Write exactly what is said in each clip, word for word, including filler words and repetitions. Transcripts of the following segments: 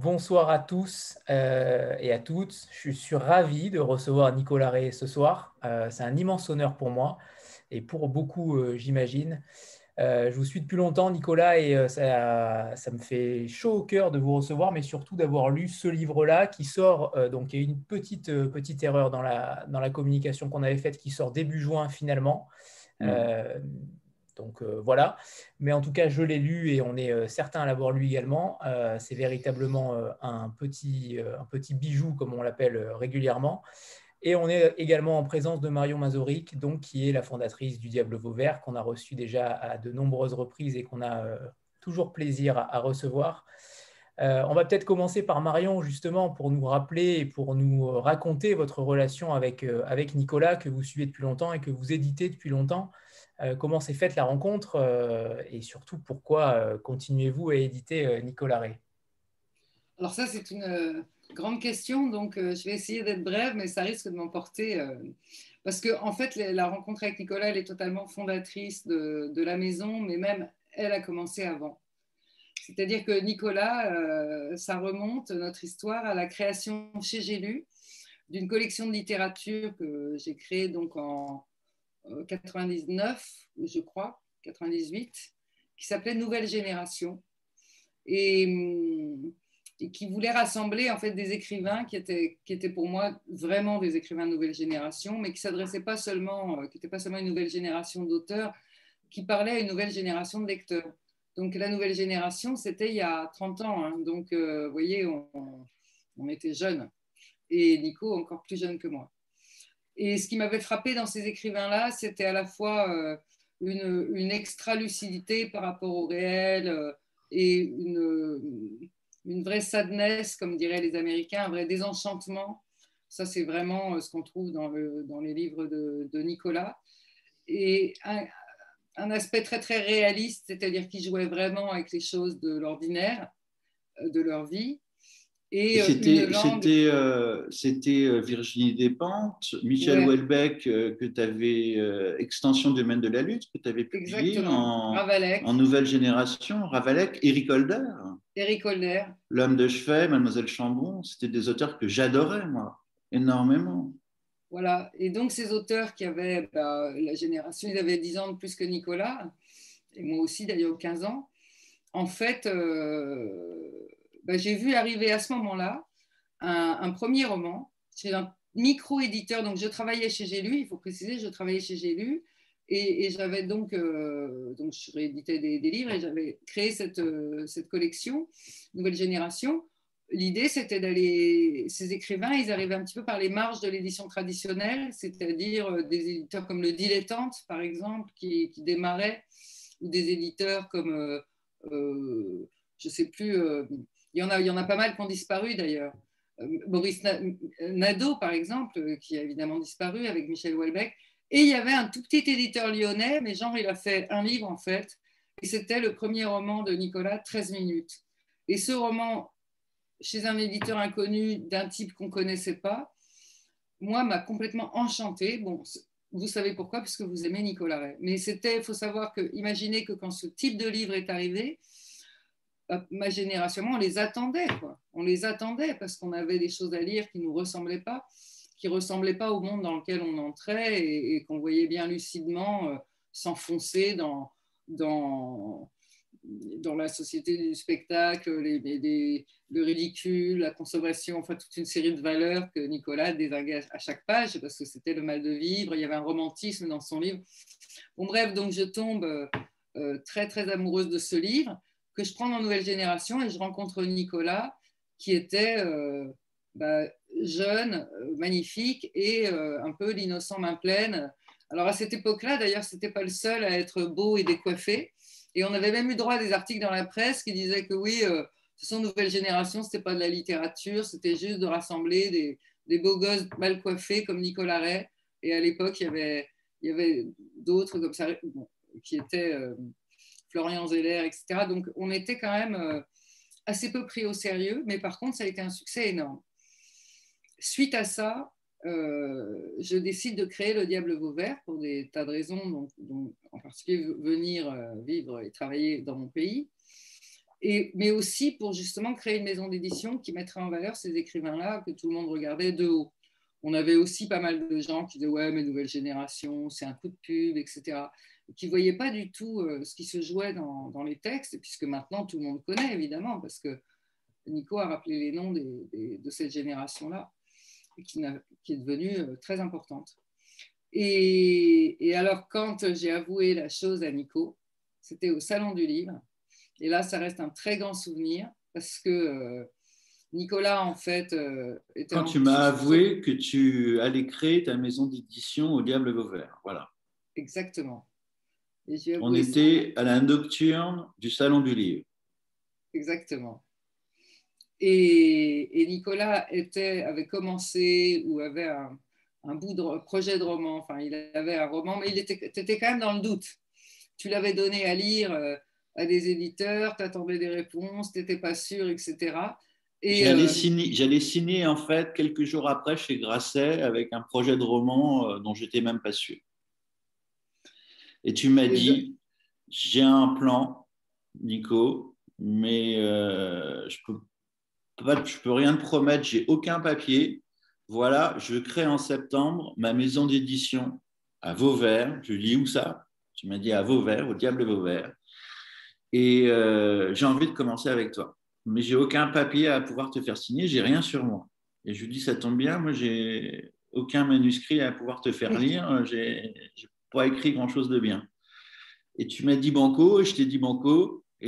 Bonsoir à tous euh, et à toutes. Je suis ravi de recevoir Nicolas Rey ce soir. Euh, c'est un immense honneur pour moi et pour beaucoup, euh, j'imagine. Euh, je vous suis depuis longtemps, Nicolas, et euh, ça, ça me fait chaud au cœur de vous recevoir, mais surtout d'avoir lu ce livre-là qui sort. Euh, donc, il y a eu une petite, euh, petite erreur dans la, dans la communication qu'on avait faite qui sort début juin finalement. Mm. Euh, donc euh, voilà, mais en tout cas, je l'ai lu et on est euh, certain à l'avoir lu également. Euh, c'est véritablement euh, un petit, euh, un petit bijou, comme on l'appelle euh, régulièrement. Et on est également en présence de Marion Mazoric, donc, qui est la fondatrice du Diable Vauvert, qu'on a reçu déjà à de nombreuses reprises et qu'on a euh, toujours plaisir à, à recevoir. Euh, on va peut-être commencer par Marion, justement, pour nous rappeler et pour nous euh, raconter votre relation avec, euh, avec Nicolas, que vous suivez depuis longtemps et que vous éditez depuis longtemps. Euh, comment s'est faite la rencontre euh, et surtout pourquoi euh, continuez-vous à éditer euh, Nicolas Rey? Alors ça, c'est une euh, grande question, donc euh, je vais essayer d'être brève, mais ça risque de m'emporter. Euh, parce que en fait, la, la rencontre avec Nicolas, elle est totalement fondatrice de, de la maison, mais même elle a commencé avant. C'est-à-dire que Nicolas, euh, ça remonte, notre histoire, à la création chez J'ai lu d'une collection de littérature que j'ai créée donc en euh, quatre-vingt-dix-neuf, je crois, quatre-vingt-dix-huit, qui s'appelait Nouvelle Génération. Et, hum, et qui voulait rassembler en fait des écrivains qui étaient, qui étaient pour moi vraiment des écrivains de nouvelle génération, mais qui s'adressaient pas seulement, euh, qui n'étaient pas seulement une nouvelle génération d'auteurs, qui parlaient à une nouvelle génération de lecteurs. Donc la nouvelle génération, c'était il y a trente ans, hein. Donc euh, vous voyez, on, on était jeunes, et Nico encore plus jeune que moi. Et ce qui m'avait frappé dans ces écrivains-là, c'était à la fois euh, une, une extra-lucidité par rapport au réel euh, et une, une vraie sadness, comme diraient les Américains, un vrai désenchantement. Ça, c'est vraiment ce qu'on trouve dans, le, dans les livres de, de Nicolas. Et un, un aspect très, très réaliste, c'est-à-dire qu'ils jouaient vraiment avec les choses de l'ordinaire, de leur vie. Et Et une c'était, langue, c'était, euh, c'était euh, Virginie Despentes, Michel ouais, Houellebecq, euh, que tu avais, euh, Extension du domaine de la lutte, que tu avais publié exactement. en, en Ravalec, nouvelle génération, Ravalec, Éric Holder, Éric Holder. L'homme de chevet, Mademoiselle Chambon, c'était des auteurs que j'adorais, moi, énormément. Voilà. Et donc, ces auteurs qui avaient bah, la génération, ils avaient dix ans de plus que Nicolas, et moi aussi d'ailleurs quinze ans. En fait, euh, bah, j'ai vu arriver à ce moment-là un, un premier roman chez un micro-éditeur. Donc, je travaillais chez J'ai lu, il faut préciser, je travaillais chez J'ai lu. Et, et j'avais donc, euh, donc, je rééditais des, des livres et j'avais créé cette, euh, cette collection, Nouvelle Génération. L'idée, c'était d'aller. Ces écrivains, ils arrivaient un petit peu par les marges de l'édition traditionnelle, c'est-à-dire euh, des éditeurs comme Le Dilettante, par exemple, qui, qui démarraient, ou des éditeurs comme, euh, euh, je ne sais plus, euh, il, y en a, il y en a pas mal qui ont disparu d'ailleurs. Euh, Maurice Nadeau, par exemple, qui a évidemment disparu avec Michel Houellebecq. Et il y avait un tout petit éditeur lyonnais, mais genre, il a fait un livre en fait, et c'était le premier roman de Nicolas, treize minutes. Et ce roman, chez un éditeur inconnu d'un type qu'on ne connaissait pas, moi, m'a complètement enchantée. Bon, vous savez pourquoi, parce que vous aimez Nicolas Rey. Mais c'était, il faut savoir que, imaginez que quand ce type de livre est arrivé, ma génération, on les attendait, quoi. On les attendait parce qu'on avait des choses à lire qui ne nous ressemblaient pas, qui ne ressemblaient pas au monde dans lequel on entrait et, et qu'on voyait bien lucidement euh, s'enfoncer dans, dans, dans la société du spectacle, les, les, le ridicule, la consommation, enfin toute une série de valeurs que Nicolas désinguait à chaque page parce que c'était le mal de vivre, il y avait un romantisme dans son livre. Bon, bref, donc je tombe euh, très très amoureuse de ce livre que je prends dans Nouvelle Génération et je rencontre Nicolas qui était euh, bah, jeune, euh, magnifique et euh, un peu l'innocent main pleine. Alors à cette époque-là, d'ailleurs, c'était pas le seul à être beau et décoiffé. Et on avait même eu droit à des articles dans la presse qui disaient que oui, euh, ce sont Nouvelle Génération, c'était pas de la littérature, c'était juste de rassembler des, des beaux gosses mal coiffés comme Nicolas Rey. Et à l'époque, il y avait, il y avait d'autres comme ça bon, qui étaient euh, Florian Zeller, et cetera. Donc on était quand même euh, assez peu pris au sérieux, mais par contre, ça a été un succès énorme. Suite à ça, euh, je décide de créer le Diable Vauvert pour des tas de raisons, donc, donc, en particulier venir euh, vivre et travailler dans mon pays. et, mais aussi pour justement créer une maison d'édition qui mettrait en valeur ces écrivains-là que tout le monde regardait de haut. On avait aussi pas mal de gens qui disaient « ouais, mais nouvelle génération, c'est un coup de pub, et cetera » qui ne voyaient pas du tout euh, ce qui se jouait dans, dans les textes, puisque maintenant tout le monde connaît, évidemment, parce que Nico a rappelé les noms des, des, de cette génération-là, qui, qui est devenue euh, très importante. Et, et alors, quand j'ai avoué la chose à Nico, c'était au Salon du Livre, et là, ça reste un très grand souvenir, parce que euh, Nicolas, en fait, euh, était... Quand tu m'as avoué que tu allais créer ta maison d'édition au Diable Vauvert, voilà. Exactement. On était ça. à la nocturne du Salon du Livre. Exactement. Et, et Nicolas était, avait commencé ou avait un, un bout de projet de roman, enfin, il avait un roman, mais il était, était quand même dans le doute. Tu l'avais donné à lire euh, à des éditeurs, tu attendais des réponses, tu n'étais pas sûr, et cetera. J'allais euh, signer, j'allais signer en fait quelques jours après chez Grasset avec un projet de roman euh, dont j'étais même pas sûr. Et tu m'as dit, j'ai un plan, Nico, mais euh, je peux pas, je peux rien te promettre, j'ai aucun papier. Voilà, je crée en septembre ma maison d'édition à Vauvert. Je dis où ça? Tu m'as dit à Vauvert, au Diable Vauvert. Et euh, j'ai envie de commencer avec toi. Mais j'ai aucun papier à pouvoir te faire signer, j'ai rien sur moi. Et je lui dis, ça tombe bien, moi, j'ai aucun manuscrit à pouvoir te faire lire, j'ai pas écrit grand-chose de bien. Et tu m'as dit banco, et je t'ai dit banco, et,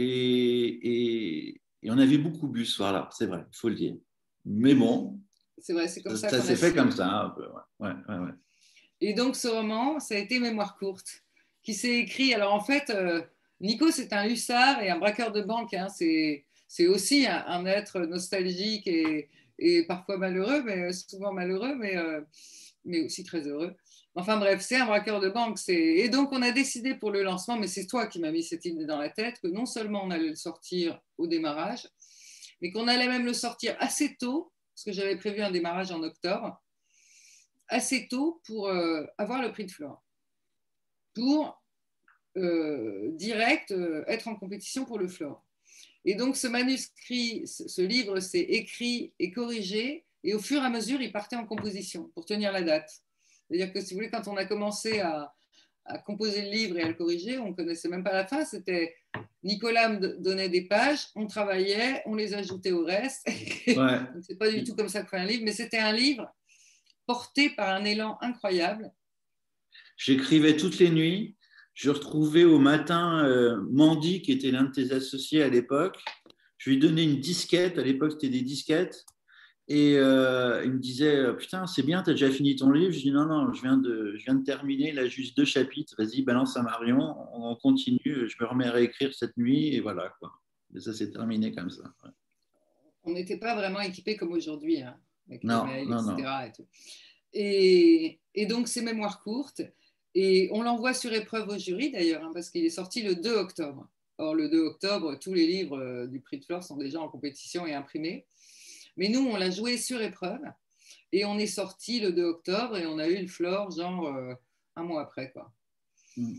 et, et on avait beaucoup bu ce soir-là, c'est vrai, il faut le dire. Mais bon, c'est vrai, c'est comme ça, ça, ça s'est fait comme ça, un peu. Ouais, ouais, ouais. Et donc, ce roman, ça a été Mémoire courte, qui s'est écrit. Alors, en fait, euh, Nico, c'est un hussard et un braqueur de banque. Hein. C'est aussi un, un être nostalgique et, et parfois malheureux, mais souvent malheureux, mais, euh, mais aussi très heureux. Enfin bref, c'est un braqueur de banque. Et donc, on a décidé pour le lancement, mais c'est toi qui m'as mis cette idée dans la tête, que non seulement on allait le sortir au démarrage, mais qu'on allait même le sortir assez tôt, parce que j'avais prévu un démarrage en octobre, assez tôt pour euh, avoir le prix de Flore, pour euh, direct euh, être en compétition pour le Flore. Et donc, ce manuscrit, ce livre, s'est écrit et corrigé, et au fur et à mesure, il partait en composition pour tenir la date. C'est-à-dire que, si vous voulez, quand on a commencé à, à composer le livre et à le corriger, on ne connaissait même pas la fin. C'était Nicolas me donnait des pages, on travaillait, on les ajoutait au reste. Ouais. C'est pas du tout comme ça qu'on fait un livre, mais c'était un livre porté par un élan incroyable. J'écrivais toutes les nuits. Je retrouvais au matin euh, Mandy, qui était l'un de tes associés à l'époque. Je lui donnais une disquette. À l'époque, c'était des disquettes. Et euh, il me disait, putain, c'est bien, tu as déjà fini ton livre. Je dis, non, non, je viens de, je viens de terminer, là, juste deux chapitres. Vas-y, balance à Marion, on continue. Je me remets à réécrire cette nuit, et voilà, quoi. Et ça s'est terminé comme ça. Ouais. On n'était pas vraiment équipés comme aujourd'hui, hein, avec non, les mails, non, et cetera. Non. Et, tout. Et, et donc, c'est Mémoire courte. Et on l'envoie sur épreuve au jury, d'ailleurs, hein, parce qu'il est sorti le deux octobre. Or, le deux octobre, tous les livres euh, du prix de Flore sont déjà en compétition et imprimés. Mais nous, on l'a joué sur épreuve. Et on est sorti le deux octobre et on a eu le Flore, genre, euh, un mois après, quoi. Mm.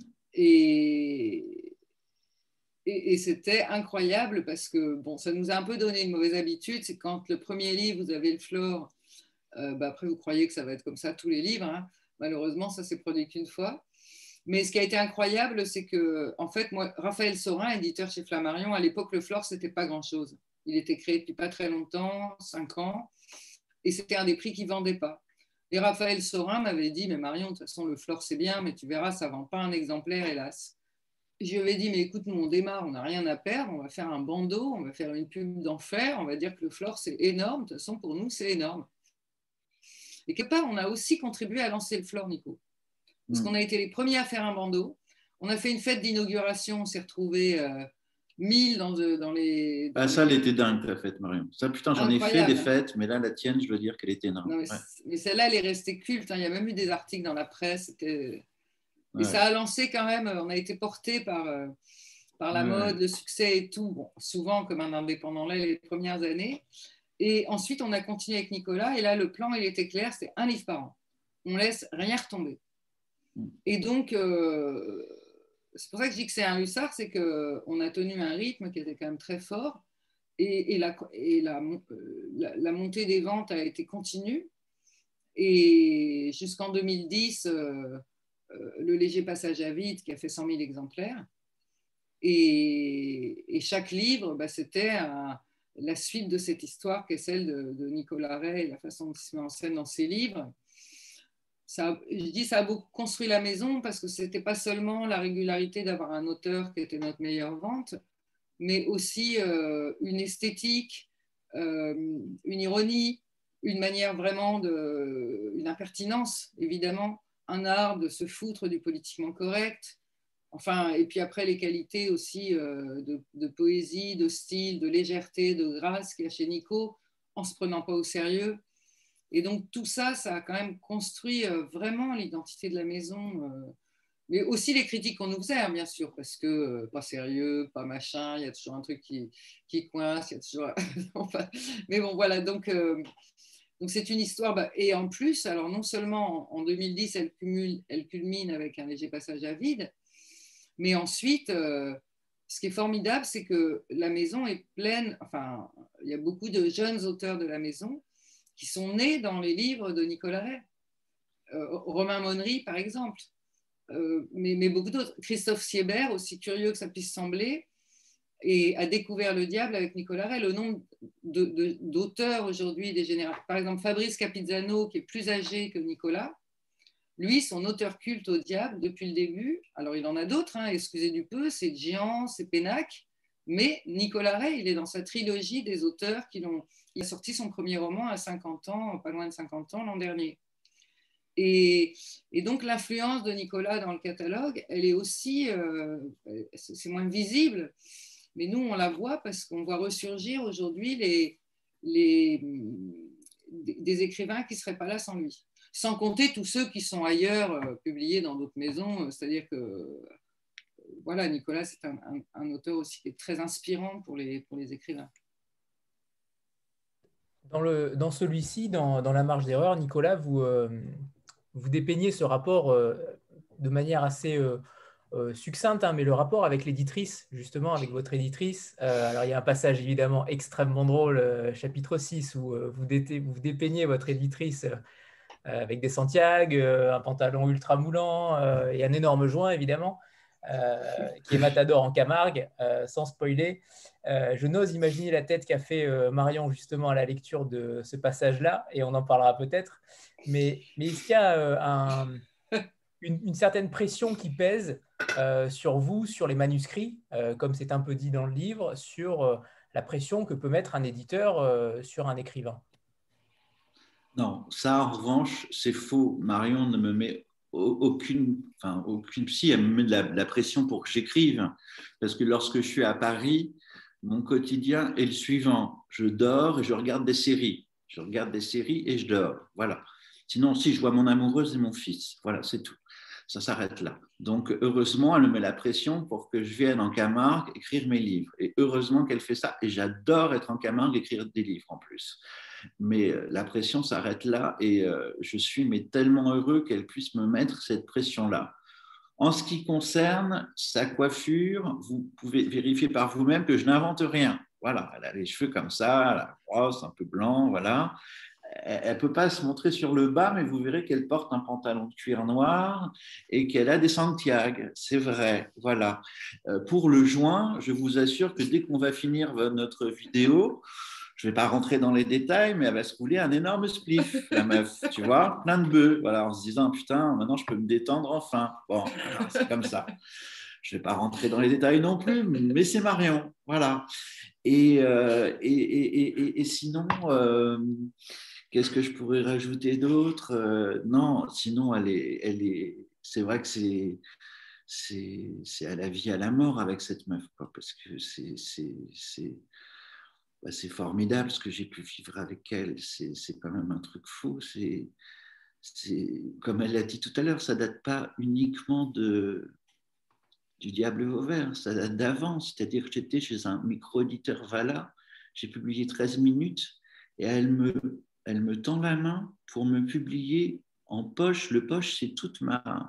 Et... Et, et c'était incroyable parce que bon, ça nous a un peu donné une mauvaise habitude. C'est quand le premier livre, vous avez le Flore, euh, bah après, vous croyez que ça va être comme ça tous les livres. Hein. Malheureusement, ça s'est produit qu'une fois. Mais ce qui a été incroyable, c'est que, en fait, moi, Raphaël Sorin, éditeur chez Flammarion, à l'époque, le Flore, c'était pas grand-chose. Il était créé depuis pas très longtemps, cinq ans, et c'était un des prix qui ne vendait pas. Et Raphaël Sorin m'avait dit, mais Marion, de toute façon, le Flore, c'est bien, mais tu verras, ça ne vend pas un exemplaire, hélas. Je lui avais dit, mais écoute, nous, on démarre, on n'a rien à perdre, on va faire un bandeau, on va faire une pub d'enfer, on va dire que le Flore, c'est énorme. De toute façon, pour nous, c'est énorme. Et quelque part, on a aussi contribué à lancer le Flore, Nico. Parce mmh. qu'on a été les premiers à faire un bandeau. On a fait une fête d'inauguration, on s'est retrouvés euh, mille dans, de, dans les... Dans ah, ça, les... elle était dingue, ta fête, Marion. Ça, putain, j'en ai fait des fêtes, mais là, la tienne, je veux dire qu'elle était énorme. Non, mais, ouais. mais celle-là, elle est restée culte. Hein. Il y a même eu des articles dans la presse. C'était... Et ouais. ça a lancé quand même, on a été porté par, euh, par la ouais. mode, le succès et tout, bon, souvent comme un indépendant là les premières années. Et ensuite, on a continué avec Nicolas, et là, le plan, il était clair, c'est un livre par an. On laisse rien retomber. Mm. Et donc, euh, c'est pour ça que je dis que c'est un hussard, c'est qu'on a tenu un rythme qui était quand même très fort et, et, la, et la, la, la montée des ventes a été continue. Et jusqu'en deux mille dix, euh, euh, le léger passage à vide qui a fait cent mille exemplaires. Et, et chaque livre, bah, c'était un, la suite de cette histoire qui est celle de, de Nicolas Ray et la façon dont il se met en scène dans ses livres. Ça, je dis ça a beaucoup construit la maison parce que ce n'était pas seulement la régularité d'avoir un auteur qui était notre meilleure vente, mais aussi euh, une esthétique, euh, une ironie, une manière vraiment de, une impertinence, évidemment, un art de se foutre du politiquement correct. Enfin, et puis après, les qualités aussi euh, de, de poésie, de style, de légèreté, de grâce qu'il y a chez Nico, en ne se prenant pas au sérieux. Et donc, tout ça, ça a quand même construit euh, vraiment l'identité de la maison. Euh, mais aussi les critiques qu'on nous faisait, bien sûr, parce que euh, pas sérieux, pas machin, il y a toujours un truc qui, qui coince, il y a toujours... enfin, mais bon, voilà, donc... Euh, Donc c'est une histoire, bah, et en plus, alors non seulement en deux mille dix, elle, cumule, elle culmine avec un léger passage à vide, mais ensuite, euh, ce qui est formidable, c'est que la maison est pleine, enfin, il y a beaucoup de jeunes auteurs de la maison qui sont nés dans les livres de Nicolas Ray. Euh, Romain Monnery, par exemple, euh, mais, mais beaucoup d'autres. Christophe Siebert, aussi curieux que ça puisse sembler, et a découvert le diable avec Nicolas Ray. Le nombre de, de, d'auteurs aujourd'hui des générations. Par exemple, Fabrice Capizzano, qui est plus âgé que Nicolas, lui, son auteur culte au diable depuis le début, alors il en a d'autres, hein, excusez du peu, c'est Gian, c'est Pénac, mais Nicolas Ray, il est dans sa trilogie des auteurs qui l'ont... Il a sorti son premier roman à cinquante ans, pas loin de cinquante ans, l'an dernier. Et, et donc l'influence de Nicolas dans le catalogue, elle est aussi, euh, c'est moins visible, mais nous, on la voit parce qu'on voit ressurgir aujourd'hui les, les, des écrivains qui ne seraient pas là sans lui. Sans compter tous ceux qui sont ailleurs, euh, publiés dans d'autres maisons. C'est-à-dire que, euh, voilà, Nicolas, c'est un, un, un auteur aussi qui est très inspirant pour les, pour les écrivains. Dans, le, dans celui-ci, dans, dans La marge d'erreur, Nicolas, vous, euh, vous dépeignez ce rapport euh, de manière assez... Euh, Euh, succincte, hein, mais le rapport avec l'éditrice, justement, avec votre éditrice. Euh, alors, il y a un passage évidemment extrêmement drôle, euh, chapitre six, où euh, vous, dé vous dépeignez votre éditrice euh, avec des Santiago, euh, un pantalon ultra moulant euh, et un énorme joint, évidemment, euh, qui est Matador en Camargue, euh, sans spoiler. Euh, je n'ose imaginer la tête qu'a fait euh, Marion, justement, à la lecture de ce passage-là, et on en parlera peut-être. Mais, mais est-ce qu'il y a euh, un, une, une certaine pression qui pèse euh, sur vous, sur les manuscrits, euh, comme c'est un peu dit dans le livre, sur euh, la pression que peut mettre un éditeur euh, sur un écrivain? Non, ça en revanche, c'est faux. Marion ne me met aucune, enfin, aucune psy, elle me met de la, de la pression pour que j'écrive. Parce que lorsque je suis à Paris, mon quotidien est le suivant. Je dors et je regarde des séries. Je regarde des séries et je dors. Voilà. Sinon, si je vois mon amoureuse et mon fils, voilà, c'est tout. Ça s'arrête là. Donc, heureusement, elle me met la pression pour que je vienne en Camargue écrire mes livres. Et heureusement qu'elle fait ça. Et j'adore être en Camargue écrire des livres en plus. Mais la pression s'arrête là et euh, je suis mais tellement heureux qu'elle puisse me mettre cette pression-là. En ce qui concerne sa coiffure, vous pouvez vérifier par vous-même que je n'invente rien. Voilà, elle a les cheveux comme ça, la brosse un peu blanc, voilà. Elle ne peut pas se montrer sur le bas, mais vous verrez qu'elle porte un pantalon de cuir noir et qu'elle a des Santiago. C'est vrai, voilà. Euh, pour le joint, je vous assure que dès qu'on va finir notre vidéo, je ne vais pas rentrer dans les détails, mais elle va se rouler un énorme spliff, la meuf, tu vois, plein de bœufs, voilà, en se disant, putain, maintenant je peux me détendre enfin. Bon, voilà, c'est comme ça. Je ne vais pas rentrer dans les détails non plus, mais c'est Marion, voilà. Et, euh, et, et, et, et sinon, euh, qu'est-ce que je pourrais rajouter d'autre? euh, Non, sinon, elle est, elle est, c'est vrai que c'est, c'est, c'est à la vie, à la mort avec cette meuf, quoi, parce que c'est, c'est, c'est, bah, c'est formidable ce que j'ai pu vivre avec elle. C'est, c'est quand même un truc fou. C'est, c'est, comme elle l'a dit tout à l'heure, ça date pas uniquement de, du Diable Vauvert, ça date d'avant. C'est-à-dire que j'étais chez un micro-éditeur Vala, j'ai publié treize minutes et elle me, elle me tend la main pour me publier en poche. Le poche, c'est toute ma,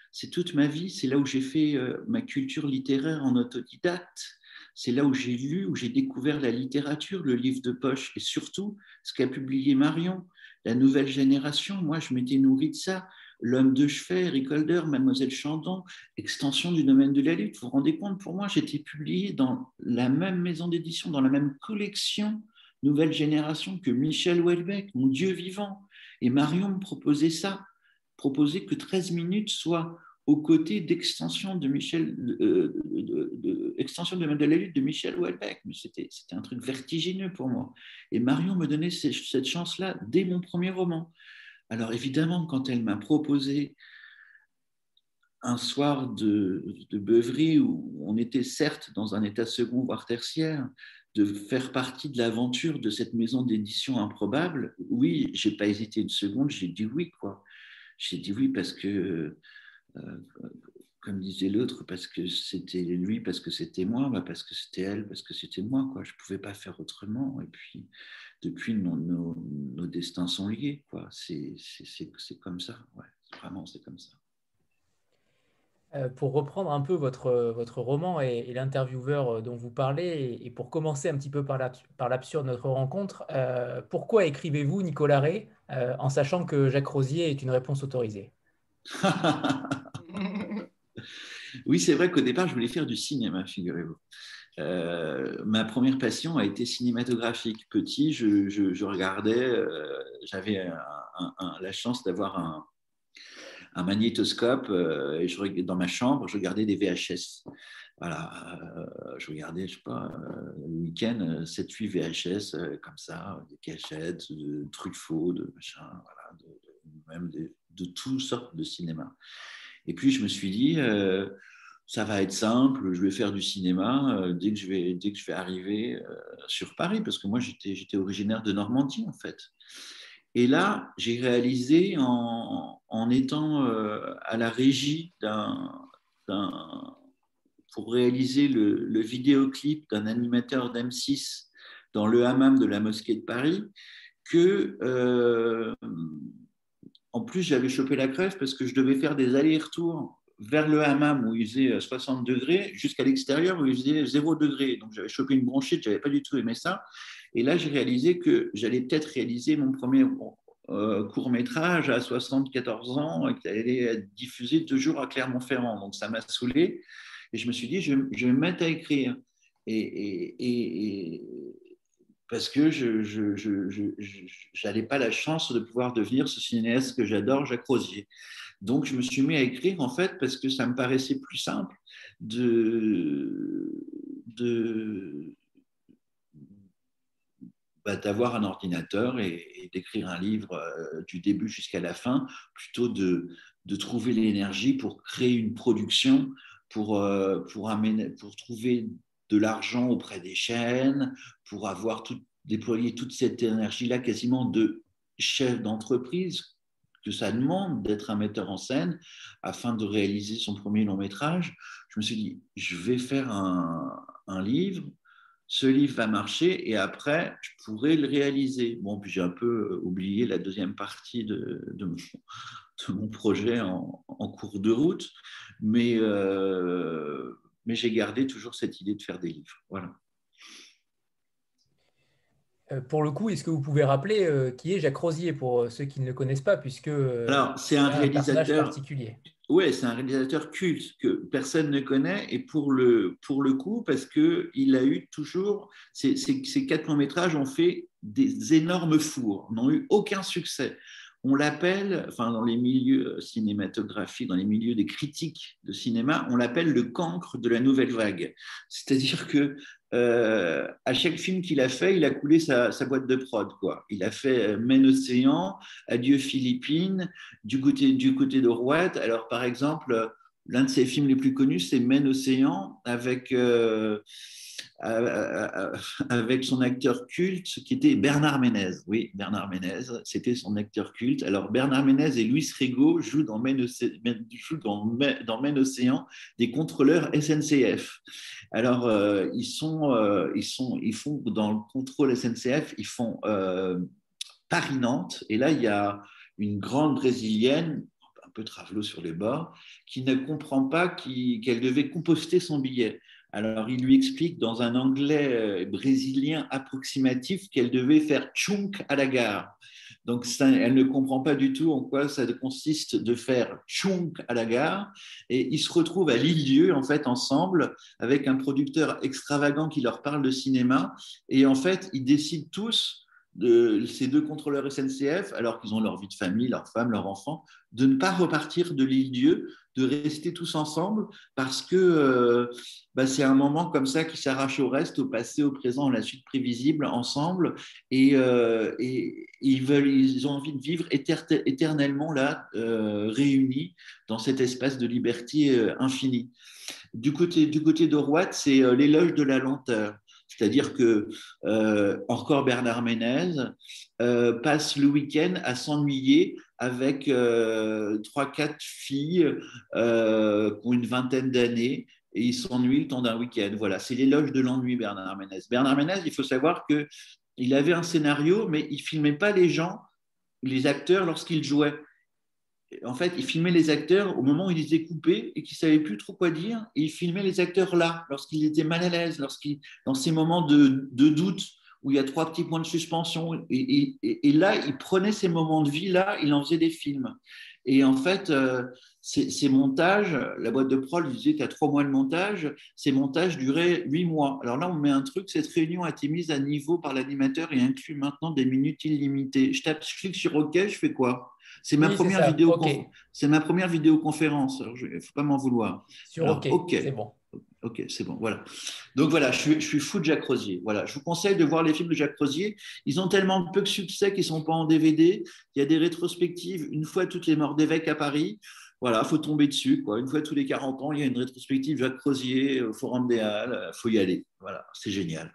c'est toute ma vie, c'est là où j'ai fait euh, ma culture littéraire en autodidacte. C'est là où j'ai lu, où j'ai découvert la littérature, le livre de poche, et surtout ce qu'a publié Marion, la nouvelle génération. Moi, je m'étais nourri de ça. L'homme de chevet, Eric Holder, Mademoiselle Chandon, extension du domaine de la lutte. Vous vous rendez compte, pour moi, j'étais publié dans la même maison d'édition, dans la même collection nouvelle génération que Michel Houellebecq, mon Dieu vivant. Et Marion me proposait ça, proposait que treize minutes soient aux côtés d'extension de Michel, euh, de, de, de, extension de la lutte de Michel Houellebecq. Mais c'était, c'était un truc vertigineux pour moi. Et Marion me donnait cette chance-là dès mon premier roman. Alors évidemment, quand elle m'a proposé un soir de, de beuverie où on était certes dans un état second voire tertiaire, de faire partie de l'aventure de cette maison d'édition improbable, oui, j'ai pas hésité une seconde, j'ai dit oui, quoi. J'ai dit oui parce que, euh, comme disait l'autre, parce que c'était lui, parce que c'était moi, bah parce que c'était elle, parce que c'était moi, quoi. Je pouvais pas faire autrement. Et puis, depuis, nos, nos, nos destins sont liés, quoi. C'est, c'est, c'est, c'est comme ça, ouais. Vraiment, c'est comme ça. Euh, pour reprendre un peu votre, votre roman et, et l'intervieweur dont vous parlez, et, et pour commencer un petit peu par l'abs- par l'absurde de notre rencontre, euh, pourquoi écrivez-vous Nicolas Rey, euh, en sachant que Jacques Rosier est une réponse autorisée? Oui, c'est vrai qu'au départ, je voulais faire du cinéma, figurez-vous. Euh, ma première passion a été cinématographique. Petit, je, je, je regardais, euh, j'avais un, un, un, la chance d'avoir un, un magnétoscope euh, et je, dans ma chambre, je regardais des V H S. Voilà, euh, je regardais, je sais pas, euh, le week-end, sept huit V H S euh, comme ça, des cachettes, de Truffaut, de machin, voilà, de, de, même de, de toutes sortes de cinéma. Et puis je me suis dit, euh, ça va être simple, je vais faire du cinéma euh, dès, que je vais, dès que je vais arriver euh, sur Paris, parce que moi j'étais, j'étais originaire de Normandie en fait. Et là, j'ai réalisé en, en étant euh, à la régie d'un, d'un, pour réaliser le, le vidéoclip d'un animateur d'M six dans le hammam de la mosquée de Paris, que euh, en plus j'avais chopé la crève parce que je devais faire des allers-retours vers le hammam où il faisait soixante degrés jusqu'à l'extérieur où il faisait zéro degré. Donc j'avais chopé une bronchite, je n'avais pas du tout aimé ça. Et là, j'ai réalisé que j'allais peut-être réaliser mon premier euh, court-métrage à soixante-quatorze ans et qui allait être diffusé deux jours à Clermont-Ferrand. Donc ça m'a saoulé. Et je me suis dit, je, je vais me mettre à écrire. Et, et, et, et parce que je n'avais pas la chance de pouvoir devenir ce cinéaste que j'adore, Jacques Rosier. Donc, je me suis mis à écrire, en fait, parce que ça me paraissait plus simple de, de, bah, d'avoir un ordinateur et, et d'écrire un livre euh, du début jusqu'à la fin, plutôt de, de trouver l'énergie pour créer une production, pour, euh, pour, amener, pour trouver de l'argent auprès des chaînes, pour avoir tout, déployé toute cette énergie-là quasiment de chef d'entreprise que ça demande d'être un metteur en scène afin de réaliser son premier long métrage. Je me suis dit, je vais faire un, un livre, ce livre va marcher et après, je pourrai le réaliser. Bon, puis j'ai un peu oublié la deuxième partie de, de, mon, de mon projet en, en cours de route, mais, euh, mais j'ai gardé toujours cette idée de faire des livres. Voilà. Euh, pour le coup, est-ce que vous pouvez rappeler euh, qui est Jacques Rosier pour euh, ceux qui ne le connaissent pas, puisque euh, Alors, c'est un un personnage réalisateur. particulier. Oui, c'est un réalisateur culte que personne ne connaît et pour le, pour le coup, parce qu'il a eu toujours, ces, ces, ces quatre longs-métrages ont fait des énormes fours, n'ont eu aucun succès. On l'appelle, enfin dans les milieux cinématographiques, dans les milieux des critiques de cinéma, on l'appelle le cancre de la nouvelle vague. C'est-à-dire que euh, à chaque film qu'il a fait, il a coulé sa, sa boîte de prod, quoi. Il a fait Maine Océan, Adieu Philippines, du côté, du côté de Rouette. Alors, par exemple, l'un de ses films les plus connus, c'est Maine Océan, avec, euh, avec son acteur culte, qui était Bernard Ménez. Oui, Bernard Ménez, c'était son acteur culte. Alors, Bernard Ménez et Luis Rego jouent dans Maine Océan, jouent dans, dans Maine Océan des contrôleurs S N C F. Alors, euh, ils, sont, euh, ils, sont, ils font, dans le contrôle S N C F, ils font euh, Paris-Nantes. Et là, il y a une grande brésilienne, un peu travelot sur les bords, qui ne comprend pas qui, qu'elle devait composter son billet. Alors, il lui explique dans un anglais brésilien approximatif qu'elle devait faire tchunk à la gare. Donc, ça, elle ne comprend pas du tout en quoi ça consiste de faire tchunk à la gare. Et ils se retrouvent à l'île-dieu, en fait, ensemble, avec un producteur extravagant qui leur parle de cinéma. Et en fait, ils décident tous, de, ces deux contrôleurs S N C F, alors qu'ils ont leur vie de famille, leurs femmes, leurs enfants, de ne pas repartir de l'île-dieu, de rester tous ensemble, parce que euh, bah, c'est un moment comme ça qui s'arrache au reste, au passé, au présent, à la suite prévisible, ensemble, et, euh, et, et ils, veulent, ils ont envie de vivre éter- éternellement là, euh, réunis dans cet espace de liberté euh, infinie. Du côté, du côté d'Orwat, c'est euh, l'éloge de la lenteur. C'est-à-dire que euh, encore Bernard Ménez euh, passe le week-end à s'ennuyer avec euh, trois, quatre filles euh, qui ont une vingtaine d'années et il s'ennuie le temps d'un week-end. Voilà, c'est l'éloge de l'ennui, Bernard Ménez. Bernard Ménez, il faut savoir qu'il avait un scénario, mais il ne filmait pas les gens, les acteurs, lorsqu'ils jouaient. En fait, il filmait les acteurs au moment où ils étaient coupés et qu'ils ne savaient plus trop quoi dire. Et il filmait les acteurs là, lorsqu'ils étaient mal à l'aise, lorsqu'ils, dans ces moments de, de doute où il y a trois petits points de suspension. Et, et, et là, il prenait ces moments de vie-là, il en faisait des films. Et en fait, euh, ces, ces montages, la boîte de prod disait qu'il y a trois mois de montage, ces montages duraient huit mois. Alors là, on met un truc, cette réunion a été mise à niveau par l'animateur et inclut maintenant des minutes illimitées. Je tape, je clique sur OK, je fais quoi ? C'est ma, Oui, c'est première ça. vidéo OK. c'est ma première vidéoconférence. Il ne faut pas m'en vouloir. Sur Alors, OK, OK, c'est bon. OK, c'est bon. Voilà. Donc voilà, je suis, je suis fou de Jacques Rosier. Voilà, je vous conseille de voir les films de Jacques Rosier. Ils ont tellement peu de succès qu'ils ne sont pas en D V D. Il y a des rétrospectives une fois toutes les morts d'évêques à Paris. Voilà, il faut tomber dessus, quoi. Une fois tous les quarante ans, il y a une rétrospective Jacques Rosier au Forum des Halles. Il faut y aller. Voilà, c'est génial.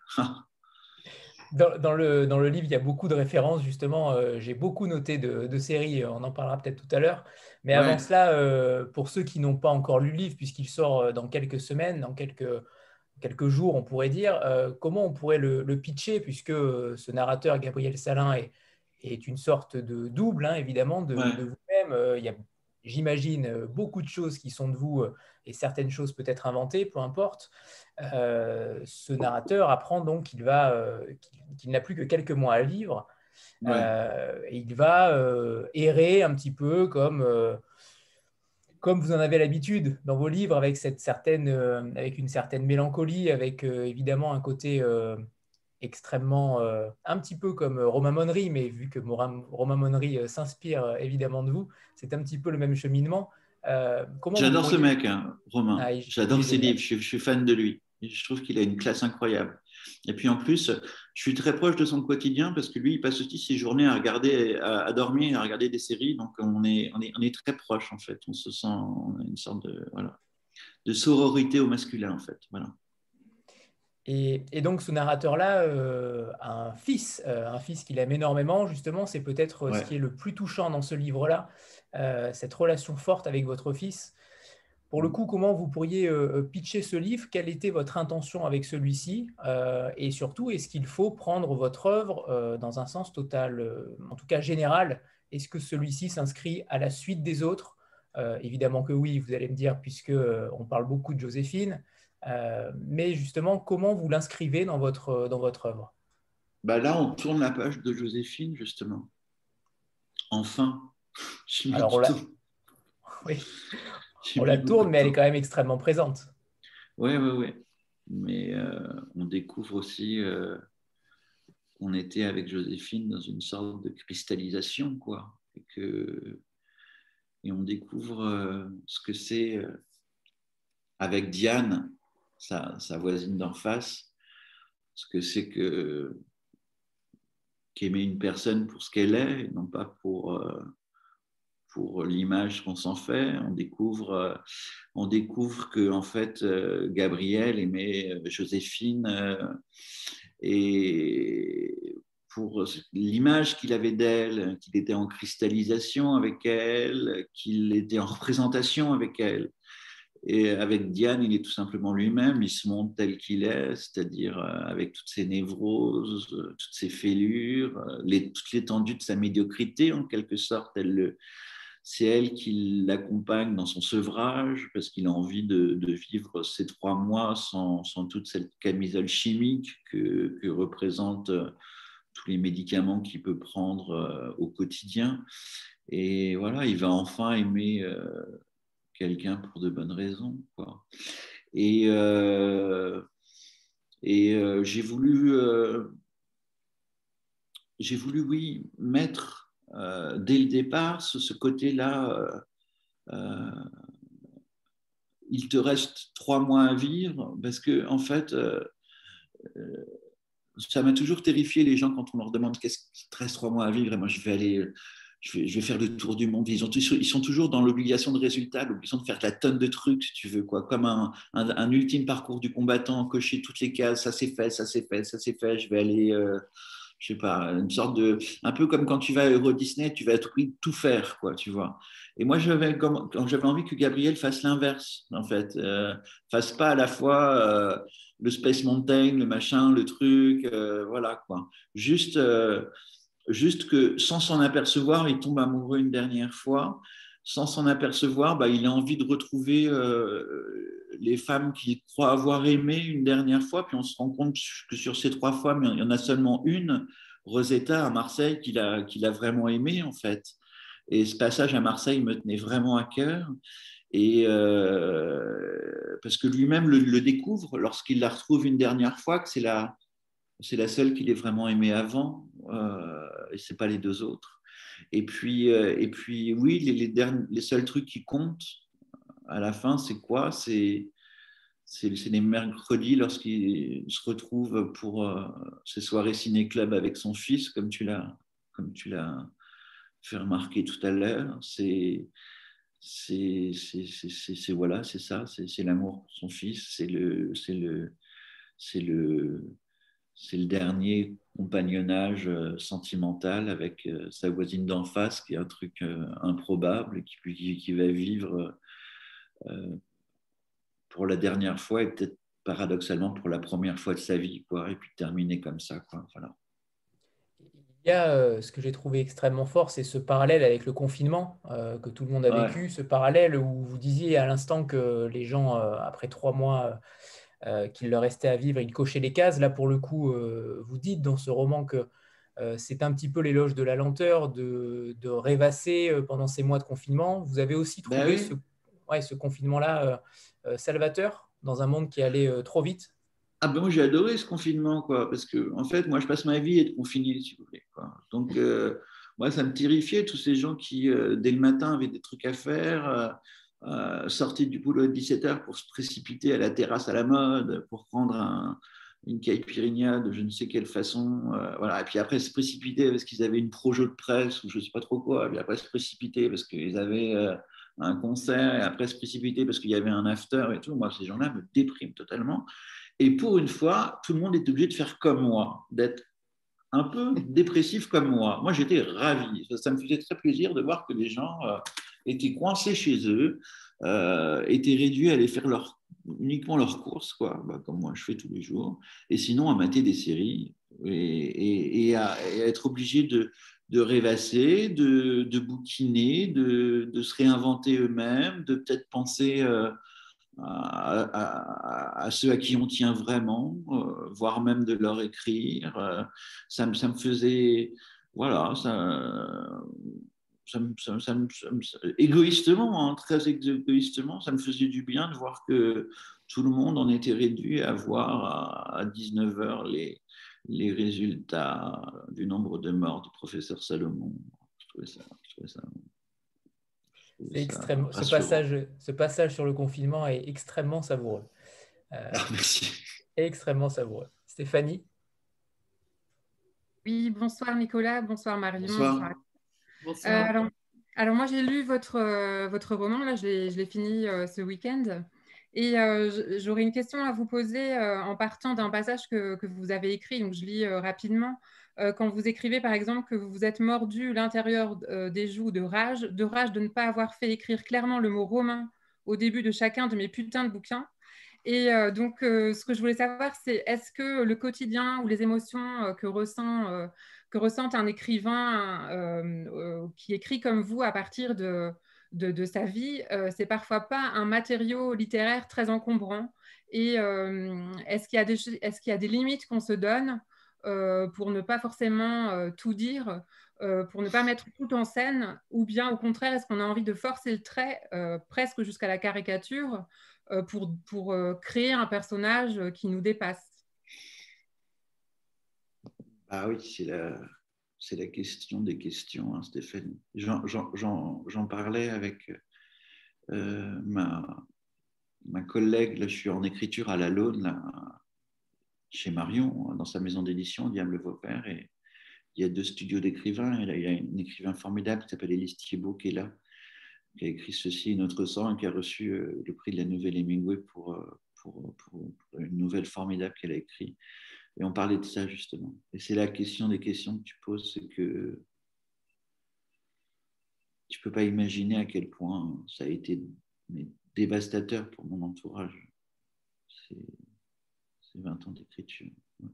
Dans, dans, le, dans le livre, il y a beaucoup de références, justement. Euh, j'ai beaucoup noté de, de séries, on en parlera peut-être tout à l'heure. Mais Ouais. avant cela, euh, pour ceux qui n'ont pas encore lu le livre, puisqu'il sort dans quelques semaines, dans quelques, quelques jours, on pourrait dire, euh, comment on pourrait le, le pitcher, puisque ce narrateur, Gabriel Salin, est, est une sorte de double, hein, évidemment, de, Ouais. de vous-même. Euh, il y a, j'imagine, beaucoup de choses qui sont de vous euh, et certaines choses peut-être inventées, peu importe. Euh, ce narrateur apprend donc qu'il va, euh, qu'il, qu'il n'a plus que quelques mois à vivre. Ouais. Euh, et il va euh, errer un petit peu comme, euh, comme vous en avez l'habitude dans vos livres, avec, cette certaine, euh, avec une certaine mélancolie, avec euh, évidemment un côté euh, extrêmement, euh, un petit peu comme Romain Monnery, mais vu que Romain Monnery euh, s'inspire euh, évidemment de vous, c'est un petit peu le même cheminement. Euh, comment vous J'adore ce pourriez... mec, hein, Romain. Ah, il, il est J'adore ses génial. livres. Je, je suis fan de lui. Je trouve qu'il a une classe incroyable. Et puis en plus, je suis très proche de son quotidien parce que lui, il passe aussi ses journées à regarder, à, à dormir, à regarder des séries. Donc on est, on est, on est très proche en fait. On se sent, on a une sorte de, voilà, de sororité au masculin en fait. Voilà. Et, et donc ce narrateur-là euh, a un fils, euh, un fils qu'il aime énormément, justement, c'est peut-être ce Ouais. qui est le plus touchant dans ce livre-là, euh, cette relation forte avec votre fils. Pour le coup, comment vous pourriez euh, pitcher ce livre? Quelle était votre intention avec celui-ci? Euh, et surtout, est-ce qu'il faut prendre votre œuvre euh, dans un sens total, euh, en tout cas général? Est-ce que celui-ci s'inscrit à la suite des autres? Euh, évidemment que oui, vous allez me dire, puisque euh, on parle beaucoup de Joséphine. Euh, mais justement, comment vous l'inscrivez dans votre, dans votre œuvre? Bah là, on tourne la page de Joséphine justement. Enfin, j'ai mis Alors, du on la, temps. oui, J'ai on mis la beaucoup tourne, de mais elle est temps. quand même extrêmement présente. Ouais, ouais, ouais. Mais euh, on découvre aussi euh, qu'on était avec Joséphine dans une sorte de cristallisation, quoi. Et, que, et on découvre euh, ce que c'est euh, avec Diane, sa, sa voisine d'en face, ce que c'est que qu'aimer une personne pour ce qu'elle est, et non pas pour, euh, pour l'image qu'on s'en fait. On découvre, euh, on découvre que en fait, euh, Gabriel aimait Joséphine euh, et pour l'image qu'il avait d'elle, qu'il était en cristallisation avec elle, qu'il était en représentation avec elle. Et avec Diane, il est tout simplement lui-même, il se montre tel qu'il est, c'est-à-dire avec toutes ses névroses, toutes ses fêlures, les, toute l'étendue de sa médiocrité, en quelque sorte. Elle le, c'est elle qui l'accompagne dans son sevrage parce qu'il a envie de, de vivre ces trois mois sans, sans toute cette camisole chimique que, que représentent tous les médicaments qu'il peut prendre au quotidien. Et voilà, il va enfin aimer euh, quelqu'un pour de bonnes raisons, quoi. Et, euh, et euh, j'ai voulu, euh, j'ai voulu, oui, mettre euh, dès le départ ce, ce côté-là. Euh, euh, il te reste trois mois à vivre, parce que en fait, euh, euh, ça m'a toujours terrifié les gens quand on leur demande qu'est-ce qu'il te reste trois mois à vivre, et moi je vais aller. Je vais, je vais faire le tour du monde. Ils, ont, ils sont toujours dans l'obligation de résultat, l'obligation de faire la tonne de trucs, si tu veux, quoi. Comme un, un, un ultime parcours du combattant, cocher toutes les cases, ça c'est fait, ça c'est fait, ça c'est fait, je vais aller, euh, je sais pas, une sorte de. Un peu comme quand tu vas à Euro Disney, tu vas à tout prix tout faire, quoi, tu vois. Et moi, j'avais, comme, j'avais envie que Gabriel fasse l'inverse, en fait. Euh, fasse pas à la fois euh, le Space Mountain, le machin, le truc, euh, voilà, quoi. Juste. Euh, Juste que sans s'en apercevoir, il tombe amoureux une dernière fois. Sans s'en apercevoir, bah, il a envie de retrouver euh, les femmes qu'il croit avoir aimées une dernière fois. Puis on se rend compte que sur ces trois fois, il y en a seulement une, Rosetta à Marseille, qu'il a, qu'il a vraiment aimée en fait. Et ce passage à Marseille me tenait vraiment à cœur. Et euh, parce que lui-même le, le découvre lorsqu'il la retrouve une dernière fois, que c'est la, c'est la seule qu'il ait vraiment aimée avant, euh, et c'est pas les deux autres. Et puis, euh, et puis oui, les, les, derniers, les seuls trucs qui comptent à la fin, c'est quoi? C'est, c'est, c'est les mercredis lorsqu'il se retrouve pour euh, ses soirées ciné-club avec son fils, comme tu l'as, comme tu l'as fait remarquer tout à l'heure. C'est, c'est, c'est, c'est, c'est, c'est voilà, c'est ça, c'est, c'est l'amour pour son fils, c'est le, c'est le, c'est le c'est le dernier compagnonnage sentimental avec sa voisine d'en face, qui est un truc improbable, qui, qui va vivre pour la dernière fois et peut-être paradoxalement pour la première fois de sa vie, quoi, et puis terminer comme ça, quoi. Voilà. Il y a euh, ce que j'ai trouvé extrêmement fort, c'est ce parallèle avec le confinement euh, que tout le monde a Ouais. vécu, ce parallèle où vous disiez à l'instant que les gens, euh, après trois mois, euh, qu'il leur restait à vivre, ils cochaient les cases. Là, pour le coup, euh, vous dites dans ce roman que euh, c'est un petit peu l'éloge de la lenteur, de, de rêvasser euh, pendant ces mois de confinement. Vous avez aussi Ben trouvé oui. ce, ouais, ce confinement-là euh, euh, salvateur dans un monde qui allait euh, trop vite. Ah ben moi j'ai adoré ce confinement, quoi, parce que en fait moi je passe ma vie à être confiné, si vous voulez, quoi. Donc euh, moi ça me terrifiait tous ces gens qui euh, dès le matin avaient des trucs à faire, euh, euh, sortaient du boulot à dix-sept heures pour se précipiter à la terrasse à la mode, pour prendre un, une caipirinha de je ne sais quelle façon, euh, voilà. Et puis après se précipiter parce qu'ils avaient une projo de presse ou je sais pas trop quoi, et puis après se précipiter parce qu'ils avaient euh, un concert et après se précipiter parce qu'il y avait un after et tout. Moi ces gens-là me dépriment totalement. Et pour une fois, tout le monde est obligé de faire comme moi, d'être un peu dépressif comme moi. Moi, j'étais ravi. Ça, ça me faisait très plaisir de voir que les gens euh, étaient coincés chez eux, euh, étaient réduits à aller faire leur, uniquement leurs courses, quoi, bah, comme moi je fais tous les jours, et sinon à mater des séries et, et, et, à, et à être obligés de, de rêvasser, de, de bouquiner, de, de se réinventer eux-mêmes, de peut-être penser... Euh, à, à, à, ceux à qui on tient vraiment, euh, voire même de leur écrire. Euh, ça, me, ça me faisait, voilà, ça, ça, me, ça, ça, me, ça me, égoïstement, hein, très égoïstement, ça me faisait du bien de voir que tout le monde en était réduit à voir à, à dix-neuf heures les, les résultats du nombre de morts du professeur Salomon. Je trouvais ça, je trouvais ça C'est extrême, ce passage, ce passage sur le confinement est extrêmement savoureux. Euh, ah, merci. Extrêmement savoureux. Stéphanie? Oui, bonsoir Nicolas, bonsoir Marion. Bonsoir. Bonsoir. Bonsoir. Euh, alors, alors moi j'ai lu votre, euh, votre roman, là je l'ai, je l'ai fini euh, ce week-end. Et euh, j'aurais une question à vous poser euh, en partant d'un passage que, que vous avez écrit, donc je lis euh, rapidement. Euh, quand vous écrivez par exemple que vous vous êtes mordu l'intérieur euh, des joues de rage, de rage de ne pas avoir fait écrire clairement le mot romain au début de chacun de mes putains de bouquins. Et euh, donc, euh, ce que je voulais savoir, c'est est-ce que le quotidien ou les émotions euh, que, ressent, euh, que ressent un écrivain euh, euh, qui écrit comme vous à partir de, de, de sa vie, euh, c'est parfois pas un matériau littéraire très encombrant. Et euh, est-ce qu'il y a des, est-ce qu'il y a des limites qu'on se donne euh, pour ne pas forcément euh, tout dire, euh, pour ne pas mettre tout en scène, ou bien au contraire, est-ce qu'on a envie de forcer le trait euh, presque jusqu'à la caricature euh, pour, pour euh, créer un personnage qui nous dépasse? Ah oui, c'est la, c'est la question des questions, hein, Stéphanie. J'en, j'en, j'en, j'en parlais avec euh, ma, ma collègue, là je suis en écriture à la Laune, là, chez Marion, dans sa maison d'édition, Diable Vaupert, et il y a deux studios d'écrivains, et là il y a un écrivain formidable qui s'appelle Élise Thiebaud qui est là, qui a écrit Ceci et notre sang, et qui a reçu euh, le prix de la Nouvelle Hemingway pour, pour, pour, pour une nouvelle formidable qu'elle a écrite. Et on parlait de ça, justement. Et c'est la question des questions que tu poses, c'est que tu ne peux pas imaginer à quel point ça a été mais, dévastateur pour mon entourage. C'est, c'est vingt ans d'écriture. Ouais.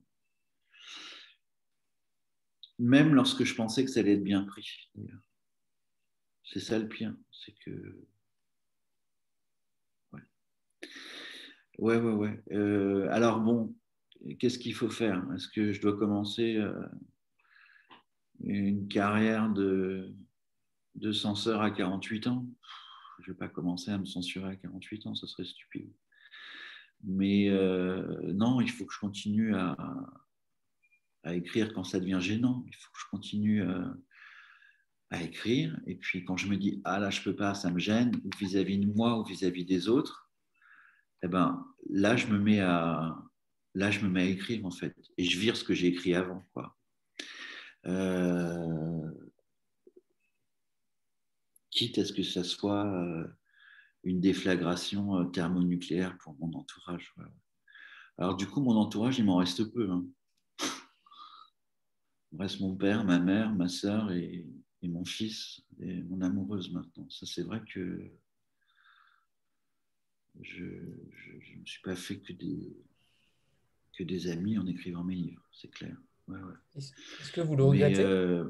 Même lorsque je pensais que ça allait être bien pris, d'ailleurs. C'est ça le pire, c'est que... Ouais, ouais, ouais. ouais. Euh, alors bon, qu'est-ce qu'il faut faire? Est-ce que je dois commencer euh, une carrière de, de censeur à quarante-huit ans? Je ne vais pas commencer à me censurer à quarante-huit ans, ça serait stupide. Mais euh, non, il faut que je continue à, à écrire quand ça devient gênant. Il faut que je continue à, à écrire. Et puis quand je me dis, ah là, je ne peux pas, ça me gêne, ou vis-à-vis de moi ou vis-à-vis des autres, eh ben, là, je me mets à, là, je me mets à écrire, en fait. Et je vire ce que j'ai écrit avant, quoi. Euh, quitte à ce que ça soit euh, une déflagration euh, thermonucléaire pour mon entourage. Ouais. Alors du coup, mon entourage, il m'en reste peu. Hein. Il me reste mon père, ma mère, ma sœur et, et mon fils et mon amoureuse maintenant. Ça, c'est vrai que je ne me suis pas fait que des, que des amis en écrivant mes livres, c'est clair. Ouais, ouais. Est-ce que vous le regrettez? Mais, euh,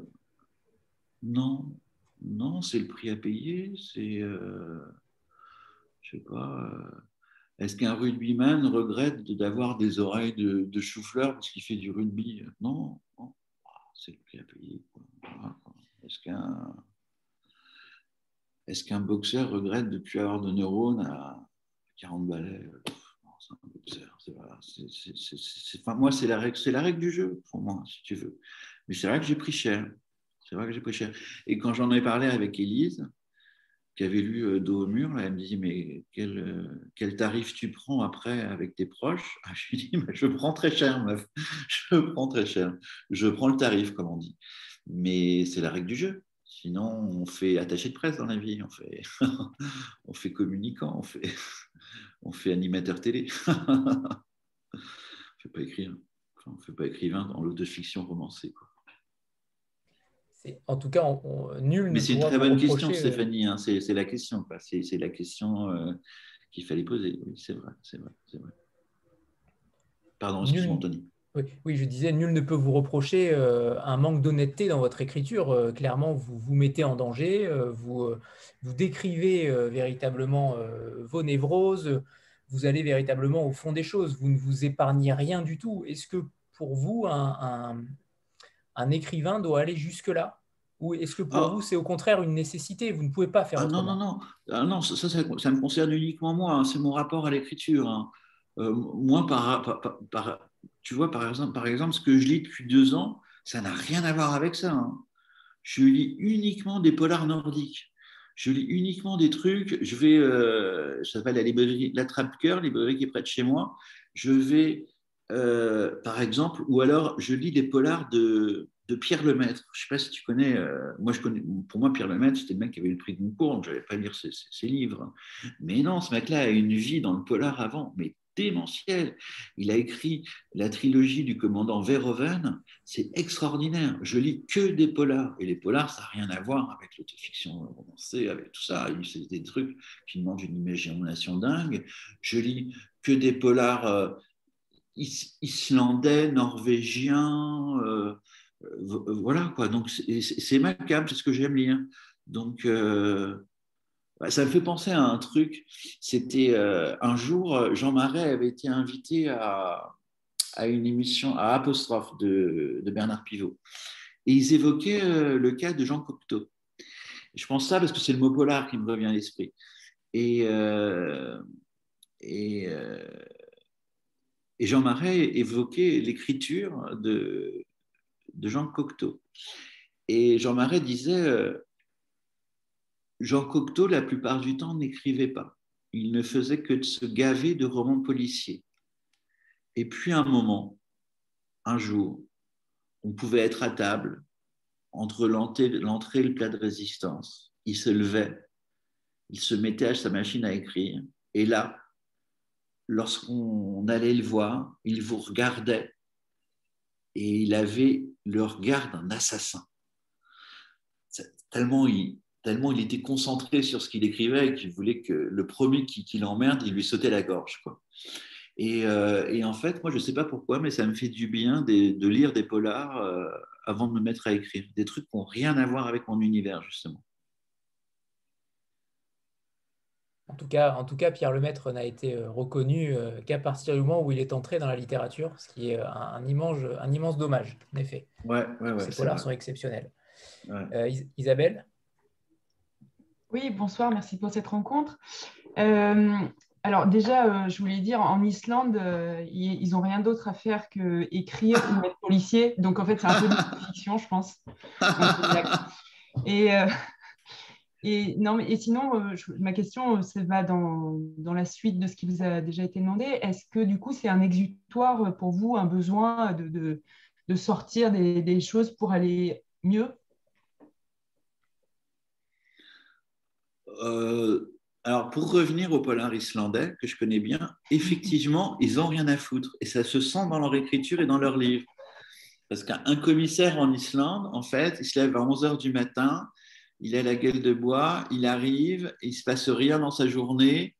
non, non, c'est le prix à payer. C'est, euh, je sais pas. Euh, est-ce qu'un rugbyman regrette d'avoir des oreilles de, de chou-fleur parce qu'il fait du rugby? Non, non, c'est le prix à payer. Voilà. Est-ce qu'un est-ce qu'un boxeur regrette de ne plus avoir de neurones à quarante balais? Non, c'est un boxeur. C'est, voilà, c'est, c'est, c'est, c'est, enfin, moi, c'est la, règle, c'est la règle du jeu, pour moi, si tu veux. Mais c'est vrai que j'ai pris cher. C'est vrai que j'ai pris cher. Et quand j'en ai parlé avec Élise, qui avait lu euh, Dos au mur, là, elle me dit, mais quel, euh, quel tarif tu prends après avec tes proches? Ah, je lui dis, bah, je prends très cher, meuf. Je prends très cher. Je prends le tarif, comme on dit. Mais c'est la règle du jeu. Sinon, on fait attaché de presse dans la vie, on fait, on fait communicant, on fait, on fait animateur télé. On ne fait pas écrire. Enfin, on ne fait pas écrivain dans l'autofiction romancée, quoi. C'est, en tout cas, on, on, nul Mais ne c'est une pourra très vous bonne reprocher, question, euh... Stéphanie. Hein. C'est, c'est la question. Quoi. C'est, c'est la question euh, qu'il fallait poser. Oui, c'est vrai, c'est vrai, c'est vrai. Pardon, excuse-moi, nul... Anthony. Oui, oui, je disais, nul ne peut vous reprocher euh, un manque d'honnêteté dans votre écriture. Euh, clairement, vous vous mettez en danger, euh, vous, euh, vous décrivez euh, véritablement euh, vos névroses, vous allez véritablement au fond des choses, vous ne vous épargnez rien du tout. Est-ce que pour vous, un, un, un écrivain doit aller jusque-là? Ou est-ce que pour Ah, vous, c'est au contraire une nécessité, vous ne pouvez pas faire ah non, non, autrement? non. Ah, non ça, ça, ça me concerne uniquement moi. Hein. C'est mon rapport à l'écriture. Hein. Euh, moi, par, par, par, par, tu vois, par exemple, par exemple, ce que je lis depuis deux ans, ça n'a rien à voir avec ça. Hein. Je lis uniquement des polars nordiques. Je lis uniquement des trucs. Je vais, euh, ça s'appelle la librairie La Trappe-Cœur, librairie qui est près de chez moi. Je vais, euh, par exemple, ou alors je lis des polars de, de Pierre Lemaitre. Je ne sais pas si tu connais. Euh, moi, je connais. Pour moi, Pierre Lemaitre, c'était le mec qui avait eu le prix de Goncourt, donc je n'allais pas lire ses, ses, ses livres. Mais non, ce mec-là a une vie dans le polar avant, mais démentiel. Il a écrit la trilogie du commandant Verhoeven, c'est extraordinaire. Je lis que des polars, et les polars, ça n'a rien à voir avec l'autofiction romancée, avec tout ça. C'est des trucs qui demandent une imagination dingue. Je lis que des polars euh, is- islandais, norvégiens, euh, euh, voilà, quoi. Donc, c'est, c'est macabre, c'est ce que j'aime lire. Donc, euh, ça me fait penser à un truc. C'était euh, un jour, Jean Marais avait été invité à, à une émission à Apostrophe de, de Bernard Pivot. Et ils évoquaient euh, le cas de Jean Cocteau. Je pense ça parce que c'est le mot polar qui me revient à l'esprit. Et, euh, et, euh, et Jean Marais évoquait l'écriture de, de Jean Cocteau. Et Jean Marais disait, euh, Jean Cocteau, la plupart du temps, n'écrivait pas. Il ne faisait que de se gaver de romans policiers. Et puis, un moment, un jour, on pouvait être à table, entre l'entrée et le plat de résistance. Il se levait, il se mettait à sa machine à écrire. Et là, lorsqu'on allait le voir, il vous regardait et il avait le regard d'un assassin. Tellement il, tellement il était concentré sur ce qu'il écrivait qu'il voulait que le premier qui, qui l'emmerde, il lui sautait la gorge, quoi. Et, euh, et en fait, moi, je ne sais pas pourquoi, mais ça me fait du bien de, de lire des polars euh, avant de me mettre à écrire. Des trucs qui n'ont rien à voir avec mon univers, justement. En tout cas, en tout cas, Pierre Lemaître n'a été euh, reconnu euh, qu'à partir du moment où il est entré dans la littérature, ce qui est un, un immense, un immense dommage, en effet. Ouais, ouais, ouais, Ces c'est polars vrai. sont exceptionnels. Ouais. Euh, Is- Isabelle? Oui, bonsoir, merci pour cette rencontre. Euh, alors déjà, euh, je voulais dire, en Islande, euh, ils n'ont rien d'autre à faire que écrire ou être policier. Donc en fait, c'est un peu de fiction, je pense. Et, euh, et, non, mais, et sinon, euh, je- ma question, ça va dans, dans la suite de ce qui vous a déjà été demandé. Est-ce que du coup, c'est un exutoire pour vous, un besoin de, de, de sortir des, des choses pour aller mieux? Euh, alors, pour revenir au polar islandais, que je connais bien, effectivement, ils n'ont rien à foutre. Et ça se sent dans leur écriture et dans leurs livres. Parce qu'un commissaire en Islande, en fait, il se lève à onze heures du matin, il a la gueule de bois, il arrive, il ne se passe rien dans sa journée.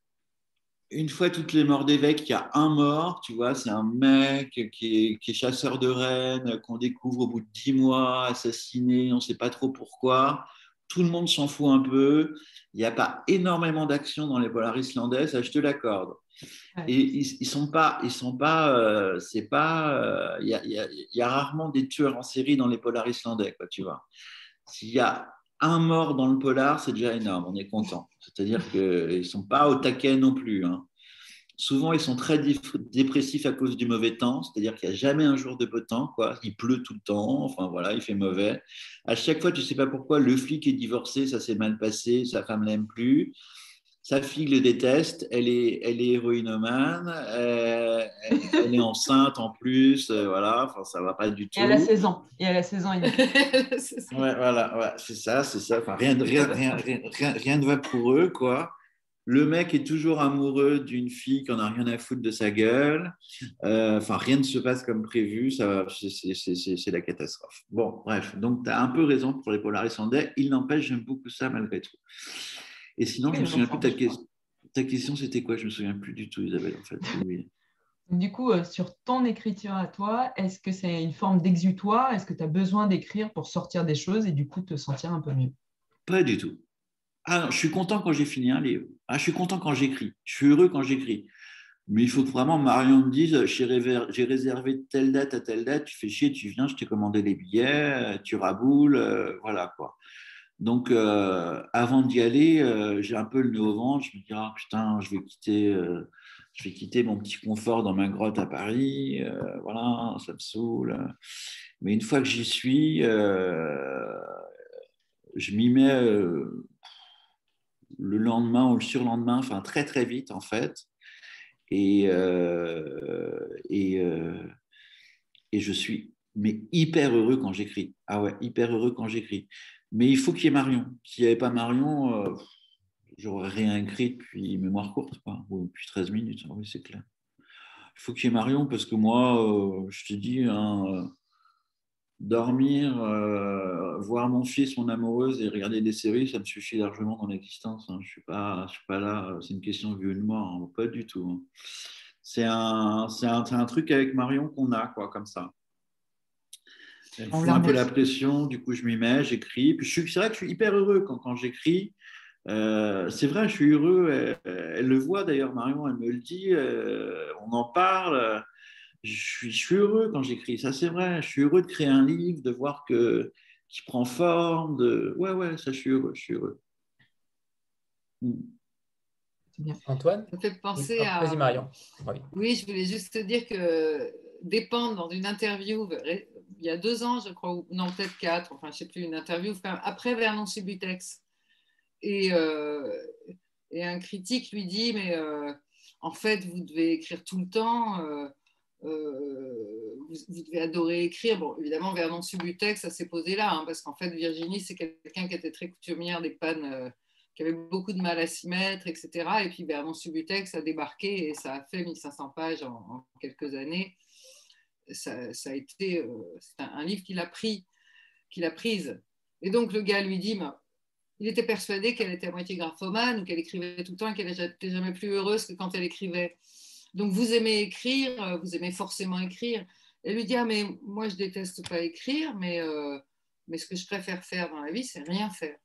Une fois toutes les morts d'évêques, il y a un mort, tu vois, c'est un mec qui est, qui est chasseur de rennes, qu'on découvre au bout de dix mois, assassiné, on ne sait pas trop pourquoi. Tout le monde s'en fout un peu. Il n'y a pas énormément d'action dans les polars islandais, ça je te l'accorde. Ouais. Et ils, ils sont pas, ils sont pas, euh, c'est pas, il euh, y, y, y a rarement des tueurs en série dans les polars islandais, quoi, tu vois. S'il y a un mort dans le polar, c'est déjà énorme, on est content. C'est-à-dire qu'ils ne sont pas au taquet non plus, hein. Souvent, ils sont très dépressifs à cause du mauvais temps, c'est-à-dire qu'il n'y a jamais un jour de beau temps, quoi. Il pleut tout le temps, enfin voilà, il fait mauvais. À chaque fois, tu ne sais pas pourquoi, le flic est divorcé, ça s'est mal passé, sa femme ne l'aime plus. Sa fille le déteste, elle est, elle est héroïnomane, euh, elle, elle est enceinte en plus, euh, voilà, enfin ça va pas du tout. Et elle a seize ans. Et elle a seize ans et demi. Ouais, voilà, ouais, c'est ça, c'est ça. Enfin, rien, rien, rien, rien, rien ne va pour eux, quoi. Le mec est toujours amoureux d'une fille qui en a rien à foutre de sa gueule. Euh, enfin, rien ne se passe comme prévu. Ça, c'est, c'est, c'est, c'est la catastrophe. Bon, bref. Donc, tu as un peu raison pour les polars islandais. Il n'empêche, j'aime beaucoup ça malgré tout. Et sinon, Oui, je me souviens enfin, plus de ta question. Ta question, c'était quoi? Je me souviens plus du tout, Isabelle, en fait. Oui. Du coup, euh, sur ton écriture à toi, est-ce que c'est une forme d'exutoire? Est-ce que tu as besoin d'écrire pour sortir des choses et du coup te sentir un peu mieux? Pas du tout. Ah non, je suis content quand j'ai fini un livre. Ah, je suis content quand j'écris. Je suis heureux quand j'écris. Mais il faut que vraiment Marion me dise, j'ai réservé, j'ai réservé de telle date à telle date, tu fais chier, tu viens, je t'ai commandé les billets, tu raboules, euh, voilà quoi. Donc, euh, avant d'y aller, euh, j'ai un peu le nez au ventre. Je me dis, ah putain, je vais quitter, euh, je vais quitter mon petit confort dans ma grotte à Paris. Euh, voilà, ça me saoule. Mais une fois que j'y suis, euh, je m'y mets euh, le lendemain ou le surlendemain, enfin très très vite en fait. Et, euh, et, euh, et je suis mais hyper heureux quand j'écris. Ah ouais, hyper heureux quand j'écris. Mais il faut qu'il y ait Marion. S'il n'y avait pas Marion, euh, j'aurais rien écrit depuis mémoire courte, quoi. Ou depuis treize minutes, oui, c'est clair. Il faut qu'il y ait Marion parce que moi, euh, je te dis, hein, euh, dormir, euh, voir mon fils, mon amoureuse et regarder des séries, ça me suffit largement dans l'existence, hein. Je ne suis, pas, je suis pas là, c'est une question de vie ou de mort, hein, pas du tout, hein. C'est un, c'est un, c'est un truc avec Marion qu'on a, quoi, comme ça. Elle me fout un peu la pression, du coup je m'y mets, j'écris. Puis c'est vrai que je suis hyper heureux quand, quand j'écris. Euh, c'est vrai, je suis heureux. Elle, elle le voit d'ailleurs, Marion, elle me le dit. Euh, on en parle. Je suis, je suis heureux quand j'écris, ça c'est vrai. Je suis heureux de créer un livre, de voir que qu'il prend forme. De... Ouais, ouais, ça je suis heureux. Je suis heureux. Mm. Antoine? Ça me fait penser oui. à. Vas-y, Marion. Oui. oui, je voulais juste te dire que Dépendre, dans une interview, il y a deux ans, je crois, ou non, peut-être quatre, enfin, je ne sais plus, une interview après Vernon Subutex. Et, euh, et un critique lui dit, mais euh, en fait, vous devez écrire tout le temps, euh, euh, vous, vous devez adorer écrire. Bon, évidemment, Vernon Subutex, ça s'est posé là, hein, parce qu'en fait, Virginie, c'est quelqu'un qui était très coutumière des pannes, euh, qui avait beaucoup de mal à s'y mettre, et cetera. Et puis Vernon Subutex a débarqué et ça a fait mille cinq cents pages en, en quelques années. Ça, ça a été euh, c'est un, un livre qu'il a pris, qu'il a prise. Et donc le gars lui dit, bah, il était persuadé qu'elle était à moitié graphomane ou qu'elle écrivait tout le temps et qu'elle n'était jamais plus heureuse que quand elle écrivait. Donc vous aimez écrire, vous aimez forcément écrire. Elle lui dit, ah mais moi je déteste pas écrire, mais, euh, mais ce que je préfère faire dans la vie, c'est rien faire.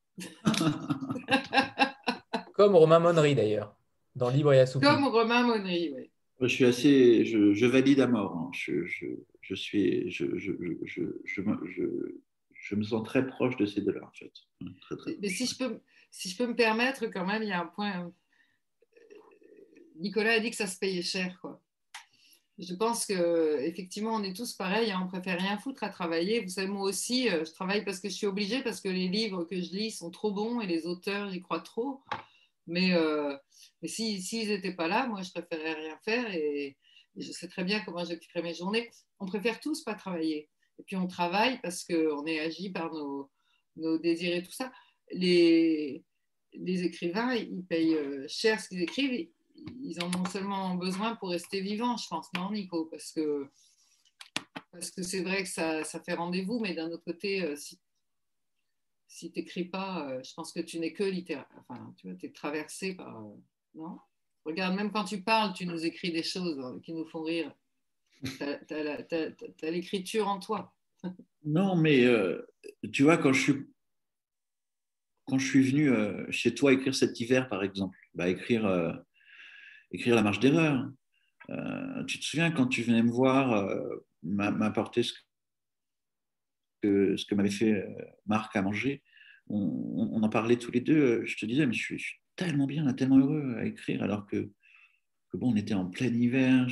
Comme Romain Monnery d'ailleurs, dans Libre et Assoupi. Comme Romain Monnery, oui. Je suis assez, je, je valide à mort. Hein. Je, je, je suis, je, je, je, je, je, je me sens très proche de ces deux-là, en fait. Très, très Mais si je peux, si je peux me permettre, quand même, il y a un point. Nicolas a dit que ça se payait cher, quoi. Je pense qu'effectivement, on est tous pareils, hein, on préfère rien foutre à travailler. Vous savez, moi aussi, je travaille parce que je suis obligée, parce que les livres que je lis sont trop bons et les auteurs, j'y crois trop. Mais, euh, mais s'ils si, n'étaient pas là, moi, je préférerais rien faire et, et je sais très bien comment j'occuperais mes journées. On préfère tous pas travailler. Et puis, on travaille parce qu'on est agi par nos, nos désirs et tout ça. Les, les écrivains, ils payent cher ce qu'ils écrivent. Ils en ont seulement besoin pour rester vivants, je pense, non, Nico? Parce que parce que c'est vrai que ça, ça fait rendez-vous, mais d'un autre côté, si si tu n'écris pas, euh, je pense que tu n'es que littéraire. Enfin, tu vois, tu es traversé par. Euh, non? Regarde, même quand tu parles, tu nous écris des choses qui nous font rire. Tu as l'écriture en toi. Non, mais euh, tu vois, quand je suis, quand je suis venu euh, chez toi écrire cet hiver, par exemple, bah, écrire, euh, écrire La Marche d'erreur, euh, tu te souviens quand tu venais me voir, euh, m'apporter ce que, ce que m'avait fait euh, Marc à manger, on, on en parlait tous les deux, je te disais, mais je suis, je suis tellement bien, là, tellement heureux à écrire, alors que, que bon, on était en plein hiver,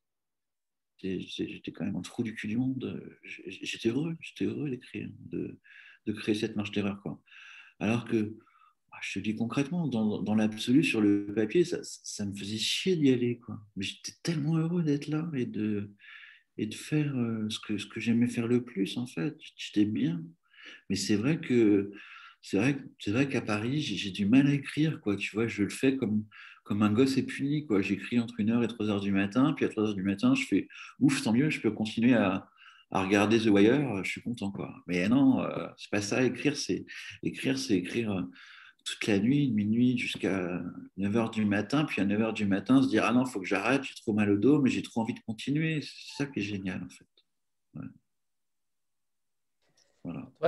j'étais quand même en trou du cul du monde, j'étais heureux, j'étais heureux d'écrire, de, de créer cette marche d'erreur, quoi. Alors que, je te dis concrètement, dans, dans l'absolu, sur le papier, ça, ça me faisait chier d'y aller, quoi. Mais j'étais tellement heureux d'être là et de, et de faire euh, ce que, ce que j'aimais faire le plus, en fait. J'étais bien. Mais c'est vrai que c'est vrai, c'est vrai qu'à Paris, j'ai du mal à écrire, quoi. Tu vois, je le fais comme, comme un gosse épuni, quoi. J'écris entre une heure et trois heures du matin, puis à trois heures du matin, je fais ouf, tant mieux, je peux continuer à, à regarder The Wire, je suis content, quoi. Mais non, euh, c'est pas ça. Écrire, c'est écrire, c'est écrire euh, toute la nuit, de minuit jusqu'à neuf heures du matin, puis à neuf heures du matin, se dire ah non, il faut que j'arrête, j'ai trop mal au dos, mais j'ai trop envie de continuer. C'est ça qui est génial, en fait. Ouais. Voilà. Antoine ?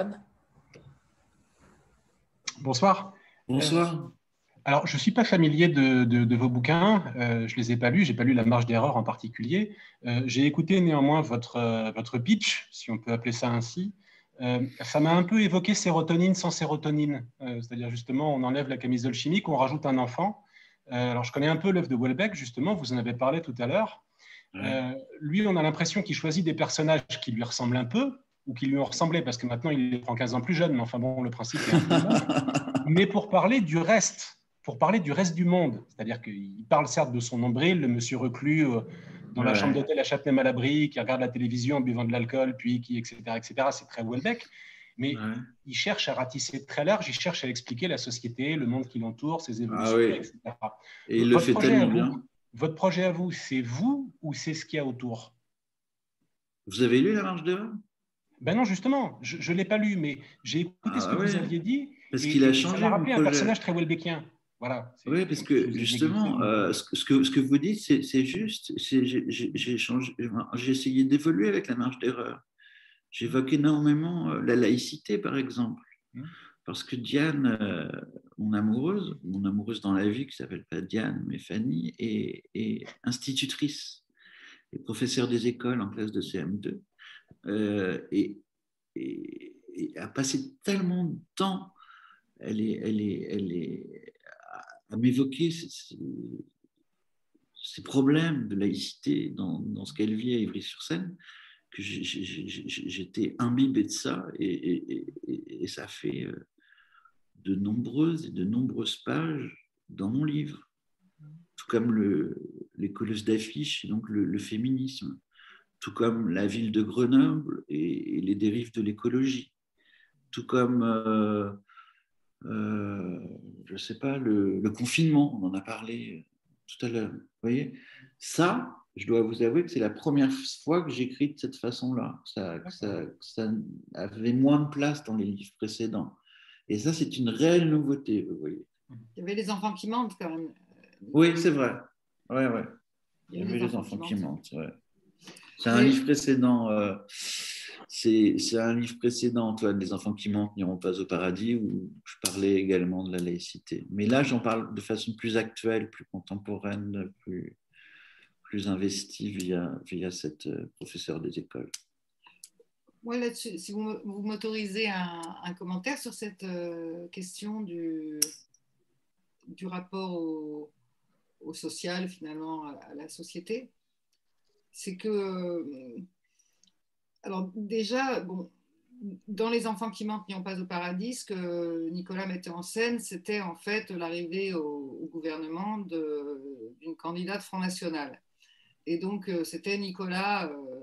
Bonsoir. Bonsoir. Euh, alors, je ne suis pas familier de, de, de vos bouquins. Euh, je ne les ai pas lus. Je n'ai pas lu La Marche d'erreur en particulier. Euh, j'ai écouté néanmoins votre, euh, votre pitch, si on peut appeler ça ainsi. Euh, ça m'a un peu évoqué sérotonine sans sérotonine. Euh, c'est-à-dire, justement, on enlève la camisole chimique, on rajoute un enfant. Euh, alors, je connais un peu l'œuvre de Houellebecq, justement. Vous en avez parlé tout à l'heure. Ouais. Euh, lui, on a l'impression qu'il choisit des personnages qui lui ressemblent un peu, ou qui lui ont ressemblé, parce que maintenant, il les prend quinze ans plus jeunes, mais enfin bon, le principe est un peu bon. Mais pour parler du reste, pour parler du reste du monde, c'est-à-dire qu'il parle certes de son nombril, le monsieur reclus euh, dans ouais. la chambre d'hôtel à Châtenay-Malabry, qui regarde la télévision en buvant de l'alcool, puis qui, et cetera, et cetera, c'est très Houellebecq, mais ouais. il cherche à ratisser très large, il cherche à expliquer la société, le monde qui l'entoure, ses évolutions, ah oui. et cetera. Et il votre le fait tellement vous, bien. Votre projet à vous, c'est vous ou c'est ce qu'il y a autour? Vous avez lu La Marche d'erreur? Ben non, justement, je ne l'ai pas lu, mais j'ai écouté ah, ce que ouais. vous aviez dit. Parce qu'il a changé. Ça m'a rappelé un personnage très Houellebecquien. Voilà. Oui, parce que justement, euh, ce, que, ce que vous dites, c'est juste. J'ai essayé d'évoluer avec La Marche d'erreur. J'évoque énormément la laïcité, par exemple. Mmh. Parce que Diane, euh, mon amoureuse, mon amoureuse dans la vie, qui ne s'appelle pas Diane, mais Fanny, est, est institutrice et professeure des écoles en classe de C M deux. Euh, et, et, et a passé tellement de temps, elle est, elle est, elle est, à m'évoquer ces, ces problèmes de laïcité dans, dans ce qu'elle vit à Ivry-sur-Seine, que j'étais imbibé de ça, et, et, et, et ça fait de nombreuses et de nombreuses pages dans mon livre, tout comme le, les colleuses d'affiches, et donc le, le féminisme, tout comme la ville de Grenoble et, et les dérives de l'écologie, tout comme, euh, euh, je ne sais pas, le, le confinement, on en a parlé tout à l'heure. Vous voyez, ça, je dois vous avouer que c'est la première fois que j'écris de cette façon-là. Ça, ça, ça avait moins de place dans les livres précédents. Et ça, c'est une réelle nouveauté, vous voyez. Il y avait les enfants qui mentent quand même. Oui, c'est vrai. Ouais, ouais. Il y avait les enfants qui mentent. Ouais. C'est un Et... livre précédent. Euh, c'est, c'est un livre précédent, Antoine, Les enfants qui mentent n'iront pas au paradis, où je parlais également de la laïcité. Mais là, j'en parle de façon plus actuelle, plus contemporaine, plus, plus investie via, via cette euh, professeure des écoles. Moi, là-dessus, si vous, vous m'autorisez un, un commentaire sur cette euh, question du, du rapport au, au social, finalement, à, à la société, c'est que, euh, alors déjà, bon, dans Les enfants qui mentent n'iront pas au paradis, ce que Nicolas mettait en scène, c'était en fait l'arrivée au, au gouvernement de, d'une candidate Front National. Et donc, euh, c'était Nicolas... Euh,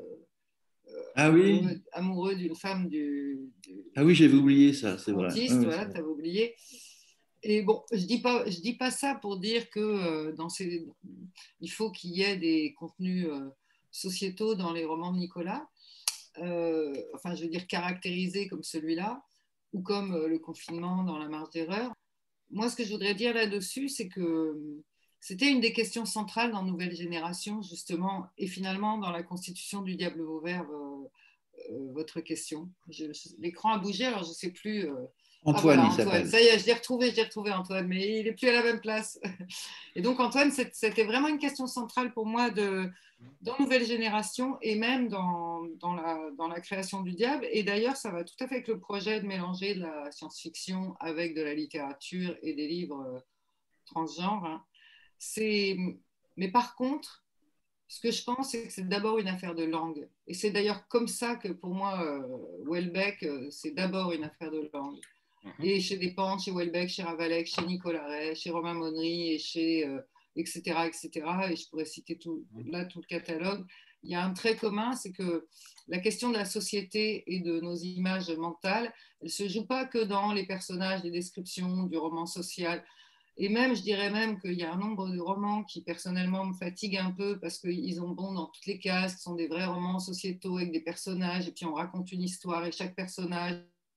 Ah amoureux, oui. amoureux d'une femme du, du ah oui, j'avais oublié ça, c'est vrai. Frontiste, oui, voilà, tu avais oublié. Et bon, je dis pas, je dis pas ça pour dire que euh, dans ces, il faut qu'il y ait des contenus euh, sociétaux dans les romans de Nicolas. Euh, enfin, je veux dire caractérisés comme celui-là, ou comme euh, le confinement dans La marge d'erreur. Moi, ce que je voudrais dire là-dessus, c'est que c'était une des questions centrales dans Nouvelle Génération, justement, et finalement dans la constitution du Diable Vauvert, euh, euh, votre question. Je, l'écran a bougé, alors je ne sais plus. Euh... Antoine, ah, voilà, il Antoine. s'appelle. Ça y est, je l'ai retrouvé, je l'ai retrouvé, Antoine, mais il n'est plus à la même place. Et donc, Antoine, c'était vraiment une question centrale pour moi de, dans Nouvelle Génération et même dans, dans, la, dans la création du Diable. Et d'ailleurs, ça va tout à fait avec le projet de mélanger de la science-fiction avec de la littérature et des livres euh, transgenres. Hein. C'est... Mais par contre, ce que je pense, c'est que c'est d'abord une affaire de langue. Et c'est d'ailleurs comme ça que pour moi, euh, Houellebecq, euh, c'est d'abord une affaire de langue. Mm-hmm. Et chez Despentes, chez Houellebecq, chez Ravalec, chez Nicolas Ray, chez Romain Monnery, et chez, euh, et cetera, et cetera. Et je pourrais citer tout, là tout le catalogue. Il y a un trait commun, c'est que la question de la société et de nos images mentales, elle ne se joue pas que dans les personnages, les descriptions du roman social. Et même, je dirais même qu'il y a un nombre de romans qui, personnellement, me fatiguent un peu parce qu'ils ont bon dans toutes les cases, qui sont des vrais romans sociétaux avec des personnages, et puis on raconte une histoire, et chaque personnage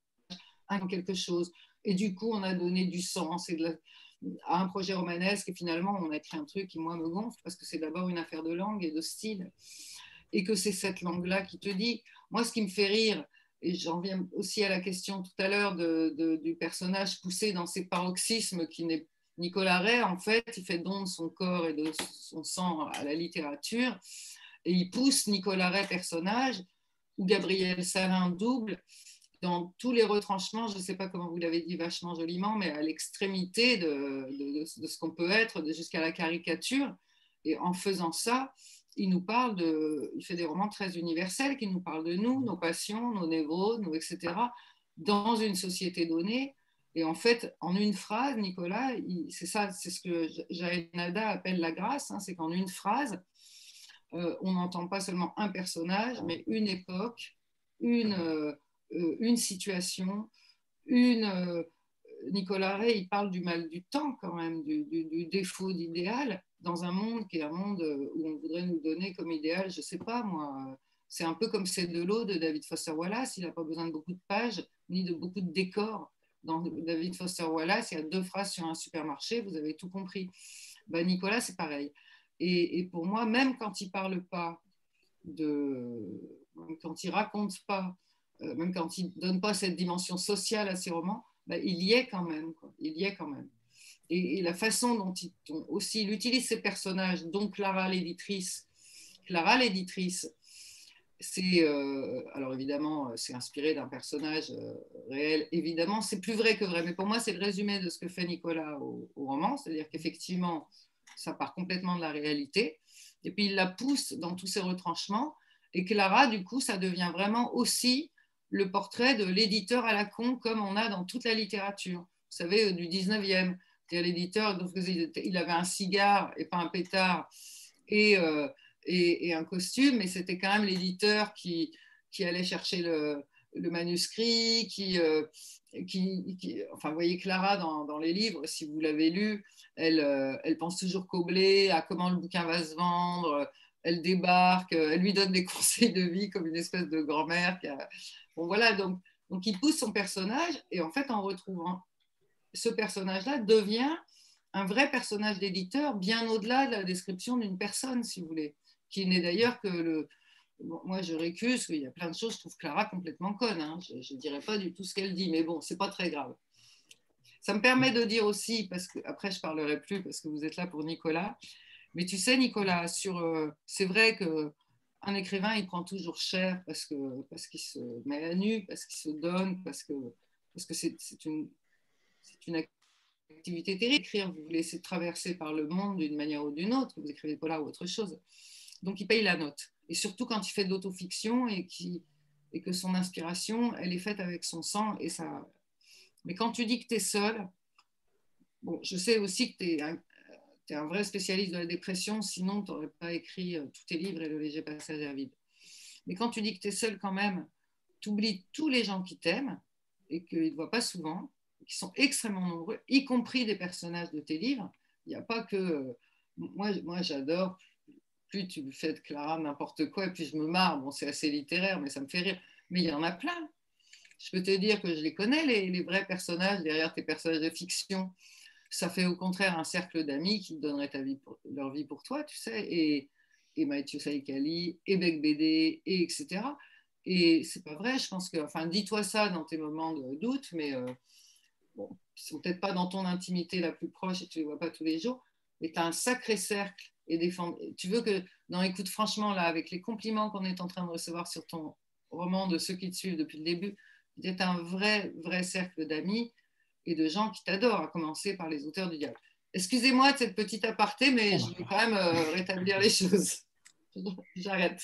a quelque chose. Et du coup, on a donné du sens et de la... à un projet romanesque, et finalement, on a écrit un truc qui, moi, me gonfle, parce que c'est d'abord une affaire de langue et de style, et que c'est cette langue-là qui te dit... Moi, ce qui me fait rire, et j'en viens aussi à la question tout à l'heure de, de, du personnage poussé dans ses paroxysmes qui n'est Nicolas Ray, en fait, il fait don de son corps et de son sang à la littérature, et il pousse Nicolas Ray personnage, ou Gabriel Salin double, dans tous les retranchements, je ne sais pas comment vous l'avez dit vachement joliment, mais à l'extrémité de, de, de, de ce qu'on peut être, jusqu'à la caricature. Et en faisant ça, il nous parle de, il fait des romans très universels qui nous parlent de nous, nos passions, nos névroses, nos et cetera, dans une société donnée. Et en fait, en une phrase, Nicolas, il, c'est ça, c'est ce que Jaël Nada appelle la grâce, hein, c'est qu'en une phrase, euh, on n'entend pas seulement un personnage, mais une époque, une, euh, une situation, une... Euh, Nicolas Ray, il parle du mal du temps quand même, du, du, du défaut d'idéal, dans un monde qui est un monde où on voudrait nous donner comme idéal, je ne sais pas moi, c'est un peu comme C'est de l'eau de David Foster Wallace, il n'a pas besoin de beaucoup de pages, ni de beaucoup de décors. Dans David Foster Wallace, il y a deux phrases sur un supermarché, vous avez tout compris. Ben, Nicolas, c'est pareil. Et, et pour moi, même quand il ne parle pas de... quand il ne raconte pas euh, même quand il ne donne pas cette dimension sociale à ses romans, ben, il y est quand même, quoi. Il y est quand même. Et, et la façon dont il, dont aussi il utilise ses personnages, dont Clara l'éditrice, Clara l'éditrice, c'est, euh, alors évidemment, c'est inspiré d'un personnage euh, réel, évidemment, c'est plus vrai que vrai, mais pour moi, c'est le résumé de ce que fait Nicolas au, au roman, c'est-à-dire qu'effectivement, ça part complètement de la réalité, et puis il la pousse dans tous ses retranchements, et Clara, du coup, ça devient vraiment aussi le portrait de l'éditeur à la con, comme on a dans toute la littérature, vous savez, du dix-neuvième, c'est-à-dire l'éditeur, il avait un cigare et pas un pétard, et... Euh, Et, et un costume, mais c'était quand même l'éditeur qui, qui allait chercher le, le manuscrit, qui, euh, qui, qui, enfin, vous voyez Clara dans, dans les livres, si vous l'avez lu, elle, euh, elle pense toujours qu'au blé, à comment le bouquin va se vendre, elle débarque, elle lui donne des conseils de vie comme une espèce de grand-mère. Qui a... Bon, voilà, donc, donc il pousse son personnage, et en fait, en retrouvant ce personnage-là, devient un vrai personnage d'éditeur, bien au-delà de la description d'une personne, si vous voulez, qui n'est d'ailleurs que le... Bon, moi, je récuse, il y a plein de choses, je trouve Clara complètement conne, hein. Je ne dirais pas du tout ce qu'elle dit, mais bon, c'est pas très grave. Ça me permet de dire aussi, parce que après je parlerai plus, parce que vous êtes là pour Nicolas, mais tu sais, Nicolas, sur, euh, c'est vrai qu'un écrivain, il prend toujours cher parce, que, parce qu'il se met à nu, parce qu'il se donne, parce que, parce que c'est, c'est une... C'est une activité terrible. Écrire, vous vous laissez traverser par le monde d'une manière ou d'une autre, vous écrivez polar ou autre chose. Donc, il paye la note. Et surtout quand il fait de l'autofiction et, qui, et que son inspiration, elle est faite avec son sang. Et ça... Mais quand tu dis que tu es seul, bon, je sais aussi que tu es un, t'es un vrai spécialiste de la dépression, sinon tu n'aurais pas écrit euh, tous tes livres et Le léger passage à vide. Mais quand tu dis que tu es seul quand même, tu oublies tous les gens qui t'aiment et qu'ils ne te voient pas souvent, qui sont extrêmement nombreux, y compris des personnages de tes livres. Il n'y a pas que... Euh, moi, moi, j'adore, plus tu fais de Clara n'importe quoi, et puis je me marre. Bon, c'est assez littéraire, mais ça me fait rire. Mais il y en a plein. Je peux te dire que je les connais, les, les vrais personnages derrière tes personnages de fiction. Ça fait au contraire un cercle d'amis qui donneraient ta vie pour, leur vie pour toi, tu sais, et, et Maïtio Saïkali, et Bec Bédé, et etc. Et c'est pas vrai, je pense que... Enfin, dis-toi ça dans tes moments de doute, mais... Euh, bon, ils ne sont peut-être pas dans ton intimité la plus proche et tu ne les vois pas tous les jours, mais tu as un sacré cercle et défendre. Tu veux que, non, écoute, franchement, là, avec les compliments qu'on est en train de recevoir sur ton roman de ceux qui te suivent depuis le début, tu as un vrai, vrai cercle d'amis et de gens qui t'adorent, à commencer par les auteurs du diable. Excusez-moi de cette petite aparté, mais je veux quand même euh, rétablir les choses. J'arrête.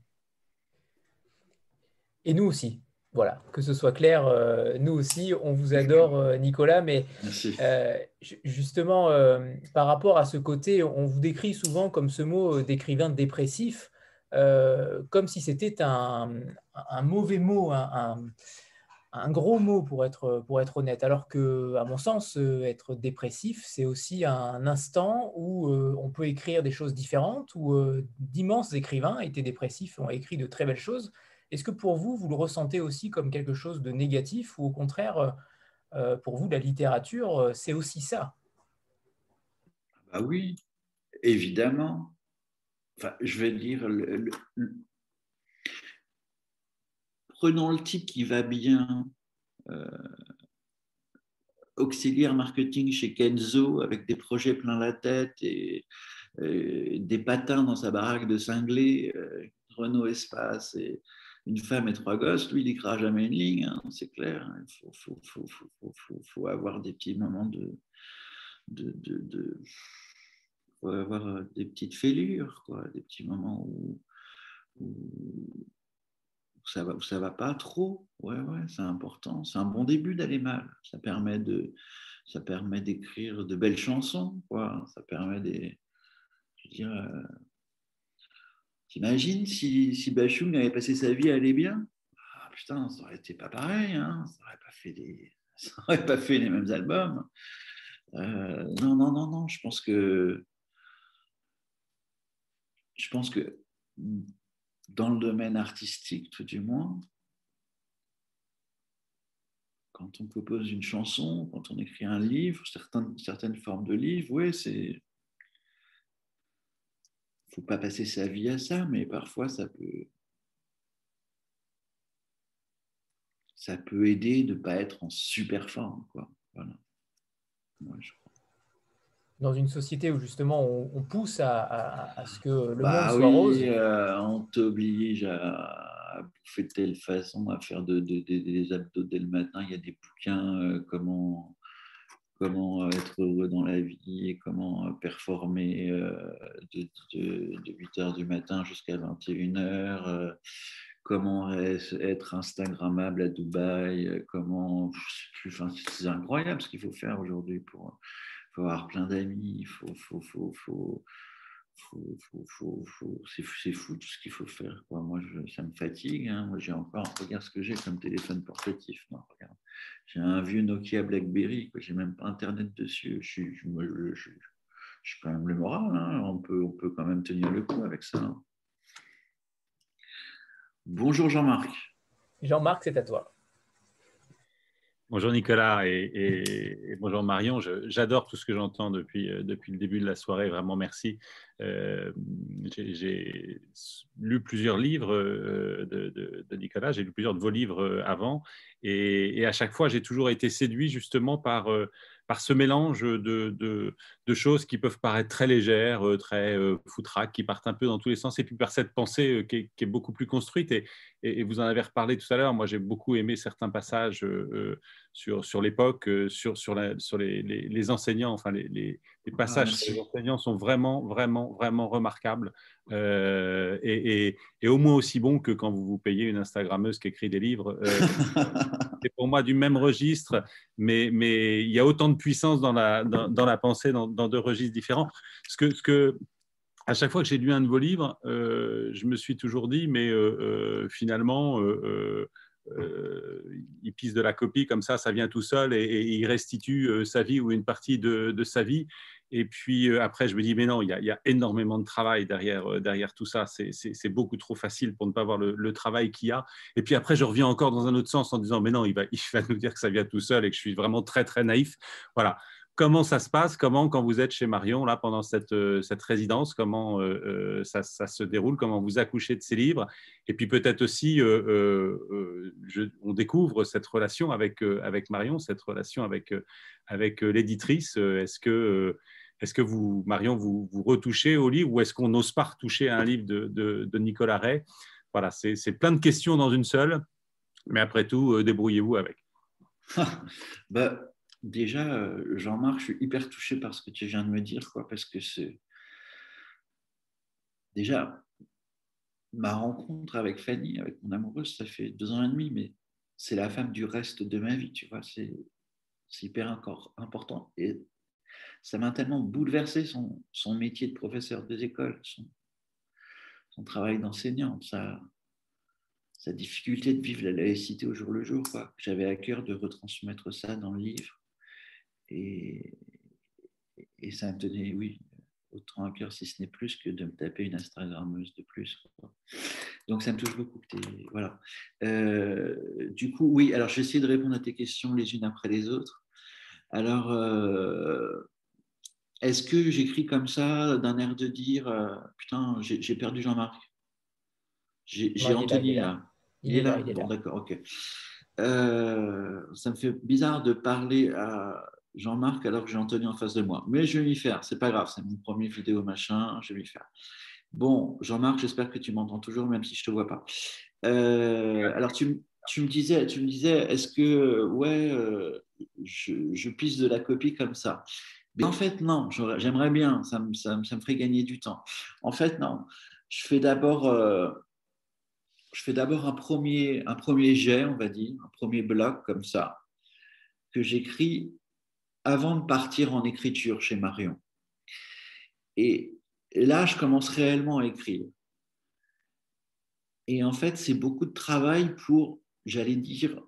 Et nous aussi. Voilà, que ce soit clair, euh, nous aussi, on vous adore, euh, Nicolas, mais euh, justement, euh, par rapport à ce côté, on vous décrit souvent comme ce mot d'écrivain dépressif, euh, comme si c'était un, un mauvais mot, un, un, un gros mot pour être, pour être honnête, alors que, à mon sens, euh, être dépressif, c'est aussi un instant où euh, on peut écrire des choses différentes, où euh, d'immenses écrivains étaient dépressifs, ont écrit de très belles choses. Est-ce que pour vous, vous le ressentez aussi comme quelque chose de négatif ou au contraire, euh, pour vous, la littérature, euh, c'est aussi ça? Ah oui, évidemment. Enfin, je vais dire, le, le, le... prenons le type qui va bien, euh, auxiliaire marketing chez Kenzo, avec des projets plein la tête et, et des patins dans sa baraque de cinglés, euh, Renault Espace et une femme et trois gosses, lui, il n'écrira jamais une ligne, hein, c'est clair. Il faut, faut, faut, faut, faut, faut, faut avoir des petits moments de... de, de, de faut avoir des petites fêlures, quoi, des petits moments où, où, où ça va, où ça va pas trop. Ouais, ouais, c'est important. C'est un bon début d'aller mal. Ça permet de, ça permet d'écrire de belles chansons, quoi. Ça permet des, je veux dire, euh, t'imagines si, si Bachung avait passé sa vie à aller bien? Ah, putain, ça aurait été pas pareil, hein. Ça aurait pas fait des, ça aurait pas fait les mêmes albums. Euh, non, non, non, non. Je pense que, je pense que dans le domaine artistique, tout du moins, quand on compose une chanson, quand on écrit un livre, certaines, certaines formes de livres, oui, c'est. Il ne faut pas passer sa vie à ça, mais parfois ça peut. ça peut aider de ne pas être en super forme, quoi. Voilà. Ouais, je crois. Dans une société où justement on, on pousse à, à, à ce que le bah, monde soit oui, rose. Euh, on t'oblige à, à bouffer de telle façon, à faire de, de, de, des abdos dès le matin. Il y a des bouquins, euh, comment, comment être heureux dans la vie et comment performer euh, de, de, de huit heures du matin jusqu'à vingt et une heures. Euh, comment être Instagrammable à Dubaï, comment, enfin, c'est incroyable ce qu'il faut faire aujourd'hui pour, faut avoir plein d'amis, il faut, faut, faut, faut, faut, faut, faut, faut c'est, c'est fou tout ce qu'il faut faire, quoi. Moi, je, ça me fatigue, hein. Moi, j'ai encore, regarde ce que j'ai comme téléphone portatif. Non, regarde. J'ai un vieux Nokia BlackBerry, quoi. J'ai même pas Internet dessus. Je suis, je, je, je, je suis quand même le moral, hein. On peut, on peut quand même tenir le coup avec ça, hein. Bonjour Jean-Marc. Jean-Marc, c'est à toi. Bonjour Nicolas et, et, et bonjour Marion. Je, j'adore tout ce que j'entends depuis, depuis le début de la soirée. Vraiment, merci. Euh, j'ai, j'ai lu plusieurs livres de, de, de Nicolas. J'ai lu plusieurs de vos livres avant. Et, et à chaque fois, j'ai toujours été séduit justement par, par ce mélange de, de, de choses qui peuvent paraître très légères, très foutraques, qui partent un peu dans tous les sens. Et puis par cette pensée qui est, qui est beaucoup plus construite. Et, et vous en avez reparlé tout à l'heure. Moi, j'ai beaucoup aimé certains passages euh, sur, sur l'époque, euh, sur, sur, la, sur les, les, les enseignants. Enfin, les, les, les passages ah, sur les enseignants sont vraiment, vraiment, vraiment remarquables. Euh, et, et, et au moins aussi bons que quand vous vous payez une Instagrammeuse qui écrit des livres. Euh, c'est pour moi du même registre, mais, mais il y a autant de puissance dans la, dans, dans la pensée, dans, dans deux registres différents. Ce que... Ce que à chaque fois que j'ai lu un de vos livres, euh, je me suis toujours dit, mais euh, euh, finalement, euh, euh, il pisse de la copie comme ça, ça vient tout seul et, et il restitue euh, sa vie ou une partie de, de sa vie. Et puis euh, après, je me dis, mais non, il y a, il y a énormément de travail derrière, euh, derrière tout ça. C'est, c'est, c'est beaucoup trop facile pour ne pas voir le, le travail qu'il y a. Et puis après, je reviens encore dans un autre sens en disant, mais non, il va, il va nous dire que ça vient tout seul et que je suis vraiment très, très naïf. Voilà. Comment ça se passe? Comment, quand vous êtes chez Marion, là, pendant cette, euh, cette résidence, comment euh, ça, ça se déroule? Comment vous accouchez de ces livres? Et puis peut-être aussi, euh, euh, je, on découvre cette relation avec, euh, avec Marion, cette relation avec, euh, avec euh, l'éditrice. Est-ce que, euh, est-ce que vous, Marion, vous, vous retouchez au livre ou est-ce qu'on n'ose pas retoucher à un livre de, de, de Nicolas Ray? Voilà, c'est, c'est plein de questions dans une seule, mais après tout, euh, débrouillez-vous avec. bah... Déjà, Jean-Marc, je suis hyper touché par ce que tu viens de me dire, quoi, parce que c'est déjà ma rencontre avec Fanny, avec mon amoureuse, ça fait deux ans et demi, mais c'est la femme du reste de ma vie, tu vois, c'est, c'est hyper encore important. Et ça m'a tellement bouleversé son, son métier de professeur des écoles, son, son travail d'enseignant, sa, sa difficulté de vivre la laïcité au jour le jour, quoi. J'avais à cœur de retransmettre ça dans le livre. Et, et ça me tenait, oui, autant à cœur, si ce n'est plus, que de me taper une Instagrammeuse de plus, quoi. Donc, ça me touche beaucoup. Voilà. Euh, du coup, oui, alors je vais essayer de répondre à tes questions les unes après les autres. Alors, euh, est-ce que j'écris comme ça, d'un air de dire, euh, putain, j'ai, j'ai perdu Jean-Marc? J'ai, j'ai non, Anthony il est là. là. Il, il est là, là. Il est bon, là. d'accord, ok. Euh, ça me fait bizarre de parler à Jean-Marc alors que j'ai Anthony en face de moi. Mais je vais m'y faire, c'est pas grave, c'est mon premier vidéo machin, je vais m'y faire. Bon, Jean-Marc, j'espère que tu m'entends toujours, même si je te vois pas. Euh, alors, tu, tu, me disais, tu me disais, est-ce que, ouais, euh, je, je pisse de la copie comme ça? Mais en fait, non, j'aimerais bien, ça me, ça, ça me ferait gagner du temps. En fait, non, je fais d'abord... Euh, je fais d'abord un premier, un premier jet, on va dire, un premier bloc comme ça, que j'écris avant de partir en écriture chez Marion. Et là, je commence réellement à écrire. Et en fait, c'est beaucoup de travail pour, j'allais dire,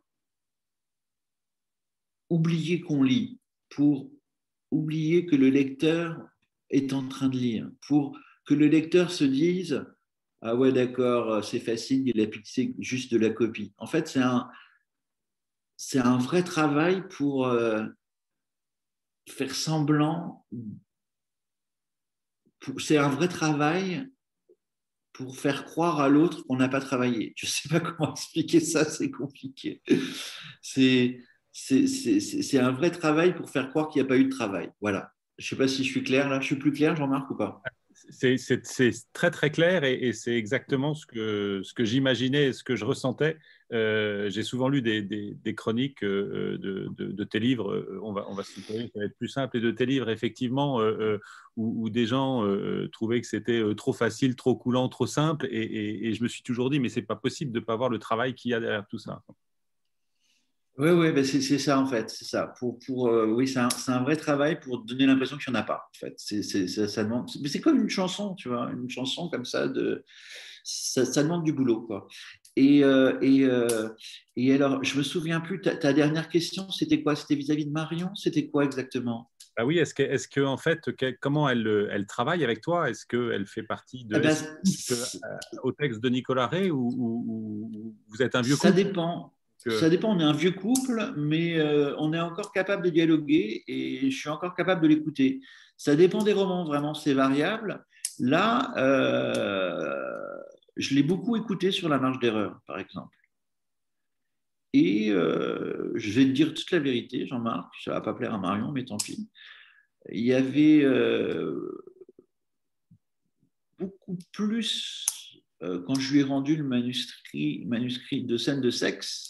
oublier qu'on lit, pour oublier que le lecteur est en train de lire, pour que le lecteur se dise « Ah ouais, d'accord, c'est facile, il a pixé juste de la copie. » En fait, c'est un, c'est un vrai travail pour euh, faire semblant, pour, c'est un vrai travail pour faire croire à l'autre qu'on n'a pas travaillé. Je ne sais pas comment expliquer ça, c'est compliqué. C'est, c'est, c'est, c'est un vrai travail pour faire croire qu'il n'y a pas eu de travail. Voilà. Je ne sais pas si je suis clair là. Je suis plus clair, Jean-Marc, ou pas? C'est, c'est, c'est très très clair et, et c'est exactement ce que, ce que j'imaginais et ce que je ressentais. Euh, j'ai souvent lu des, des, des chroniques euh, de, de, de tes livres, on va, on va se tutoyer, ça va être plus simple, et de tes livres effectivement, euh, où, où des gens euh, trouvaient que c'était trop facile, trop coulant, trop simple, et, et, et je me suis toujours dit, mais c'est pas possible de ne pas voir le travail qu'il y a derrière tout ça. Oui, oui, ben c'est, c'est ça en fait, c'est ça. Pour, pour, euh, oui, c'est un, c'est un vrai travail pour donner l'impression qu'il n'y en a pas. En fait, c'est, c'est, ça, ça demande. Mais c'est comme une chanson, tu vois, une chanson comme ça de, ça, ça demande du boulot, quoi. Et, euh, et, euh, et alors, je me souviens plus. Ta, ta dernière question, c'était quoi? C'était vis-à-vis de Marion? C'était quoi exactement? Ah oui, est-ce que, est-ce que en fait, que, comment elle, elle travaille avec toi? Est-ce qu'elle fait partie de Eh ben, est-ce que, euh, au texte de Nicolas Rey, ou, ou, ou vous êtes un vieux ça couple? dépend. Que... Ça dépend, on est un vieux couple, mais euh, on est encore capable de dialoguer et je suis encore capable de l'écouter. Ça dépend des romans, vraiment, c'est variable. Là, euh, je l'ai beaucoup écouté sur La Marge d'erreur, par exemple. Et euh, je vais te dire toute la vérité, Jean-Marc, ça ne va pas plaire à Marion, mais tant pis. Il y avait euh, beaucoup plus, euh, quand je lui ai rendu le manuscrit, manuscrit de scènes de sexe,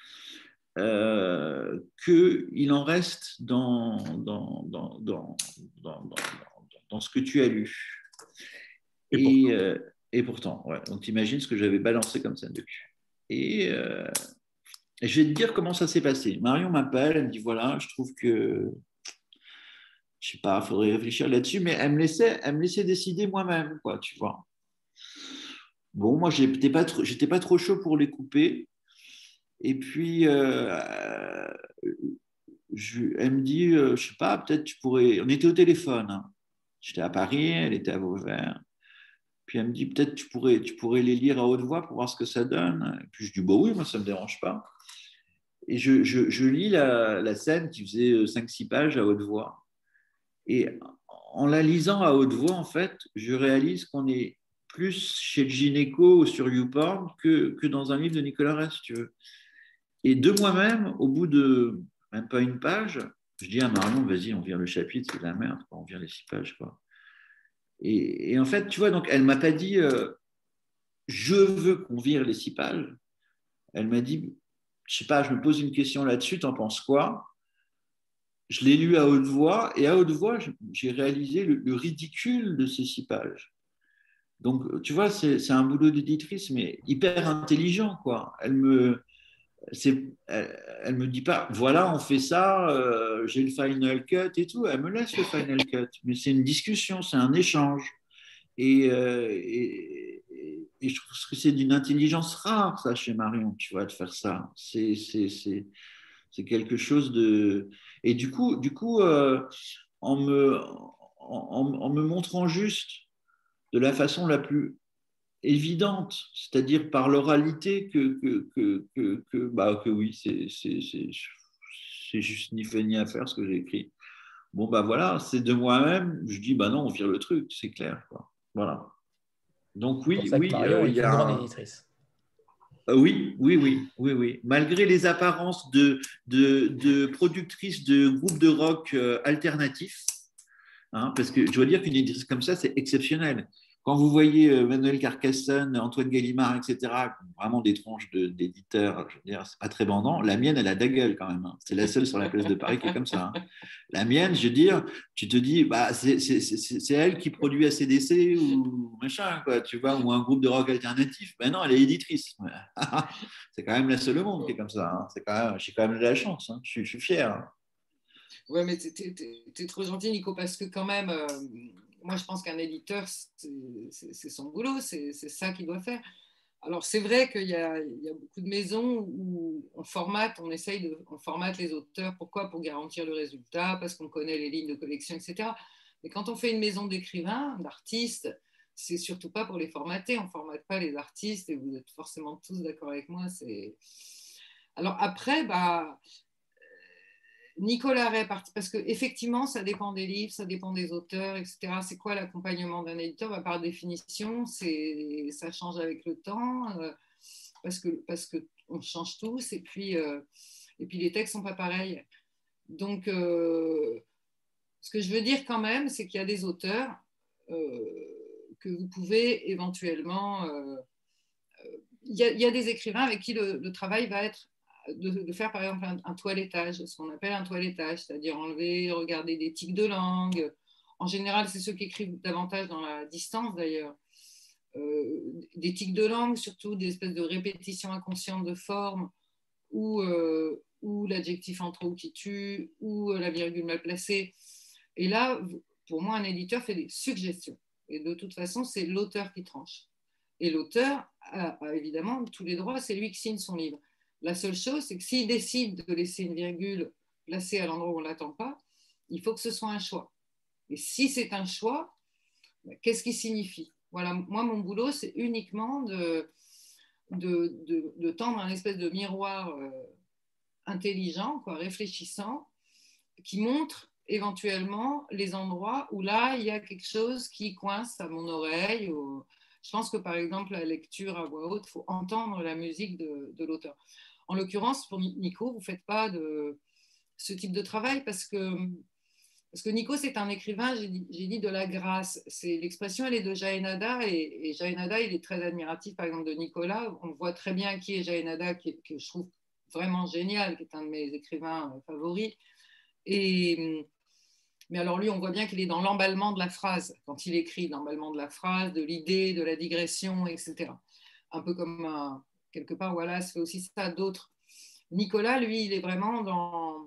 Euh, qu'il en reste dans, dans, dans, dans, dans, dans, dans ce que tu as lu. Et, Et, pourtant, euh, et pourtant, ouais. Donc t'imagines ce que j'avais balancé comme scène de cul. Et, euh, et je vais te dire comment ça s'est passé. Marion m'appelle, elle me dit voilà, je trouve que, je sais pas, il faudrait réfléchir là-dessus, mais elle me laissait, elle me laissait décider moi-même, quoi, tu vois. Bon, moi, j'étais pas trop, j'étais pas trop chaud pour les couper. Et puis, euh, je, elle me dit, euh, je sais pas, peut-être tu pourrais. On était au téléphone. Hein. J'étais à Paris, elle était à Vauvert. Puis elle me dit, peut-être tu pourrais, tu pourrais les lire à haute voix pour voir ce que ça donne. Et puis je dis, bah oui, moi ça me dérange pas. Et je, je, je lis la, la scène qui faisait cinq six pages à haute voix. Et en la lisant à haute voix, en fait, je réalise qu'on est plus chez le gynéco ou sur YouPorn que, que dans un livre de Nicolas Rey, si tu veux. Et de moi-même, au bout de même pas une page, je dis à Marion, vas-y, on vire le chapitre, c'est de la merde, quoi. On vire les six pages. Quoi. Et, et en fait, tu vois, donc elle ne m'a pas dit, euh, je veux qu'on vire les six pages. Elle m'a dit, je sais pas, je me pose une question là-dessus, t'en penses quoi? Je l'ai lu à haute voix, et à haute voix, j'ai réalisé le, le ridicule de ces six pages. Donc, tu vois, c'est, c'est un boulot d'éditrice, mais hyper intelligent, quoi. Elle me, c'est, elle, elle me dit pas, voilà, on fait ça, euh, j'ai le final cut et tout. Elle me laisse le final cut, mais c'est une discussion, c'est un échange. Et, euh, et, et je trouve que c'est d'une intelligence rare, ça, chez Marion, tu vois, de faire ça. C'est, c'est, c'est, c'est quelque chose de. Et du coup, du coup euh, en, me, en, en me montrant juste de la façon la plus évidente, c'est-à-dire par l'oralité que, que, que, que, que, bah, que oui, c'est, c'est, c'est, c'est juste ni fait ni à faire ce que j'ai écrit. Bon, bah voilà, c'est de moi-même, je dis, bah non, on vire le truc, c'est clair. Quoi. Voilà. Donc C'est pour oui, ça que oui, Marion euh, il est y une a grande un... éditrice. Euh, oui, oui, oui, oui, oui. Malgré les apparences de, de, de productrice de groupes de rock euh, alternatifs, hein, parce que je dois dire qu'une éditrice comme ça, c'est exceptionnel. Quand vous voyez euh, Manuel Carcassonne, Antoine Gallimard, et cetera, vraiment des tronches de, d'éditeurs, je veux dire, c'est pas très vendant. La mienne, elle a de la gueule quand même. Hein. C'est la seule sur la place de Paris qui est comme ça. Hein. La mienne, je veux dire, tu te dis, bah, c'est, c'est, c'est, c'est elle qui produit A C D C ou machin, quoi, tu vois, ou un groupe de rock alternatif. Ben non, elle est éditrice. C'est quand même la seule au monde qui est comme ça. Hein. C'est quand même, j'ai quand même de la chance. Hein. Je, suis, je suis fier. Hein. Ouais, mais tu es trop gentil, Nico, parce que quand même, euh, moi, je pense qu'un éditeur, c'est son boulot, c'est ça qu'il doit faire. Alors, c'est vrai qu'il y, y a beaucoup de maisons où on formate, on essaye de, on formate les auteurs. Pourquoi? Pour garantir le résultat, parce qu'on connaît les lignes de collection, et cetera. Mais quand on fait une maison d'écrivains, d'artistes, c'est surtout pas pour les formater. On ne formate pas les artistes, et vous êtes forcément tous d'accord avec moi. Alors après, bah... Nicolas Ray, parce qu'effectivement, ça dépend des livres, ça dépend des auteurs, et cetera. C'est quoi l'accompagnement d'un éditeur? Bah, par définition, ça change avec le temps, euh, parce que parce que on change tous, et puis, euh, et puis les textes ne sont pas pareils. Donc, euh, ce que je veux dire quand même, c'est qu'il y a des auteurs euh, que vous pouvez éventuellement... Euh, il, y a, il y a des écrivains avec qui le, le travail va être de, de faire par exemple un, un toilettage, ce qu'on appelle un toilettage, c'est-à-dire enlever, regarder des tics de langue. En général, c'est ceux qui écrivent davantage dans la distance d'ailleurs. Euh, des tics de langue, surtout des espèces de répétitions inconscientes de formes, ou, euh, ou l'adjectif en trop qui tue, ou la virgule mal placée. Et là, pour moi, un éditeur fait des suggestions. Et de toute façon, c'est l'auteur qui tranche. Et l'auteur a, a évidemment tous les droits, c'est lui qui signe son livre. La seule chose, c'est que s'il décide de laisser une virgule placée à l'endroit où on ne l'attend pas, il faut que ce soit un choix. Et si c'est un choix, qu'est-ce qui signifie? Voilà, moi, mon boulot, c'est uniquement de, de, de, de tendre un espèce de miroir euh, intelligent, quoi, réfléchissant, qui montre éventuellement les endroits où là, il y a quelque chose qui coince à mon oreille. Ou... Je pense que, par exemple, la lecture à voix haute, il faut entendre la musique de, de l'auteur. En l'occurrence, pour Nico, vous ne faites pas de ce type de travail parce que, parce que Nico, c'est un écrivain, j'ai dit, j'ai dit de la grâce. C'est, l'expression, elle est de Jaénada et, et Jaénada, il est très admiratif, par exemple, de Nicolas. On voit très bien qui est Jaénada, qui, que je trouve vraiment génial, qui est un de mes écrivains favoris. Et, mais alors lui, on voit bien qu'il est dans l'emballement de la phrase, quand il écrit, l'emballement de la phrase, de l'idée, de la digression, et cetera. Un peu comme un, quelque part, voilà, ça fait aussi ça d'autres. Nicolas, lui, il est vraiment dans,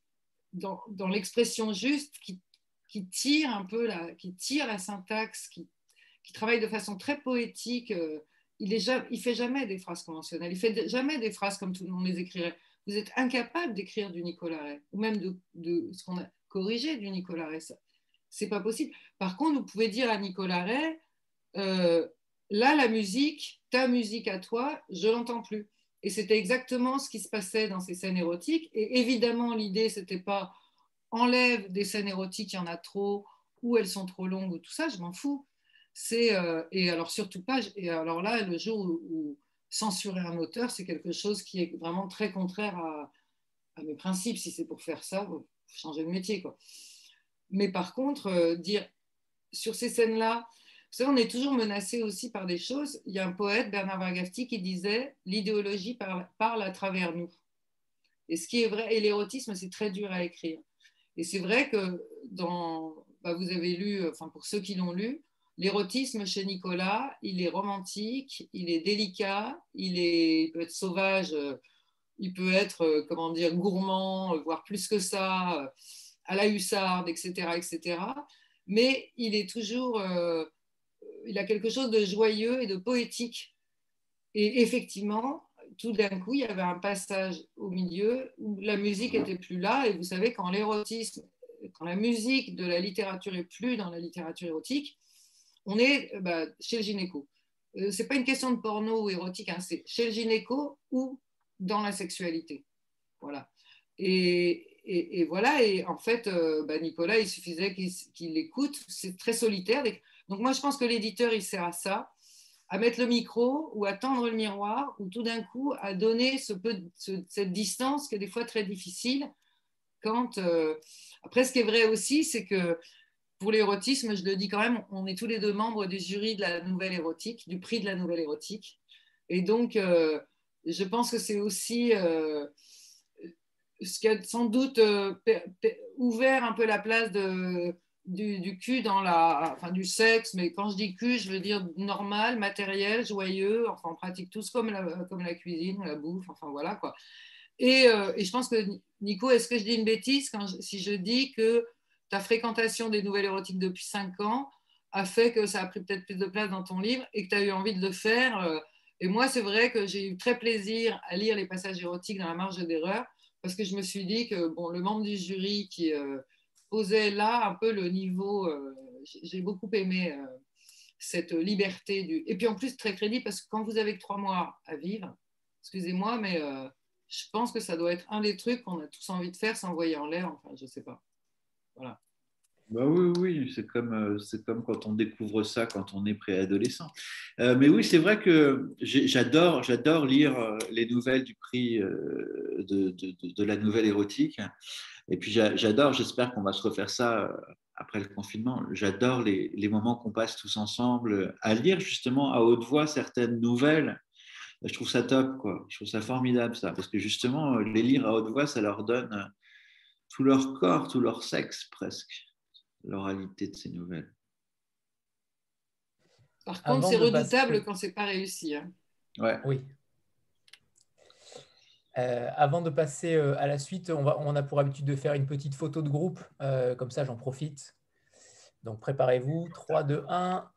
dans, dans l'expression juste qui, qui tire un peu, la, qui tire la syntaxe, qui, qui travaille de façon très poétique. Il ne fait jamais des phrases conventionnelles, il ne fait jamais des phrases comme tout le monde les écrirait. Vous êtes incapable d'écrire du Nicolas Ray, ou même de, de ce qu'on a corrigé du Nicolas Ray. Ce n'est pas possible. Par contre, vous pouvez dire à Nicolas Ray, euh, là, la musique, ta musique à toi, je ne l'entends plus. Et c'était exactement ce qui se passait dans ces scènes érotiques. Et évidemment, l'idée, ce n'était pas enlève des scènes érotiques, il y en a trop, ou elles sont trop longues, ou tout ça, je m'en fous. C'est, euh, et alors surtout pas, et alors là, le jour où, où censurer un auteur, c'est quelque chose qui est vraiment très contraire à, à mes principes. Si c'est pour faire ça, il faut changer de métier, quoi. Mais par contre, euh, dire sur ces scènes-là, vous savez, on est toujours menacé aussi par des choses. Il y a un poète, Bernard Wargafti, qui disait « l'idéologie parle, parle à travers nous ». Et ce qui est vrai, et l'érotisme, c'est très dur à écrire. Et c'est vrai que dans, bah vous avez lu, enfin pour ceux qui l'ont lu, l'érotisme chez Nicolas, il est romantique, il est délicat, il, est, il peut être sauvage, il peut être, comment dire, gourmand, voire plus que ça, à la hussarde, et cetera, et cetera. Mais il est toujours, euh, il a quelque chose de joyeux et de poétique. Et effectivement, tout d'un coup, il y avait un passage au milieu où la musique n'était plus là. Et vous savez, quand l'érotisme, quand la musique de la littérature est plus dans la littérature érotique, on est bah, chez le gynéco. Euh, ce n'est pas une question de porno ou érotique, hein, c'est chez le gynéco ou dans la sexualité. Voilà. Et, et, et voilà, et en fait, euh, bah, Nicolas, il suffisait qu'il, qu'il l'écoute, c'est très solitaire. Donc moi, je pense que l'éditeur, il sert à ça, à mettre le micro ou à tendre le miroir, ou tout d'un coup, à donner ce peu, ce, cette distance qui est des fois très difficile. Quand, euh... Après, ce qui est vrai aussi, c'est que pour l'érotisme, je le dis quand même, on est tous les deux membres du jury de la nouvelle érotique, du prix de la nouvelle érotique. Et donc, euh, je pense que c'est aussi euh, ce qui a sans doute euh, ouvert un peu la place de, du, du cul dans la, enfin du sexe, mais quand je dis cul, je veux dire normal, matériel, joyeux, enfin on pratique tous comme la, comme la cuisine, la bouffe, enfin voilà quoi. Et, euh, et je pense que, Nico, est-ce que je dis une bêtise quand je, si je dis que ta fréquentation des nouvelles érotiques depuis cinq ans a fait que ça a pris peut-être plus de place dans ton livre et que tu as eu envie de le faire. Et moi, c'est vrai que j'ai eu très plaisir à lire les passages érotiques dans la marge d'erreur parce que je me suis dit que bon, le membre du jury qui euh, posait là un peu le niveau, euh, j'ai beaucoup aimé euh, cette liberté. Du... Et puis en plus, très crédible parce que quand vous avez que trois mois à vivre, excusez-moi, mais... Euh, je pense que ça doit être un des trucs qu'on a tous envie de faire, s'envoyer en l'air, enfin, je ne sais pas. Voilà. Bah oui, oui, c'est comme, euh, c'est comme quand on découvre ça quand on est préadolescent. Euh, mais oui, c'est vrai que j'ai- j'adore, j'adore lire euh, les nouvelles du prix euh, de, de, de- de la nouvelle érotique. Et puis j'a- j'adore, j'espère qu'on va se refaire ça euh, après le confinement. J'adore les, les moments qu'on passe tous ensemble à lire justement à haute voix certaines nouvelles. Je trouve ça top, quoi. Je trouve ça formidable, ça. Parce que justement, les lire à haute voix, ça leur donne euh, tout leur corps, tout leur sexe presque, l'oralité de ces nouvelles. Par contre, Avant c'est de redoutable passer... quand c'est pas réussi. Hein. Ouais. Oui. Euh, avant de passer euh, à la suite, on, va, on a pour habitude de faire une petite photo de groupe. Euh, comme ça, j'en profite. Donc, préparez-vous. trois, deux, un.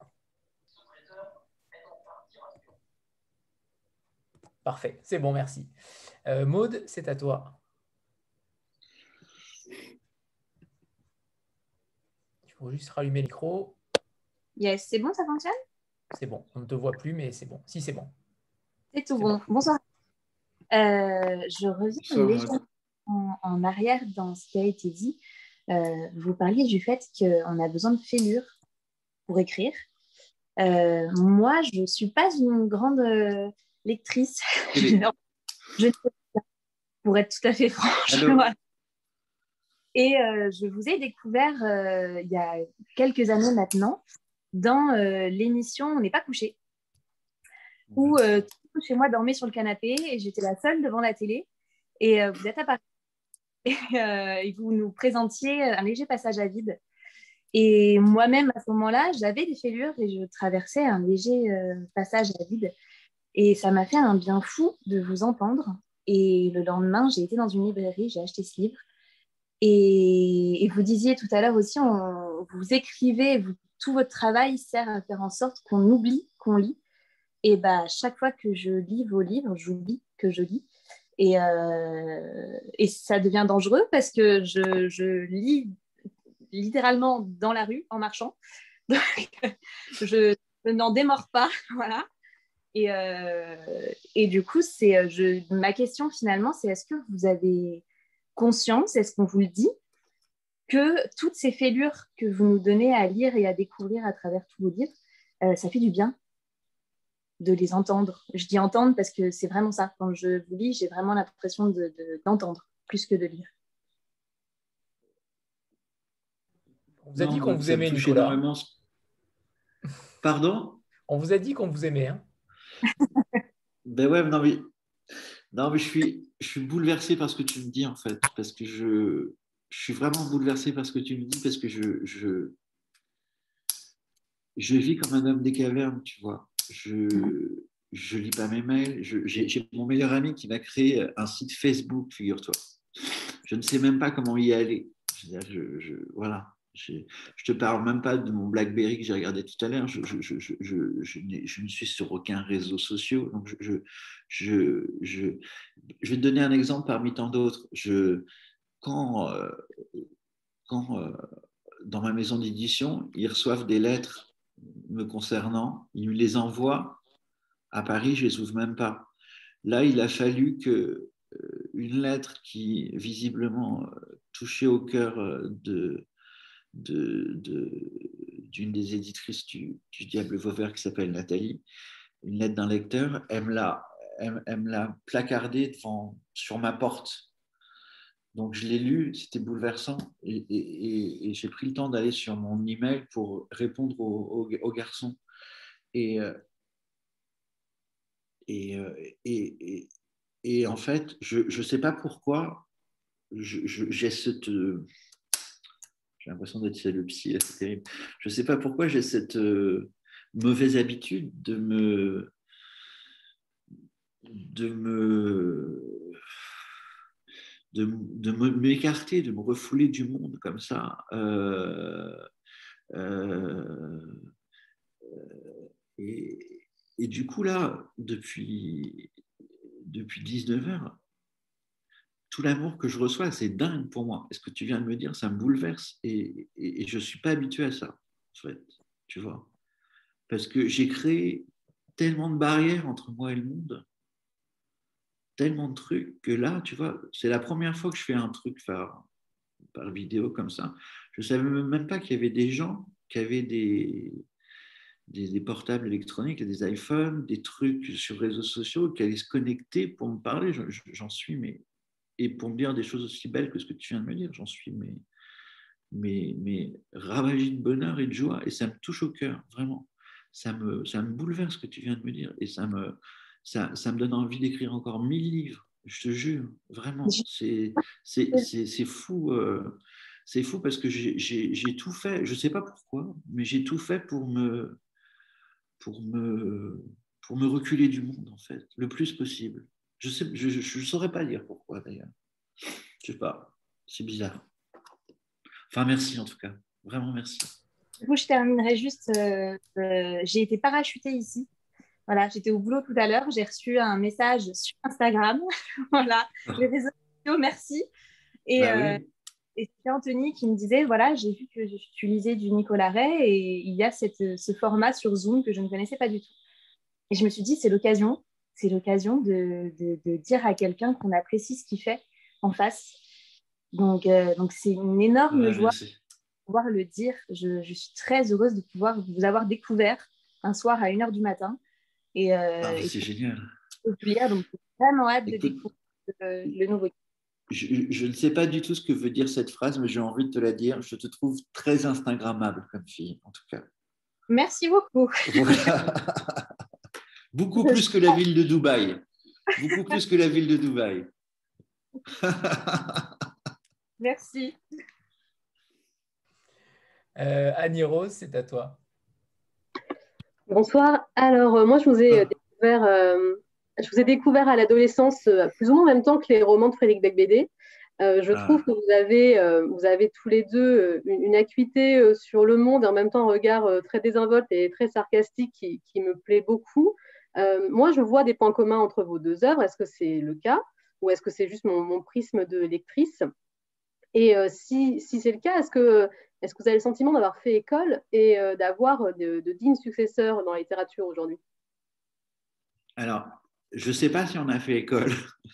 Parfait. C'est bon, merci. Euh, Maude, c'est à toi. Il faut juste rallumer le micro. Yes, c'est bon, ça fonctionne? C'est bon. On ne te voit plus, mais c'est bon. Si, c'est bon. C'est tout C'est bon. bon. Bonsoir. Euh, je reviens Bonsoir, légèrement en, en arrière dans ce qui a été dit. Euh, vous parliez du fait qu'on a besoin de fêlure pour écrire. Euh, moi, je ne suis pas une grande euh, lectrice. Les... Non, je ne sais pas, pour être tout à fait franche. Allô. Voilà. Et euh, je vous ai découvert euh, il y a quelques années maintenant dans euh, l'émission On n'est pas couché, où euh, tout le monde chez moi dormait sur le canapé et j'étais la seule devant la télé. Et euh, vous êtes apparu et, euh, et vous nous présentiez un léger passage à vide. Et moi-même, à ce moment-là, j'avais des fêlures et je traversais un léger euh, passage à vide. Et ça m'a fait un bien fou de vous entendre. Et le lendemain, j'ai été dans une librairie, j'ai acheté ce livre. Et, et vous disiez tout à l'heure aussi, on, vous écrivez, vous, tout votre travail sert à faire en sorte qu'on oublie qu'on lit. Et bah, chaque fois que je lis vos livres, j'oublie que je lis. Et, euh, et ça devient dangereux parce que je, je lis littéralement dans la rue en marchant. Donc, je, je n'en démords pas. Voilà. Et, euh, et du coup, c'est, je, ma question finalement, c'est est-ce que vous avez conscience, est-ce qu'on vous le dit, que toutes ces fêlures que vous nous donnez à lire et à découvrir à travers tous vos livres, euh, ça fait du bien de les entendre. Je dis entendre parce que c'est vraiment ça. Quand je vous lis, j'ai vraiment l'impression de, de, d'entendre plus que de lire. On vous a Non, dit qu'on bah, vous ça me aimait, touche Nicolas. énormément. Pardon? On vous a dit qu'on vous aimait. Hein. Ben ouais, non mais, non, mais je, suis, je suis bouleversé par ce que tu me dis en fait. Parce que je, je suis vraiment bouleversé par ce que tu me dis parce que je, je, je vis comme un homme des cavernes, tu vois. Je je lis pas mes mails. Je, j'ai, j'ai mon meilleur ami qui m'a créé un site Facebook, figure-toi. Je ne sais même pas comment y aller. Je, je, je, voilà. Je, je te parle même pas de mon BlackBerry que j'ai regardé tout à l'heure. Je, je, je, je, je, je, je ne suis sur aucun réseau social. Donc je, je, je, je, je vais te donner un exemple parmi tant d'autres. Je, quand euh, quand euh, dans ma maison d'édition, ils reçoivent des lettres me concernant, ils me les envoient. À Paris, je ne les ouvre même pas. Là, il a fallu que euh, une lettre qui visiblement euh, touchait au cœur euh, de, de, de, d'une des éditrices du, du Diable Vauvert qui s'appelle Nathalie, une lettre d'un lecteur, elle me l'a, elle, elle me l'a placardée devant, sur ma porte. Donc je l'ai lu, c'était bouleversant et, et, et, et j'ai pris le temps d'aller sur mon email pour répondre au, au, au garçon. Et, et, et, et, et en fait, je ne sais pas pourquoi, je, je, j'ai cette... J'ai l'impression d'être chez le psy, c'est terrible. Je ne sais pas pourquoi j'ai cette euh, mauvaise habitude de me... de me... de, de m'écarter, de me refouler du monde comme ça. Euh, euh, et, et du coup, là, depuis, depuis dix-neuf heures, tout l'amour que je reçois, c'est dingue pour moi. Et ce que tu viens de me dire, ça me bouleverse. Et, et, et je ne suis pas habitué à ça, en fait. Tu vois. Parce que j'ai créé tellement de barrières entre moi et le monde tellement de trucs que là, tu vois, c'est la première fois que je fais un truc par, par vidéo comme ça. Je ne savais même pas qu'il y avait des gens qui avaient des, des, des portables électroniques, des iPhones, des trucs sur les réseaux sociaux, qui allaient se connecter pour me parler. J'en suis, mais. Et pour me dire des choses aussi belles que ce que tu viens de me dire, j'en suis, mais, mais, mais ravagé de bonheur et de joie. Et ça me touche au cœur, vraiment. Ça me, ça me bouleverse ce que tu viens de me dire. Et ça me. Ça, ça me donne envie d'écrire encore mille livres, je te jure, vraiment. C'est, c'est, c'est, c'est fou. Euh, c'est fou parce que j'ai, j'ai, j'ai tout fait, je ne sais pas pourquoi, mais j'ai tout fait pour me, pour, me, pour me reculer du monde, en fait, le plus possible. Je ne je, je, je saurais pas dire pourquoi, d'ailleurs. Je ne sais pas, c'est bizarre. Enfin, merci en tout cas, vraiment merci. Du coup, je terminerai juste, euh, euh, j'ai été parachutée ici. Voilà, j'étais au boulot tout à l'heure, j'ai reçu un message sur Instagram. Voilà, les réseaux sociaux, merci. Et, Bah euh, oui. et c'est Anthony qui me disait, voilà, j'ai vu que tu lisais du Nicolas Ray et il y a cette, ce format sur Zoom que je ne connaissais pas du tout. Et je me suis dit, c'est l'occasion, c'est l'occasion de, de, de dire à quelqu'un qu'on apprécie ce qu'il fait en face. Donc, euh, donc c'est une énorme Ouais, joie merci. de pouvoir le dire. Je, je suis très heureuse de pouvoir vous avoir découvert un soir à une heure du matin. Et, euh, Ah, bah, et c'est génial. lire, donc j'ai vraiment hâte de Écoute, découvrir le, le nouveau. je, je ne sais pas du tout ce que veut dire cette phrase, mais j'ai envie de te la dire. Je te trouve très Instagrammable comme fille, en tout cas. Merci beaucoup. Voilà. Beaucoup plus que la ville de Dubaï. Beaucoup plus que la ville de Dubaï. Merci. Euh, Annie Rose, c'est à toi. Bonsoir. Alors, euh, moi, je vous ai Ah. découvert, euh, je vous ai découvert à l'adolescence, euh, plus ou moins en même temps que les romans de Frédéric Becbédé. Euh, je Ah. trouve que vous avez, euh, vous avez tous les deux euh, une, une acuité euh, sur le monde et en même temps un regard euh, très désinvolte et très sarcastique qui, qui me plaît beaucoup. Euh, moi, je vois des points communs entre vos deux œuvres. Est-ce que c'est le cas ou est-ce que c'est juste mon, mon prisme de lectrice? Et euh, si, si c'est le cas, est-ce que, est-ce que vous avez le sentiment d'avoir fait école et euh, d'avoir de, de dignes successeurs dans la littérature aujourd'hui? Alors, je ne sais pas si on a fait école.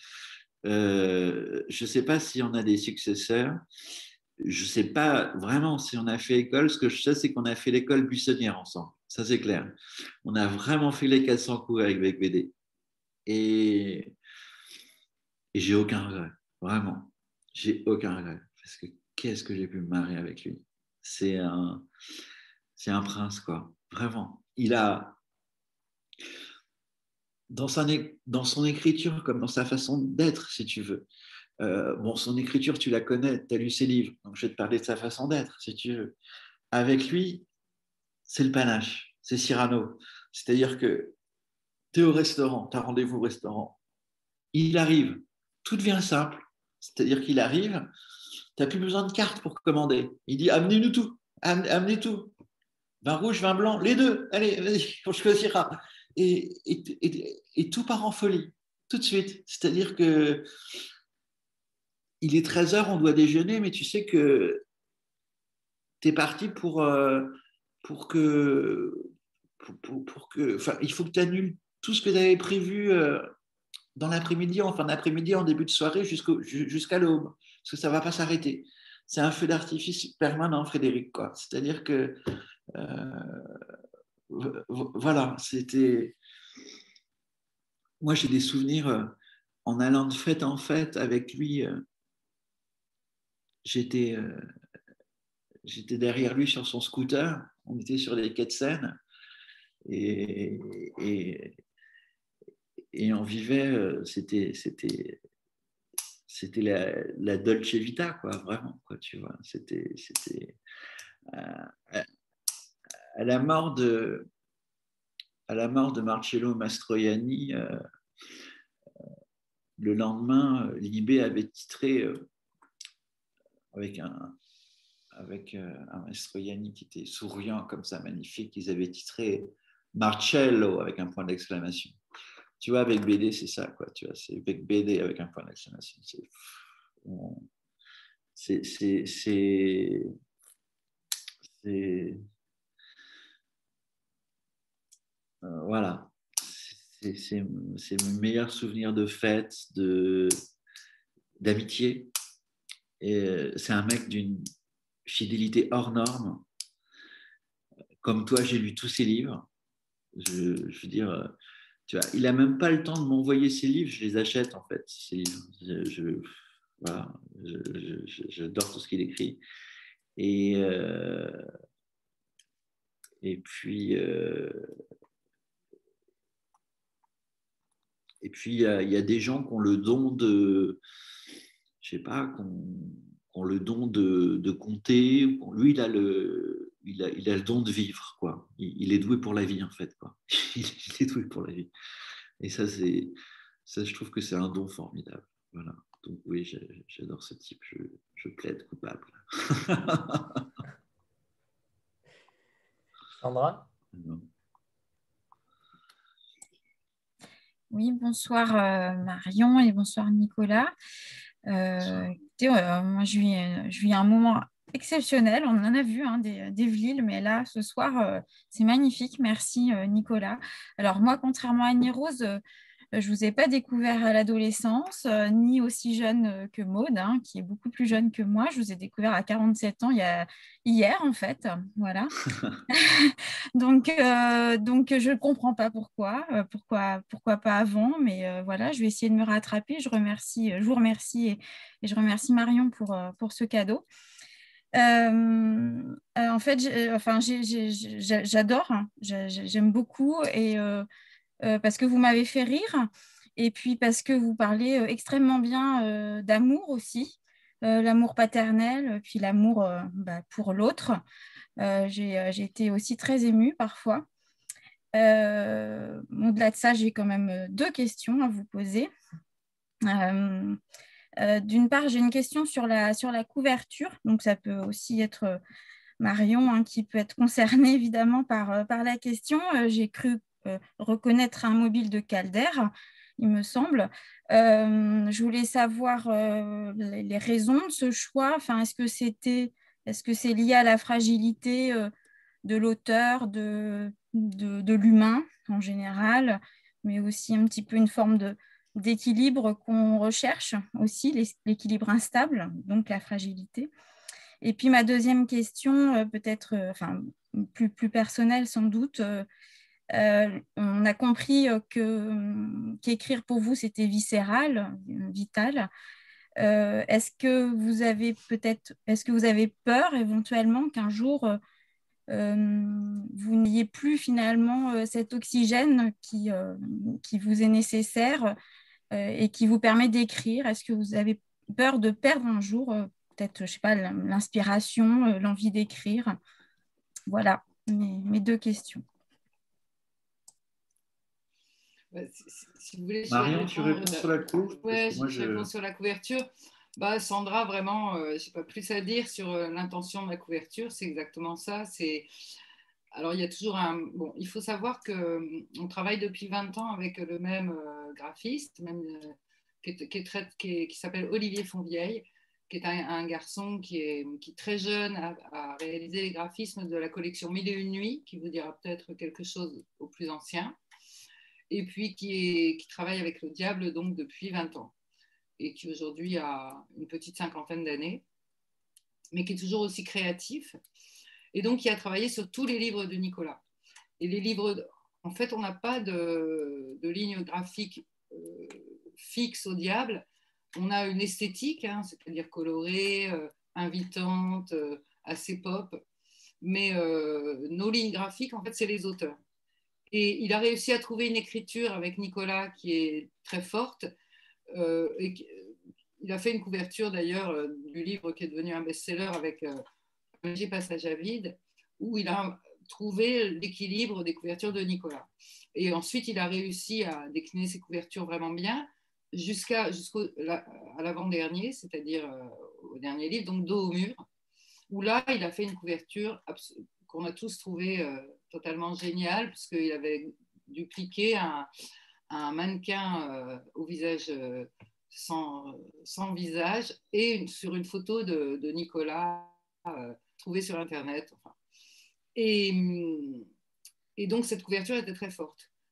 Euh, je ne sais pas si on a des successeurs. Je ne sais pas vraiment si on a fait école. Ce que je sais, c'est qu'on a fait l'école buissonnière ensemble. Ça, c'est clair. On a vraiment fait les quatre cents coups avec Becbédé. Et, et j'ai aucun regret. Vraiment. J'ai aucun regret. Parce que qu'est-ce que j'ai pu me marrer avec lui. C'est un, c'est un prince, quoi. Vraiment. Il a... Dans, sa, dans son écriture comme dans sa façon d'être, si tu veux. Euh, bon, son écriture, tu la connais, tu as lu ses livres, donc je vais te parler de sa façon d'être, si tu veux. Avec lui, c'est le panache, c'est Cyrano. C'est-à-dire que tu es au restaurant, tu as rendez-vous au restaurant, il arrive, tout devient simple. C'est-à-dire qu'il arrive, tu n'as plus besoin de carte pour commander. Il dit, amenez-nous tout, amenez tout. Vin rouge, vin blanc, les deux, allez, vas-y, on choisira. Et, et, et, et tout part en folie, tout de suite. C'est-à-dire que il est treize heures, on doit déjeuner, mais tu sais que tu es parti pour, euh, pour que. Pour, pour, pour que enfin, il faut que tu annules tout ce que tu avais prévu euh, dans l'après-midi, en fin d'après-midi, en début de soirée, jusqu'à l'aube, parce que ça ne va pas s'arrêter. C'est un feu d'artifice permanent, Frédéric, quoi. C'est-à-dire que. Euh, voilà, c'était. Moi, j'ai des souvenirs euh, en allant de fête en fête avec lui. Euh, j'étais, euh, j'étais derrière lui sur son scooter. On était sur les quais de Seine et, et, et on vivait. Euh, c'était, c'était, c'était la, la Dolce Vita, quoi, vraiment, quoi, tu vois. C'était, c'était euh, à la mort de. À la mort de Marcello Mastroianni, euh, le lendemain, Libé avait titré euh, avec un, avec euh, un Mastroianni qui était souriant comme ça, magnifique. Ils avaient titré Marcello avec un point d'exclamation. Tu vois, avec B D, c'est ça, quoi. Tu vois, c'est avec B D avec un point d'exclamation. C'est, c'est, c'est, c'est, euh, voilà. c'est, c'est, c'est mon meilleur souvenir de fête, de, d'amitié. Et c'est un mec d'une fidélité hors norme. Comme toi, j'ai lu tous ses livres. Je, je veux dire, tu vois, il n'a même pas le temps de m'envoyer ses livres, je les achète en fait. Ses livres. Je, je, voilà, je, je, j'adore tout ce qu'il écrit. Et, euh, et puis, euh, et puis il y, a, il y a des gens qui ont le don de, je sais pas, qui ont, qui ont le don de, de compter. Lui, il a le, il a, il a le don de vivre, quoi. Il, il est doué pour la vie en fait, quoi. Il est doué pour la vie. Et ça, c'est, ça, je trouve que c'est un don formidable. Voilà. Donc oui, j'adore ce type. Je, je plaide coupable. Sandra? Non. Oui, bonsoir euh, Marion et bonsoir Nicolas. Euh, écoutez, euh, moi, je vis, je vis un moment exceptionnel. On en a vu hein, des, des Vlils, mais là, ce soir, euh, c'est magnifique. Merci euh, Nicolas. Alors moi, contrairement à Annie-Rose, euh, je ne vous ai pas découvert à l'adolescence, euh, ni aussi jeune euh, que Maude, hein, qui est beaucoup plus jeune que moi. Je vous ai découvert à quarante-sept ans, il y a, hier en fait. Voilà. donc, euh, donc, je ne comprends pas pourquoi, euh, pourquoi, pourquoi pas avant, mais euh, voilà, je vais essayer de me rattraper. Je, remercie, je vous remercie et, et je remercie Marion pour, euh, pour ce cadeau. Euh, euh, en fait, j'ai, enfin, j'ai, j'ai, j'ai, j'adore, hein, j'ai, j'aime beaucoup et euh, euh, parce que vous m'avez fait rire et puis parce que vous parlez euh, extrêmement bien euh, d'amour aussi, euh, l'amour paternel, puis l'amour euh, bah, pour l'autre. Euh, j'ai, euh, j'ai été aussi très émue parfois. Euh, au-delà de ça, j'ai quand même deux questions à vous poser. Euh, euh, d'une part, j'ai une question sur la, sur la couverture. Donc, ça peut aussi être euh, Marion hein, qui peut être concernée évidemment par, euh, par la question. Euh, j'ai cru euh, reconnaître un mobile de Calder, il me semble. Euh, je voulais savoir euh, les, les raisons de ce choix. Enfin, est-ce que c'était, est-ce que c'est lié à la fragilité euh, de l'auteur, de, de, de l'humain en général, mais aussi un petit peu une forme de, d'équilibre qu'on recherche aussi, l'équilibre instable, donc la fragilité. Et puis ma deuxième question, euh, peut-être euh, enfin, plus, plus personnelle sans doute, euh, euh, on a compris euh, que, qu'écrire pour vous, c'était viscéral, vital. Euh, est-ce que vous avez peut-être, est-ce que vous avez peur éventuellement qu'un jour euh, euh, vous n'ayez plus finalement euh, cet oxygène qui, euh, qui vous est nécessaire euh, et qui vous permet d'écrire? Est-ce que vous avez peur de perdre un jour euh, peut-être, je sais pas, l'inspiration, euh, l'envie d'écrire? Voilà mes, mes deux questions. Bah, si, si vous voulez, Marion, tu réponds sur la couve? Oui, je, je... je réponds sur la couverture. Bah, Sandra, vraiment, euh, je n'ai pas plus à dire sur euh, l'intention de la couverture. C'est exactement ça. C'est... Alors, il y a toujours un... Bon, il faut savoir qu'on travaille depuis vingt ans avec le même euh, graphiste, même, euh, qui, est, qui, est très, qui, est, qui s'appelle Olivier Fonvieille, qui est un, un garçon qui est, qui est très jeune, a, a réalisé les graphismes de la collection Mille et une nuits, qui vous dira peut-être quelque chose aux plus anciens, et puis qui, est, qui travaille avec le diable donc depuis vingt ans, et qui aujourd'hui a une petite cinquantaine d'années, mais qui est toujours aussi créatif. Et donc, il a travaillé sur tous les livres de Nicolas. Et les livres, en fait, on n'a pas de, de ligne graphique euh, fixe au diable. On a une esthétique, hein, c'est-à-dire colorée, euh, invitante, euh, assez pop. Mais euh, nos lignes graphiques, en fait, c'est les auteurs. Et il a réussi à trouver une écriture avec Nicolas qui est très forte. Euh, et il a fait une couverture, d'ailleurs, euh, du livre qui est devenu un best-seller avec... Euh, un léger passage à vide, où il a trouvé l'équilibre des couvertures de Nicolas. Et ensuite, il a réussi à décliner ses couvertures vraiment bien jusqu'à, jusqu'à l'avant-dernier, c'est-à-dire euh, au dernier livre, donc Dos au mur, où là, il a fait une couverture qu'on a tous trouvé euh, totalement géniale, puisqu'il avait dupliqué un, un mannequin euh, au visage euh, sans, sans visage et une, sur une photo de, de Nicolas euh, trouvé sur Internet. Enfin. Et, et donc, cette couverture était très forte.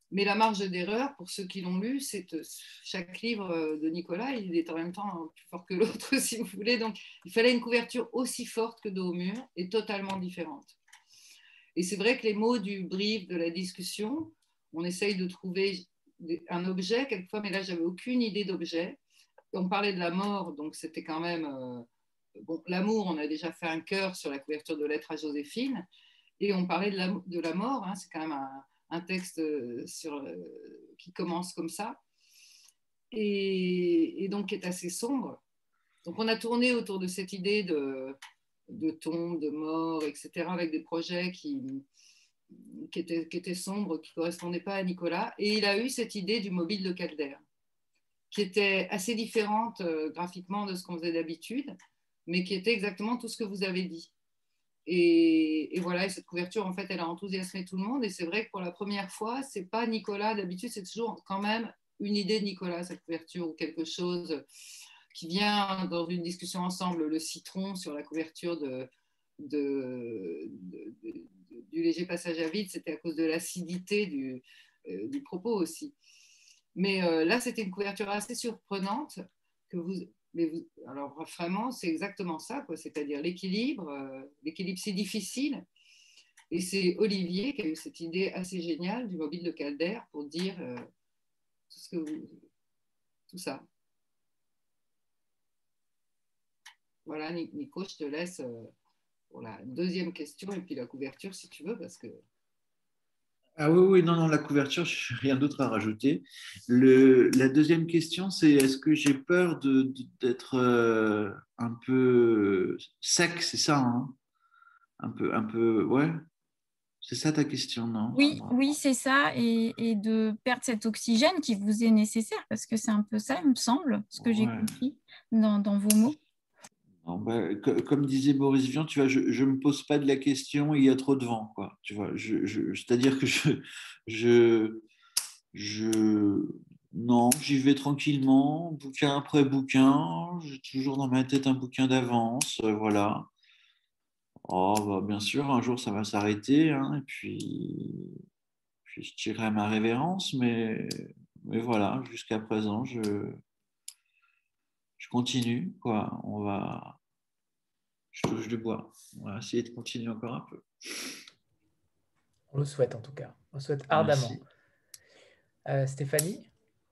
Mais la marge d'erreur, pour ceux qui l'ont lu, c'est chaque livre de Nicolas, il est en même temps plus fort que l'autre, si vous voulez. Donc, il fallait une couverture aussi forte que Dos au mur et totalement différente. Et c'est vrai que les mots du brief, de la discussion, on essaye de trouver un objet quelquefois, mais là, j'avais aucune idée d'objet. On parlait de la mort, donc c'était quand même... Euh, bon, l'amour, on a déjà fait un cœur sur la couverture de Lettres à Joséphine. Et on parlait de la, de la mort, hein, c'est quand même un... un texte sur, euh, qui commence comme ça, et, et donc qui est assez sombre. Donc on a tourné autour de cette idée de, de tombe, de mort, et cetera, avec des projets qui, qui, étaient, qui étaient sombres, qui ne correspondaient pas à Nicolas. Et il a eu cette idée du mobile de Calder, qui était assez différente euh, graphiquement de ce qu'on faisait d'habitude, mais qui était exactement tout ce que vous avez dit. Et, et voilà, et cette couverture, en fait, elle a enthousiasmé tout le monde. Et c'est vrai que pour la première fois, c'est pas Nicolas. D'habitude, c'est toujours quand même une idée de Nicolas, cette couverture, ou quelque chose qui vient dans une discussion ensemble. Le citron sur la couverture de, de, de, de, de, du léger passage à vide, c'était à cause de l'acidité du, euh, du propos aussi. Mais euh, là, c'était une couverture assez surprenante que vous... Mais vous, alors vraiment, c'est exactement ça, quoi. C'est-à-dire l'équilibre. Euh, l'équilibre, c'est difficile. Et c'est Olivier qui a eu cette idée assez géniale du mobile de Calder pour dire euh, tout, ce que vous, tout ça. Voilà, Nico, je te laisse euh, pour la deuxième question et puis la couverture, si tu veux, parce que... Ah oui, oui, non, non, la couverture, je n'ai rien d'autre à rajouter. Le, la deuxième question, c'est est-ce que j'ai peur de, de, d'être euh, un peu sec, c'est ça, hein? Un peu, un peu, ouais. C'est ça ta question, non? Oui, oui, c'est ça, et, et de perdre cet oxygène qui vous est nécessaire, parce que c'est un peu ça, il me semble, ce que j'ai Ouais. compris dans, dans vos mots. Non, bah, que, comme disait Boris Vian, tu vois, je ne me pose pas de la question, il y a trop de vent, quoi. Tu vois, je, je, c'est-à-dire que je, je, je, non, j'y vais tranquillement, bouquin après bouquin, j'ai toujours dans ma tête un bouquin d'avance, euh, voilà. Oh, bah, bien sûr, un jour ça va s'arrêter, hein, et puis, puis je tirerai à ma révérence, mais, mais voilà, jusqu'à présent, je, je continue, quoi. On va, je touche du bois. On va essayer de continuer encore un peu. On le souhaite en tout cas. On le souhaite ardemment. Euh, Stéphanie?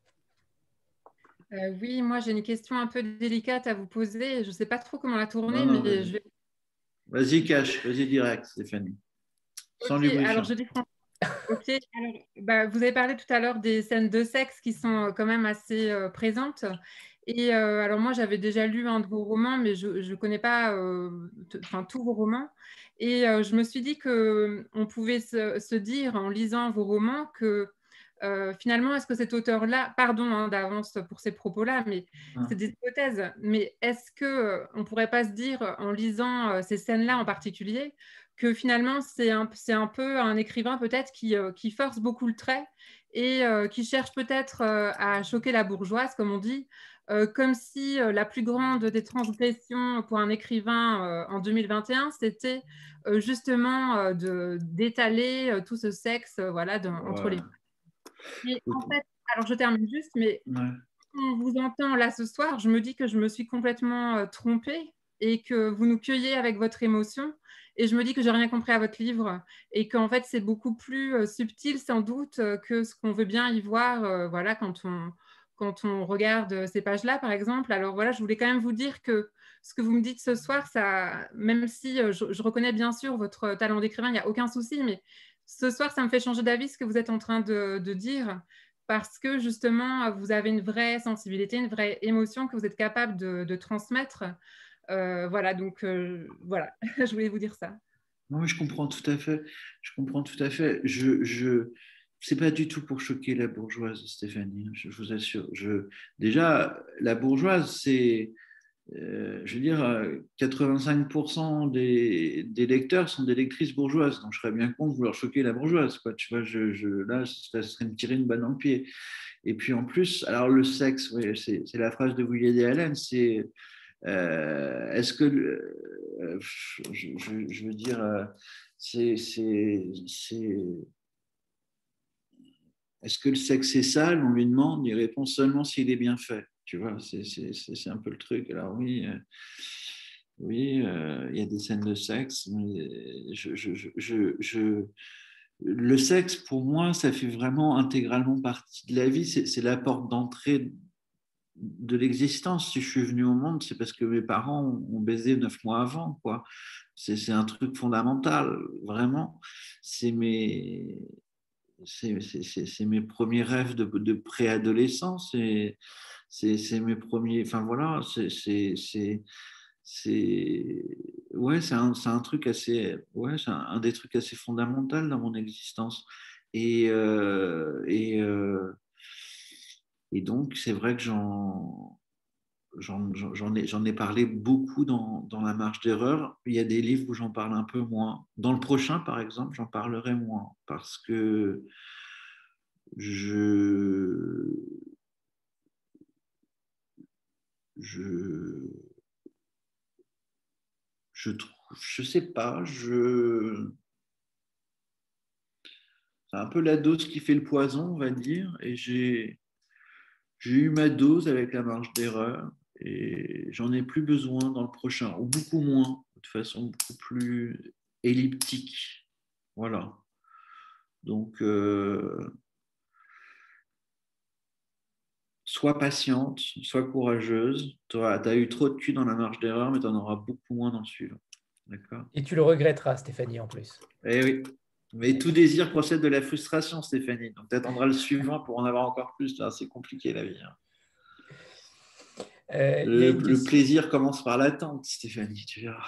euh, Oui, moi j'ai une question un peu délicate à vous poser. Je ne sais pas trop comment la tourner, Non, non, mais vas-y. je vais... Vas-y, cache, vas-y direct, Stéphanie. Sans Ok, lubrifiant. alors je dis français. Ok, alors, bah, vous avez parlé tout à l'heure des scènes de sexe qui sont quand même assez euh, présentes. Et euh, alors moi, j'avais déjà lu un de vos romans, mais je ne connais pas euh, tous vos romans. Et euh, je me suis dit qu'on pouvait se, se dire en lisant vos romans que euh, finalement, est-ce que cet auteur-là, pardon hein, d'avance pour ces propos-là, mais c'est des hypothèses, mais est-ce qu'on ne pourrait pas se dire en lisant euh, ces scènes-là en particulier que finalement, c'est un, c'est un peu un écrivain peut-être qui, euh, qui force beaucoup le trait et euh, qui cherche peut-être euh, à choquer la bourgeoise, comme on dit, euh, comme si euh, la plus grande des transgressions pour un écrivain euh, en deux mille vingt et un, c'était euh, justement euh, de, d'étaler euh, tout ce sexe euh, voilà, de, Ouais. entre les... Et en fait, alors je termine juste, mais ouais. quand on vous entend là ce soir, je me dis que je me suis complètement euh, trompée et que vous nous cueillez avec votre émotion. Et je me dis que j'ai rien compris à votre livre et qu'en fait, c'est beaucoup plus euh, subtil sans doute euh, que ce qu'on veut bien y voir euh, voilà, quand, on, quand on regarde ces pages-là, par exemple. Alors voilà, je voulais quand même vous dire que ce que vous me dites ce soir, ça, même si euh, je, je reconnais bien sûr votre talent d'écrivain, il n'y a aucun souci, mais ce soir, ça me fait changer d'avis ce que vous êtes en train de, de dire parce que justement, vous avez une vraie sensibilité, une vraie émotion que vous êtes capable de, de transmettre. Euh, voilà, donc euh, voilà, je voulais vous dire ça. Non, mais je comprends tout à fait. Je comprends tout à fait. Je, je, c'est pas du tout pour choquer la bourgeoise, Stéphanie. Je, je vous assure. Je, déjà, la bourgeoise, c'est, euh, je veux dire, quatre-vingt-cinq pour cent des, des lecteurs sont des lectrices bourgeoises. Donc, je serais bien con de vouloir choquer la bourgeoise, quoi. Tu vois, je, je, là, ça serait me tirer une balle dans le pied. Et puis, en plus, alors le sexe, oui, c'est, c'est la phrase de Woody Allen, c'est Euh, est-ce que, euh, je, je, je veux dire, euh, c'est, c'est, c'est, est-ce que le sexe est sale? On lui demande, il répond seulement s'il est bien fait. Tu vois, c'est, c'est, c'est un peu le truc. Alors oui, euh, oui, euh, il y a des scènes de sexe, mais je, je, je, je, je, le sexe, pour moi, ça fait vraiment intégralement partie de la vie. C'est, c'est la porte d'entrée de l'existence. Si je suis venu au monde, c'est parce que mes parents ont baisé neuf mois avant, quoi. C'est, c'est un truc fondamental, vraiment. C'est mes... C'est, c'est, c'est, c'est mes premiers rêves de, de préadolescence, et c'est, c'est mes premiers. Enfin voilà, c'est, c'est, c'est, c'est ouais, c'est un, c'est un truc assez, ouais, c'est un, un des trucs assez fondamentaux dans mon existence. Et euh, et euh, et donc c'est vrai que j'en J'en, j'en, ai, j'en ai parlé beaucoup dans, dans La Marge d'erreur. Il y a des livres où j'en parle un peu moins. Dans le prochain, par exemple, j'en parlerai moins parce que je, je, je trouve, je sais pas, je, c'est un peu la dose qui fait le poison, on va dire, et j'ai, j'ai eu ma dose avec La Marge d'erreur. Et j'en ai plus besoin dans le prochain, ou beaucoup moins, de façon beaucoup plus elliptique. Voilà. Donc, euh, sois patiente, sois courageuse. Tu as eu trop de cul dans La Marge d'erreur, mais tu en auras beaucoup moins dans le suivant. D'accord? Et tu le regretteras, Stéphanie, en plus. Eh oui. Mais tout désir procède de la frustration, Stéphanie. Donc, tu attendras le suivant pour en avoir encore plus. C'est compliqué, la vie. Hein. Euh, le, le plaisir commence par l'attente, Stéphanie, tu verras.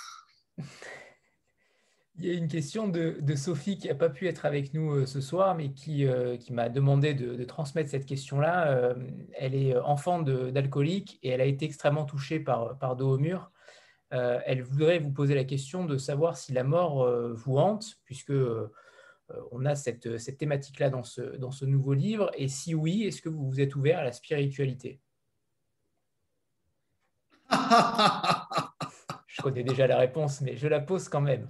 Il y a une question de, de Sophie qui n'a pas pu être avec nous euh, ce soir, mais qui, euh, qui m'a demandé de, de transmettre cette question-là. Euh, elle est enfant de, d'alcoolique et elle a été extrêmement touchée par, par Dos au mur. Euh, elle voudrait vous poser la question de savoir si la mort euh, vous hante, puisque euh, on a cette, cette thématique-là dans ce, dans ce nouveau livre. Et si oui, est-ce que vous vous êtes ouvert à la spiritualité? Je connais déjà la réponse, mais je la pose quand même.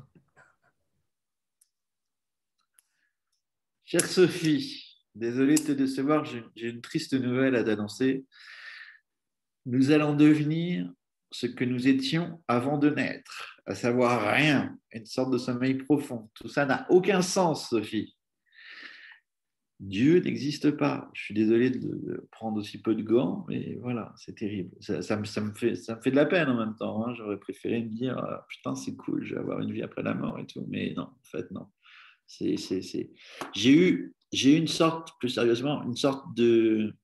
Chère Sophie, désolé de te décevoir, j'ai, j'ai une triste nouvelle à t'annoncer. Nous allons devenir ce que nous étions avant de naître, à savoir rien, une sorte de sommeil profond. Tout ça n'a aucun sens, Sophie. Dieu n'existe pas. Je suis désolé de prendre aussi peu de gants, mais voilà, c'est terrible. Ça, ça, me, ça, me fait, ça me fait de la peine en même temps. Hein. J'aurais préféré me dire, ah, putain, c'est cool, je vais avoir une vie après la mort et tout. Mais non, en fait, non. C'est, c'est, c'est... J'ai eu, j'ai eu une sorte, plus sérieusement, une sorte de,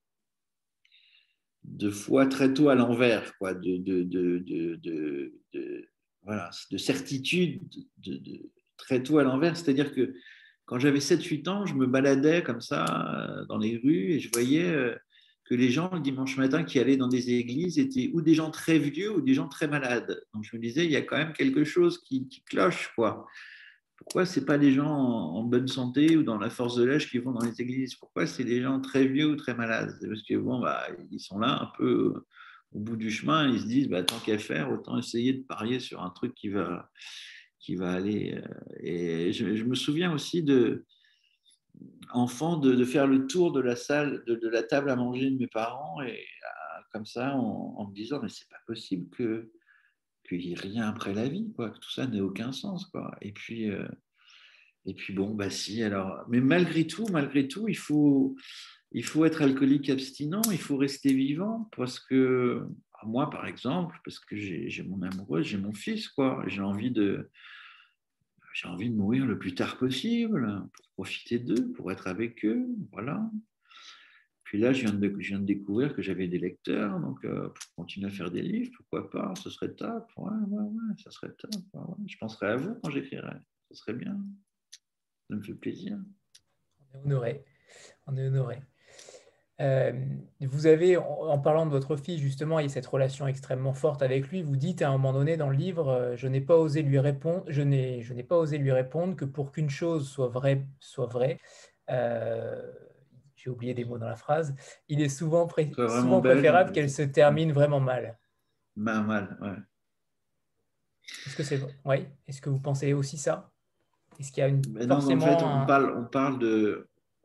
de foi très tôt à l'envers, quoi, de, de, de, de, de, de, voilà, de certitude de, de, très tôt à l'envers. C'est-à-dire que quand j'avais sept huit ans, je me baladais comme ça dans les rues et je voyais que les gens, le dimanche matin, qui allaient dans des églises étaient ou des gens très vieux ou des gens très malades. Donc je me disais, il y a quand même quelque chose qui, qui cloche, quoi. Pourquoi ce n'est pas les gens en bonne santé ou dans la force de l'âge qui vont dans les églises? Pourquoi c'est les gens très vieux ou très malades? Parce que bon, bah, ils sont là un peu au bout du chemin, ils se disent, bah, tant qu'à faire, autant essayer de parier sur un truc qui va... qui va aller. Et je, je me souviens aussi de enfant de, de faire le tour de la salle, de, de la table à manger de mes parents, et euh, comme ça, en, en me disant, mais c'est pas possible que qu'il n'y ait rien après la vie, quoi, que tout ça n'ait aucun sens, quoi. Et puis, euh, et puis bon, bah si. Alors, mais malgré tout, malgré tout, il faut, il faut être alcoolique abstinent, il faut rester vivant, parce que moi, par exemple, parce que j'ai, j'ai mon amoureuse, j'ai mon fils, quoi. J'ai envie de J'ai envie de mourir le plus tard possible pour profiter d'eux, pour être avec eux, voilà. Puis là, je viens de, je viens de découvrir que j'avais des lecteurs, donc euh, pour continuer à faire des livres, pourquoi pas, ce serait top, ouais, ouais, ouais, ça serait top. Ouais, ouais. Je penserai à vous quand j'écrirai, ce serait bien, ça me fait plaisir. On est honoré, on est honoré. Euh, vous avez, en, en parlant de votre fils, justement, il y a cette relation extrêmement forte avec lui. Vous dites à un moment donné dans le livre, euh, je n'ai pas osé lui répondre, je n'ai, je n'ai pas osé lui répondre que pour qu'une chose soit vraie, soit vraie. Euh, j'ai oublié des mots dans la phrase. Il est souvent, pré- souvent belle, préférable hein, qu'elle se termine vraiment mal. Mal, mal, ouais. Est-ce que c'est, ouais. Est-ce que vous pensez aussi ça? Est-ce qu'il y a une, Mais non, forcément en fait, on un... parle, on parle de,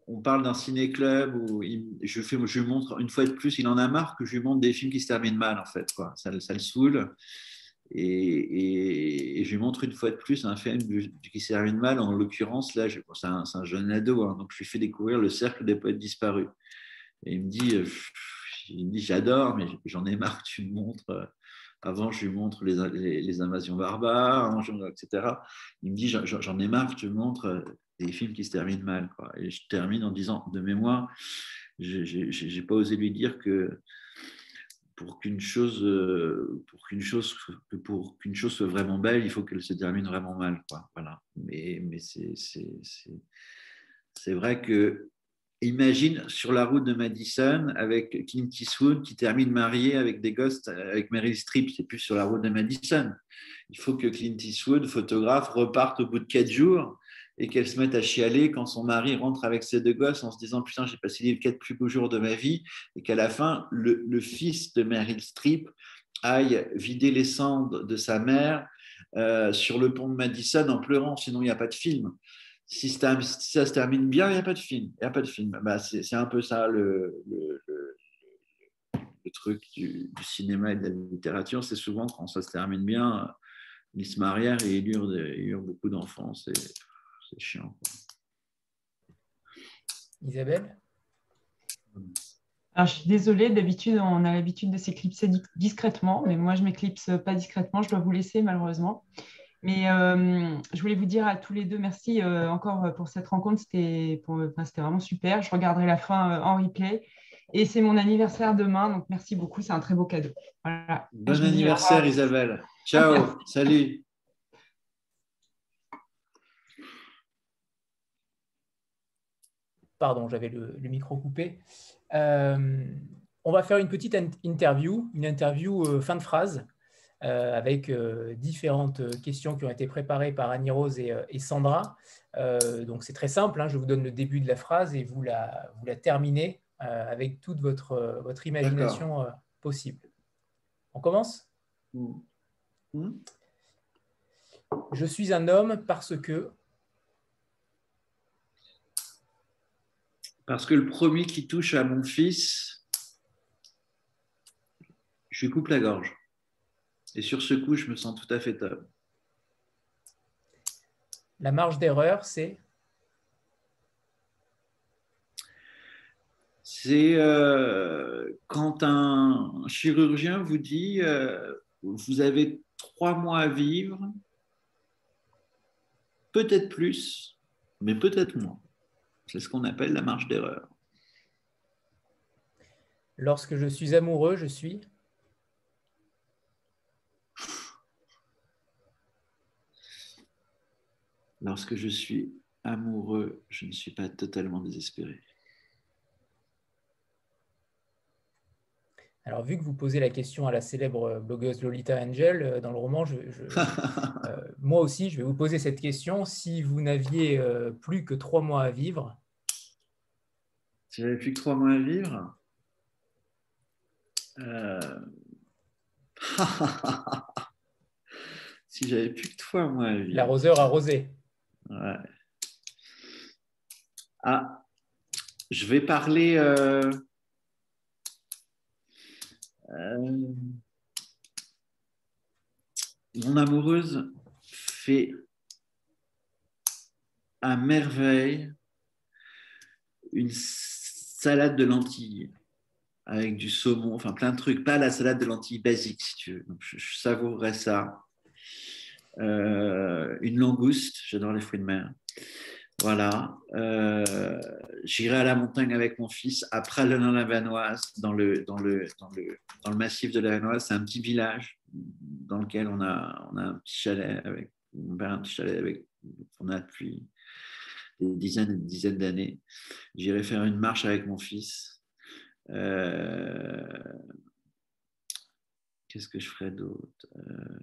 on parle d'un ciné-club où il, je, fais, je lui montre une fois de plus, il en a marre que je lui montre des films qui se terminent mal, en fait, quoi. Ça, ça le saoule. Et, et, et je lui montre une fois de plus un film qui se termine mal. En l'occurrence, là, c'est un, un jeune ado, hein, donc je lui fais découvrir Le Cercle des poètes disparus. Et il me dit, euh, il me dit j'adore, mais j'en ai marre que tu me montres. Euh, avant, je lui montre les, les, les invasions barbares, et cetera. Il me dit, j'en ai marre que tu me montres des films qui se terminent mal, quoi. Et je termine en disant, de mémoire, je n'ai pas osé lui dire que pour qu'une chose, pour qu'une chose, pour qu'une chose soit vraiment belle, il faut qu'elle se termine vraiment mal, quoi. Voilà. Mais, mais c'est, c'est, c'est, c'est vrai que imagine sur la route de Madison avec Clint Eastwood qui termine marié avec des gosses avec Meryl Streep, c'est plus sur la route de Madison. Il faut que Clint Eastwood, photographe, reparte au bout de quatre jours et qu'elle se mette à chialer quand son mari rentre avec ses deux gosses en se disant putain, j'ai passé les quatre plus beaux jours de ma vie, et qu'à la fin, le, le fils de Meryl Streep aille vider les cendres de sa mère euh, sur le pont de Madison en pleurant, sinon il n'y a pas de film. Si ça, si ça se termine bien, il n'y a pas de film. Il n'y a pas de film. Bah, c'est, c'est un peu ça le, le, le, le truc du, du cinéma et de la littérature. C'est souvent quand ça se termine bien, ils se marièrent et ils eurent, des, ils eurent beaucoup d'enfants. C'est, c'est chiant, quoi. Isabelle? Alors, je suis désolée, d'habitude, on a l'habitude de s'éclipser discrètement, mais moi, je ne m'éclipse pas discrètement. Je dois vous laisser, malheureusement. Mais euh, je voulais vous dire à tous les deux merci euh, encore pour cette rencontre. C'était, pour, enfin, c'était vraiment super. Je regarderai la fin euh, en replay. Et c'est mon anniversaire demain, donc merci beaucoup. C'est un très beau cadeau. Voilà. Bon anniversaire, dis, Isabelle. Ciao. Salut. Pardon, j'avais le, le micro coupé. Euh, on va faire une petite interview, une interview euh, fin de phrase. Euh, avec euh, différentes questions qui ont été préparées par Annie-Rose et, euh, et Sandra. Euh, donc, c'est très simple, hein, je vous donne le début de la phrase et vous la, vous la terminez euh, avec toute votre, euh, votre imagination euh, possible. On commence ? mmh. Mmh. Je suis un homme parce que… Parce que le premier qui touche à mon fils, je lui coupe la gorge. Et sur ce coup, je me sens tout à fait top. La marge d'erreur, c'est… C'est euh, quand un chirurgien vous dit euh, vous avez trois mois à vivre, peut-être plus, mais peut-être moins. C'est ce qu'on appelle la marge d'erreur. Lorsque je suis amoureux, je suis… Lorsque je suis amoureux, je ne suis pas totalement désespéré. Alors, vu que vous posez la question à la célèbre blogueuse Lolita Angel dans le roman, je, je, euh, moi aussi, je vais vous poser cette question. Si vous n'aviez euh, plus que trois mois à vivre… Si j'avais plus que trois mois à vivre… Euh... Si j'avais plus que trois mois à vivre… L'arroseur arrosé. Ouais. Ah, je vais parler… Euh... Euh... Mon amoureuse fait à merveille une salade de lentilles avec du saumon, enfin plein de trucs, pas la salade de lentilles basique si tu veux. Donc, je, je savourerais ça. Euh, une langouste, j'adore les fruits de mer. Voilà. Euh, j'irai à la montagne avec mon fils à Pralognan-la-Vanoise, dans le, dans, le, dans, le, dans le massif de la Vanoise. C'est un petit village dans lequel on a, on a un petit chalet avec mon père, un petit chalet avec, on a depuis des dizaines et des dizaines d'années. J'irai faire une marche avec mon fils. Euh, qu'est-ce que je ferais d'autre? euh,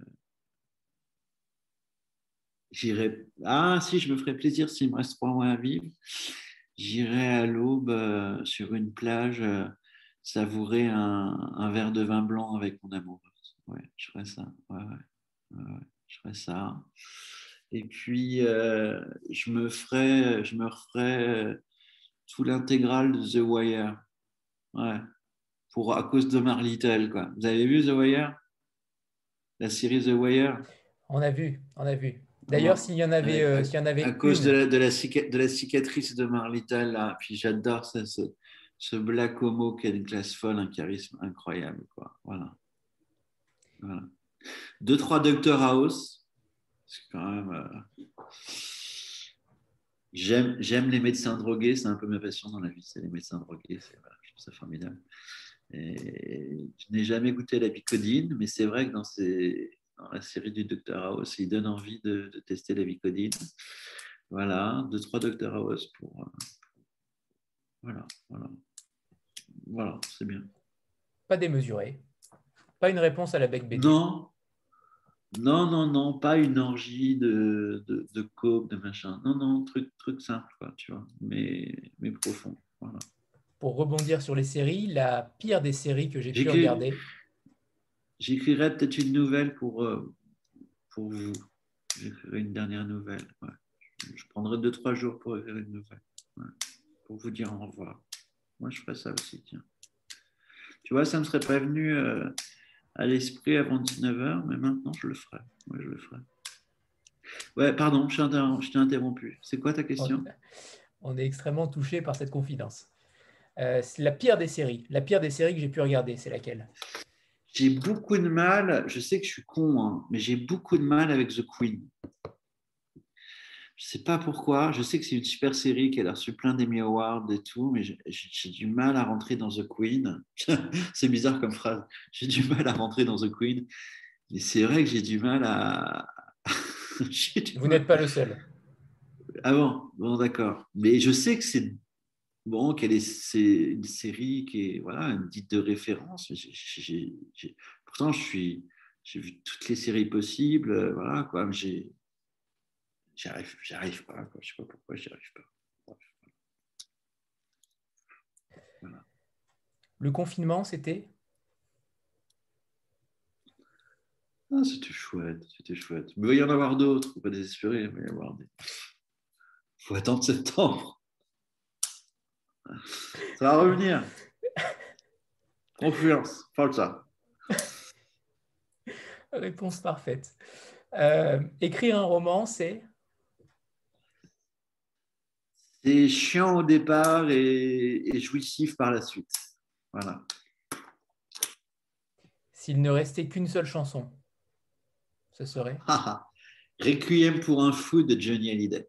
J'irai. Ah, si, je me ferais plaisir s'il me reste trois mois à vivre. J'irai à l'aube euh, sur une plage euh, savourer un, un verre de vin blanc avec mon amoureuse. Ouais, je ferais ça. Ouais, ouais, ouais, ouais, je ferais ça. Et puis, euh, je me ferais, je me referais tout l'intégrale de The Wire. Ouais. Pour, à cause de Mar Little, quoi. Vous avez vu The Wire? La série The Wire? On a vu, on a vu. D'ailleurs, s'il y en avait, euh, s'il y en avait à cause une... de, la, de, la cica- de la cicatrice de Mar Little, là. Puis j'adore ça, ce, ce black homo qui a une classe folle, un charisme incroyable, quoi. Voilà. Voilà. Deux, trois Doctor House. C'est quand même... Euh... J'aime, j'aime les médecins drogués, c'est un peu ma passion dans la vie, c'est les médecins drogués, c'est, voilà, je trouve ça formidable. Et je n'ai jamais goûté la Vicodine, mais c'est vrai que dans, ces, dans la série du Doctor House, il donne envie de, de tester la Vicodine. Voilà, deux, trois Doctor House pour... pour voilà, voilà. Voilà, c'est bien. Pas démesuré. Pas une réponse à la bec bêtée. Non. Non, non, non, pas une orgie de, de, de coke, de machin. Non, non, truc, truc simple, quoi, tu vois, mais, mais profond. Voilà. Pour rebondir sur les séries, la pire des séries que j'ai pu J'écris, regarder. J'écrirai peut-être une nouvelle pour, euh, pour vous. J'écrirai une dernière nouvelle. Ouais. Je prendrai deux, trois jours pour écrire une nouvelle. Ouais. Pour vous dire au revoir. Moi, je ferai ça aussi, tiens. Tu vois, ça ne me serait pas venu... Euh, à l'esprit avant dix-neuf heures, mais maintenant je le ferai. Ouais, je le ferai. Ouais, pardon, je t'ai interrompu. C'est quoi ta question? On est extrêmement touché par cette confidence. Euh, c'est la pire des séries. La pire des séries que j'ai pu regarder, c'est laquelle? J'ai beaucoup de mal, je sais que je suis con, hein, mais j'ai beaucoup de mal avec The Queen. Je ne sais pas pourquoi. Je sais que c'est une super série qui a reçu plein d'Emmy Awards et tout, mais j'ai du mal à rentrer dans The Queen. C'est bizarre comme phrase. J'ai du mal à rentrer dans The Queen. Et c'est vrai que j'ai du mal à... du Vous mal... n'êtes pas le seul. Ah bon, bon d'accord. Mais je sais que c'est bon, qu'elle est, c'est une série qui est voilà, une dite de référence. J'ai, j'ai, j'ai... Pourtant, je suis, j'ai vu toutes les séries possibles. Voilà, quoi. Mais j'ai J'y arrive, j'y arrive pas. Quoi. Je ne sais pas pourquoi j'y arrive pas. Voilà. Le confinement, c'était ah, c'était chouette, c'était chouette. Mais il va y en avoir d'autres, il ne faut pas désespérer. Il va y avoir des... faut attendre septembre. Ça va revenir. Confiance, forza. Réponse parfaite. Euh, écrire un roman, c'est C'est chiant au départ et, et jouissif par la suite. Voilà. S'il ne restait qu'une seule chanson, ce serait Requiem pour un fou de Johnny Hallyday.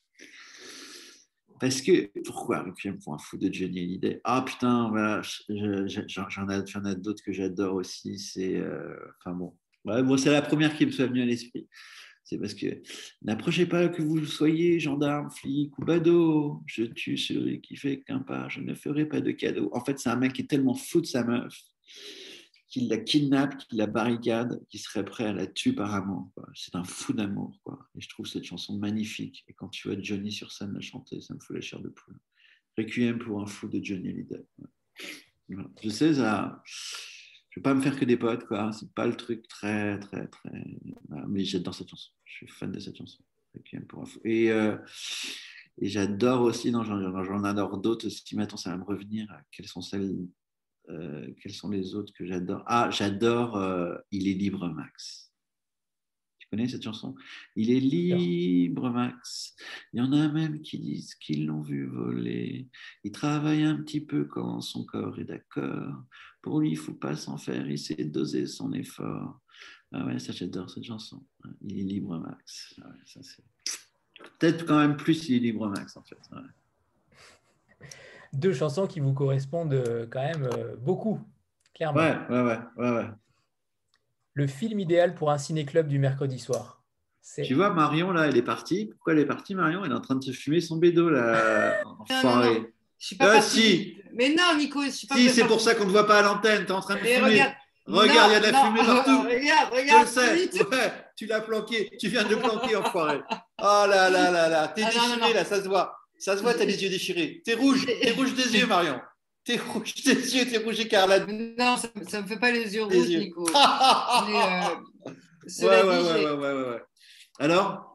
Parce que, pourquoi Requiem pour un fou de Johnny Hallyday? Ah putain, voilà, j'en ai, j'en ai d'autres que j'adore aussi. C'est, euh, enfin bon, ouais, bon, c'est la première qui me soit venue à l'esprit. C'est parce que n'approchez pas que vous soyez gendarme, flic ou badaud. Je tue celui qui fait qu'un pas, je ne ferai pas de cadeau. En fait, c'est un mec qui est tellement fou de sa meuf qu'il la kidnappe, qu'il la barricade, qu'il serait prêt à la tuer par amour. Quoi. C'est un fou d'amour. Quoi. Et je trouve cette chanson magnifique. Et quand tu vois Johnny sur scène la chanter, ça me fout la chair de poule. Requiem pour un fou de Johnny Hallyday. Voilà. Je sais, ça... je ne vais pas me faire que des potes, quoi. C'est pas le truc très, très, très... Mais j'adore cette chanson. Je suis fan de cette chanson. Pour un fou. Et, euh, et j'adore aussi, non, j'en, j'en adore d'autres aussi. Mais attends, ça va me revenir. Quelles sont celles, euh, quelles sont les autres que j'adore? Ah, j'adore euh, Il est libre, Max. Tu connais cette chanson? Il est libre, Max. Il y en a même qui disent qu'ils l'ont vu voler. Il travaille un petit peu quand son corps est d'accord. Pour lui, il ne faut pas s'en faire. Il sait doser son effort. Ah ouais, ça, j'adore cette chanson. Il est libre, Max. Ah ouais, ça, c'est... Peut-être quand même plus Il est libre, Max, en fait. Ouais. Deux chansons qui vous correspondent quand même beaucoup, clairement. Ouais, ouais, ouais, ouais, ouais. Le film idéal pour un ciné-club du mercredi soir. C'est... Tu vois, Marion, là, elle est partie. Pourquoi elle est partie, Marion? Elle est en train de se fumer son bédo, là. Enfoiré. Non, non, non. Je suis pas ah, partie. si. Mais non, Nico, je suis pas Si, c'est partie. pour ça qu'on ne te voit pas à l'antenne. Tu es en train de Mais fumer. regarde. Regarde, il y a de la non, fumée partout. Regarde, regarde. Je le sais. Ouais, tu l'as planqué. Tu viens de le planquer, enfoiré. Oh là là là là. T'es ah, déchiré, non, non, non. là, ça se voit. Ça se voit, t'as les yeux déchirés. T'es rouge. T'es rouge des yeux, Marion. T'es rouge des yeux, t'es rouge écarlate. Non, ça ne me fait pas les yeux Les rouges, yeux. Nico. Mais, euh, cela ouais, ouais, dit, ouais, j'ai... ouais, ouais, ouais, ouais. Alors,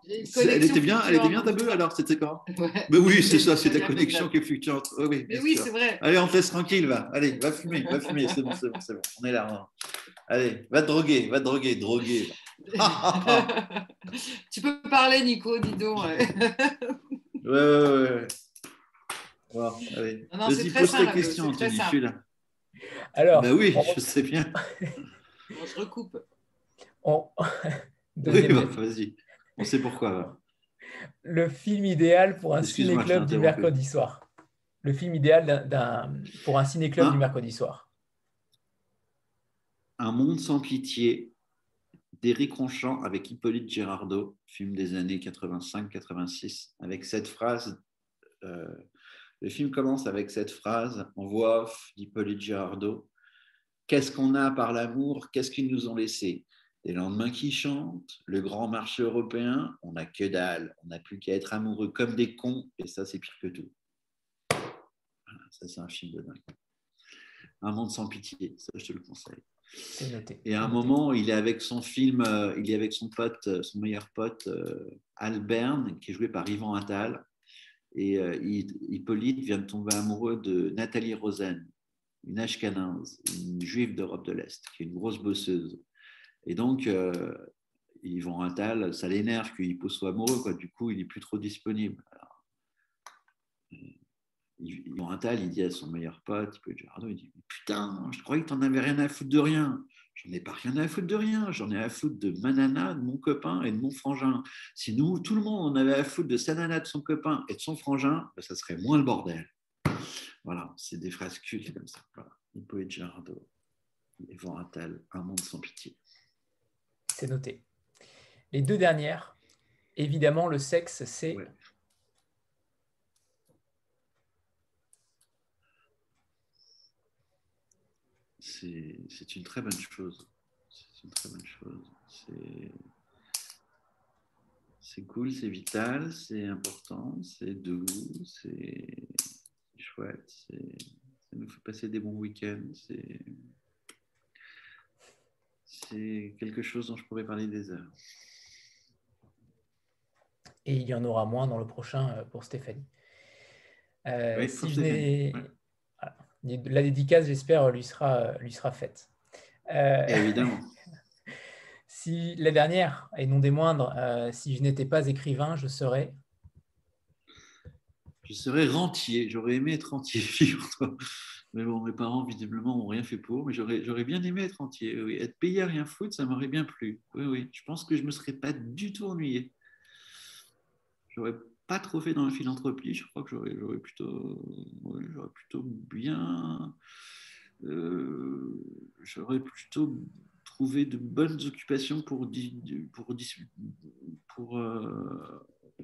Elle était bien, elle était bien ta bœuf alors, c'était quand? Ouais. Mais oui, c'est ça, c'est ta connexion qui est fluctuante. Oui, oui, mais oui, c'est vrai. Allez, on te laisse tranquille, va. Allez, va fumer, va fumer, c'est bon, c'est bon, c'est bon. On est là. Hein. Allez, va te droguer, va te droguer, droguer. Tu peux parler, Nico, dis donc. Ouais, ouais, ouais. ouais. Bon, allez. Non, non, vas-y, pose ta question, Anthony, je suis là. Alors, bah oui, on... je sais bien. On se recoupe. On... oui, bah, vas-y. On sait pourquoi. Va. Le film idéal pour un ciné-club du mercredi soir. Le film idéal d'un, pour un ciné-club ah. du mercredi soir. Un monde sans pitié d'Éric Ronchamp avec Hippolyte Girardot, film des années quatre-vingt-cinq quatre-vingt-six, avec cette phrase. Euh, le film commence avec cette phrase en voix off d'Hippolyte Girardot. Qu'est-ce qu'on a par l'amour? Qu'est-ce qu'ils nous ont laissé? Des lendemains qui chantent, le grand marché européen, on n'a que dalle, on n'a plus qu'à être amoureux comme des cons, et ça, c'est pire que tout. Voilà, ça, c'est un film de dingue. Un monde sans pitié, ça, je te le conseille. C'est noté. Et à un noté. moment, il est avec son film, euh, il est avec son pote, son meilleur pote, euh, Al Bern, qui est joué par Yvan Attal, et euh, Hippolyte vient de tomber amoureux de Nathalie Rosen, une ashkénaze, une juive d'Europe de l'Est, qui est une grosse bosseuse. Et donc, euh, Yvan Attal, ça l'énerve que Hippo soit amoureux, quoi. Du coup, il n'est plus trop disponible. Alors, Yvan Attal, il dit à son meilleur pote, Hippolyte Girardot, il dit « Putain, je croyais que tu n'en avais rien à foutre de rien. J'en ai pas rien à foutre de rien. J'en ai à foutre de ma nana, de mon copain et de mon frangin. Si nous, tout le monde, on avait à foutre de sa nana, de son copain et de son frangin, ben, ça serait moins le bordel. » Voilà, c'est des phrases cultes comme ça. Voilà. Hippolyte Girardot, Yvan Attal, un monde sans pitié. C'est noté. Les deux dernières, évidemment, le sexe, c'est... Ouais. C'est, c'est une très bonne chose. C'est une très bonne chose. C'est, c'est cool, c'est vital, c'est important, c'est doux, c'est, c'est chouette, c'est... ça nous fait passer des bons week-ends, c'est... c'est quelque chose dont je pourrais parler des heures. Et il y en aura moins dans le prochain pour Stéphanie. Euh, oui, si pour je Stéphanie. Voilà. La dédicace, j'espère, lui sera, lui sera faite. Euh... Évidemment. Si la dernière, et non des moindres, euh, si je n'étais pas écrivain, je serais... Je serais rentier. J'aurais aimé être rentier, figure-toi. Mais bon, mes parents, visiblement, n'ont rien fait pour. Mais j'aurais, j'aurais bien aimé être rentier. Oui. Être payé à rien foutre, ça m'aurait bien plu. Oui, oui. Je pense que je ne me serais pas du tout ennuyé. J'aurais pas trop fait dans la philanthropie. Je crois que j'aurais, j'aurais, plutôt, ouais, j'aurais plutôt bien... Euh, j'aurais plutôt trouvé de bonnes occupations pour... pour, pour euh,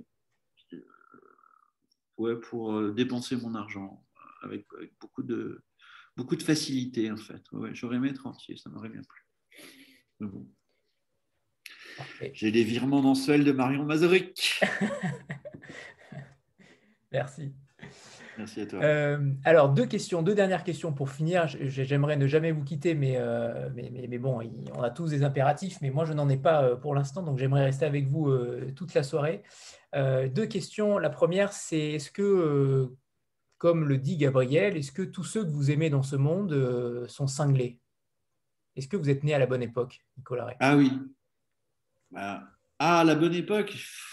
ouais, pour dépenser mon argent avec, avec beaucoup, de, beaucoup de facilité, en fait. Ouais, j'aurais aimé être entier, ça m'aurait bien plu. Mais bon. Okay. J'ai les virements mensuels de Marion Mazoric. Merci. Merci à toi. Euh, alors, deux questions, deux dernières questions pour finir. J'aimerais ne jamais vous quitter, mais, euh, mais, mais, mais bon, on a tous des impératifs, mais moi, je n'en ai pas pour l'instant, donc j'aimerais rester avec vous euh, toute la soirée. Euh, deux questions. La première, c'est est-ce que, euh, comme le dit Gabriel, est-ce que tous ceux que vous aimez dans ce monde euh, sont cinglés? Est-ce que vous êtes né à la bonne époque, Nicolas Rey? Ah oui. Ah, à la bonne époque.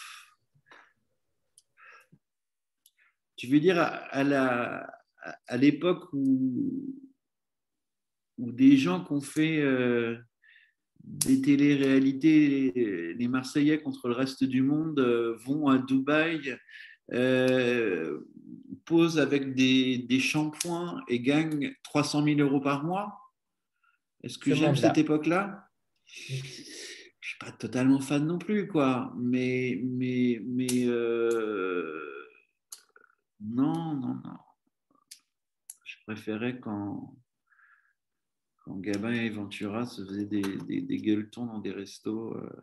Tu veux dire à, la, à l'époque où, où des gens qui ont fait euh, des téléréalités, les Marseillais contre le reste du monde, euh, vont à Dubaï, euh, posent avec des, des shampoings et gagnent trois cent mille euros par mois? Est-ce que Ce j'aime cette époque-là? Je ne suis pas totalement fan non plus, quoi. Mais, mais, mais euh... non, non, non. Je préférais quand, quand Gabin et Ventura se faisaient des, des, des gueuletons dans des restos euh,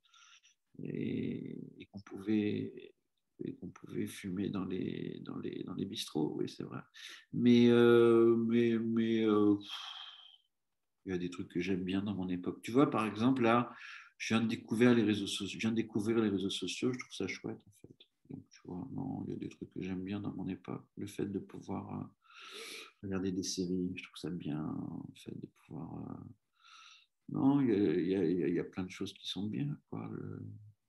et, et qu'on pouvait, et qu'on pouvait fumer dans les, dans les, dans les bistrots, oui, c'est vrai. Mais, euh, mais, mais euh, il y a des trucs que j'aime bien dans mon époque. Tu vois, par exemple, là, je viens de découvrir les réseaux sociaux, je viens de découvrir les réseaux sociaux, je trouve ça chouette en fait. Donc, tu vois, non, il y a des trucs que j'aime bien dans mon époque. Le fait de pouvoir euh, regarder des séries, je trouve ça bien. Le fait de pouvoir. Euh... Non, il y, a, il, y a, il y a plein de choses qui sont bien, quoi. Le...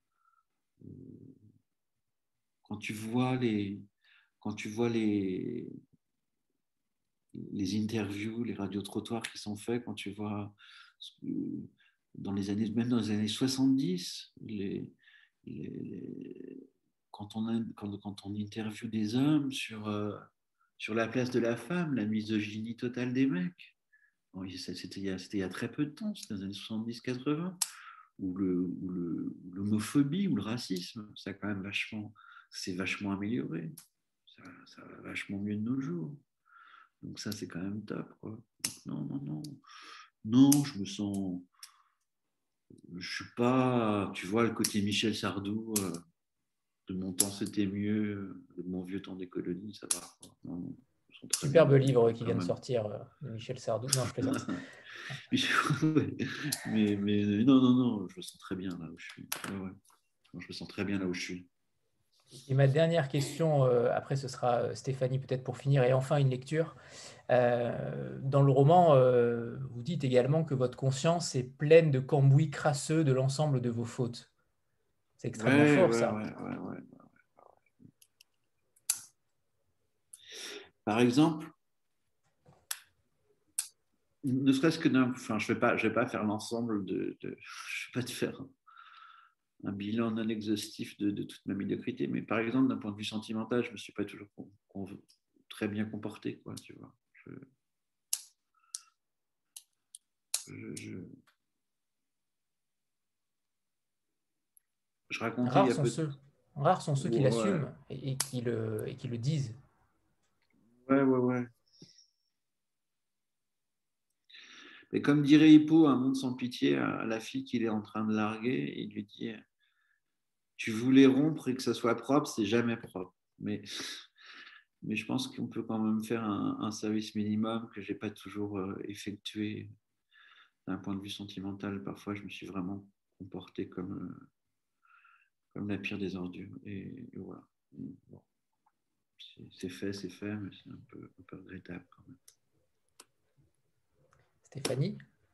Quand tu vois les, quand tu vois les, les interviews, les radiotrottoirs qui sont faits, quand tu vois dans les années, même dans les années soixante-dix, les, les, les, quand, on a, quand, quand on interviewe des hommes sur, euh, sur la place de la femme, la misogynie totale des mecs, bon, c'était, il y a, c'était il y a très peu de temps, c'était dans les années soixante-dix quatre-vingts, ou, le, ou, le, ou l'homophobie ou le racisme, ça a quand même vachement, c'est vachement amélioré, ça, ça va vachement mieux de nos jours. Donc ça, c'est quand même top, quoi. Donc, non, non, non. Non, je me sens... Je suis pas... Tu vois, le côté Michel Sardou, euh, de mon temps, c'était mieux, de mon vieux temps des colonies, ça va, quoi. Non, non, superbe bien, livre qui vient même. de sortir, euh, de Michel Sardou. Non, je plaisante. mais, mais non, non, non, je me sens très bien là où je suis. Ouais, ouais. Je me sens très bien là où je suis. Et ma dernière question, euh, après ce sera Stéphanie peut-être pour finir, et enfin une lecture. Euh, dans le roman, euh, vous dites également que votre conscience est pleine de cambouis crasseux de l'ensemble de vos fautes. C'est extrêmement ouais, fort, ouais, ça. Ouais, ouais, ouais, ouais. Par exemple, ne serait-ce que d'un... Enfin, je ne vais pas, je vais pas faire l'ensemble de... de... Je ne vais pas te faire un bilan non exhaustif de, de toute ma médiocrité, mais par exemple, d'un point de vue sentimental, je ne me suis pas toujours con, con, très bien comporté, quoi, tu vois. Je, je, je, je racontais rares il y a sont peu ceux, rares sont ceux qui ouais. l'assument et, et, qui le, et qui le disent. Ouais, ouais, ouais. Mais comme dirait Hippo, un monde sans pitié, à la fille qu'il est en train de larguer, il lui dit « Tu voulais rompre et que ça soit propre, c'est jamais propre. » Mais, mais je pense qu'on peut quand même faire un, un service minimum que je n'ai pas toujours euh, effectué d'un point de vue sentimental. Parfois, je me suis vraiment comporté comme, euh, comme la pire des ordures. Et, et voilà. Bon. C'est, c'est fait, c'est fait, mais c'est un peu, un peu regrettable quand même. Stéphanie ?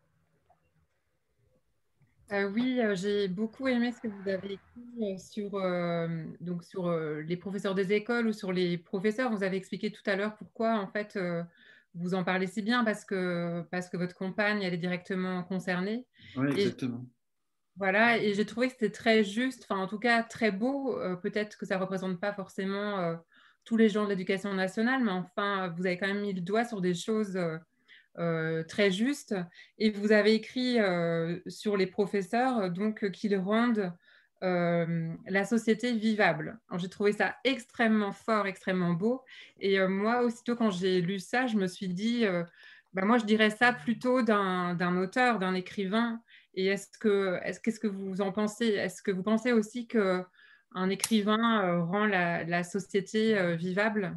Euh, oui, euh, j'ai beaucoup aimé ce que vous avez écrit euh, sur, euh, donc sur euh, les professeurs des écoles ou sur les professeurs. Vous avez expliqué tout à l'heure pourquoi en fait euh, vous en parlez si bien parce que, parce que votre compagne elle est directement concernée. Oui, et, exactement. Voilà, et j'ai trouvé que c'était très juste, enfin en tout cas très beau. Euh, peut-être que ça ne représente pas forcément euh, tous les gens de l'éducation nationale, mais enfin vous avez quand même mis le doigt sur des choses euh, Euh, très juste. Et vous avez écrit euh, sur les professeurs donc euh, qu'ils rendent euh, la société vivable. Alors, j'ai trouvé ça extrêmement fort, extrêmement beau. Et euh, moi, aussitôt quand j'ai lu ça, je me suis dit, euh, bah, moi, je dirais ça plutôt d'un, d'un auteur, d'un écrivain. Et est-ce que, est-ce, qu'est-ce que vous en pensez? Est-ce que vous pensez aussi qu'un écrivain euh, rend la, la société euh, vivable?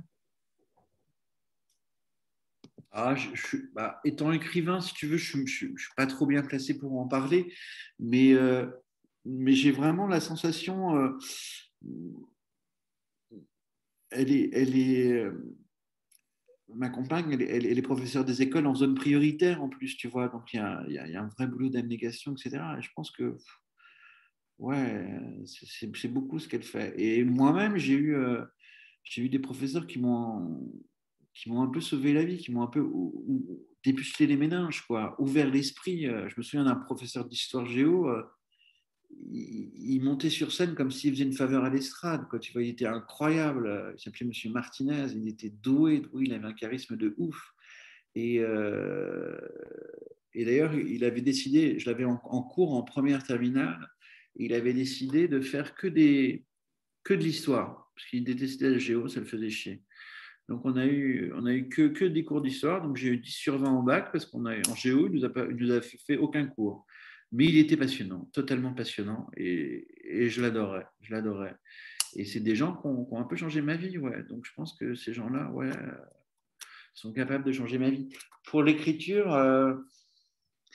Ah, je, je, bah, étant écrivain, si tu veux, je ne suis pas trop bien placé pour en parler, mais, euh, mais j'ai vraiment la sensation, euh, elle est, elle est euh, ma compagne, elle, elle, elle est professeure des écoles en zone prioritaire en plus, tu vois, donc il y a, y a, y a un vrai boulot d'abnégation, et cetera. Et je pense que, ouais, c'est, c'est beaucoup ce qu'elle fait. Et moi-même, j'ai eu, euh, j'ai eu des professeurs qui m'ont qui m'ont un peu sauvé la vie, qui m'ont un peu ou, ou, dépucelé les méninges, quoi, ouvert l'esprit. Je me souviens d'un professeur d'histoire géo, euh, il, il montait sur scène comme s'il faisait une faveur à l'estrade, quoi. Tu vois, il était incroyable. Il s'appelait Monsieur Martinez, il était doué, doué, il avait un charisme de ouf. Et, euh, et d'ailleurs, il avait décidé, je l'avais en, en cours en première terminale, il avait décidé de faire que, des, que de l'histoire, parce qu'il détestait la géo, ça le faisait chier. Donc, on a eu, on a eu que, que des cours d'histoire. Donc, j'ai eu dix sur vingt en bac parce qu'en géo, il ne nous, a pas, il nous a fait aucun cours. Mais il était passionnant, totalement passionnant. Et, et je l'adorais, je l'adorais. Et c'est des gens qui ont, qui ont un peu changé ma vie, ouais. Donc, je pense que ces gens-là, ouais, sont capables de changer ma vie. Pour l'écriture, euh,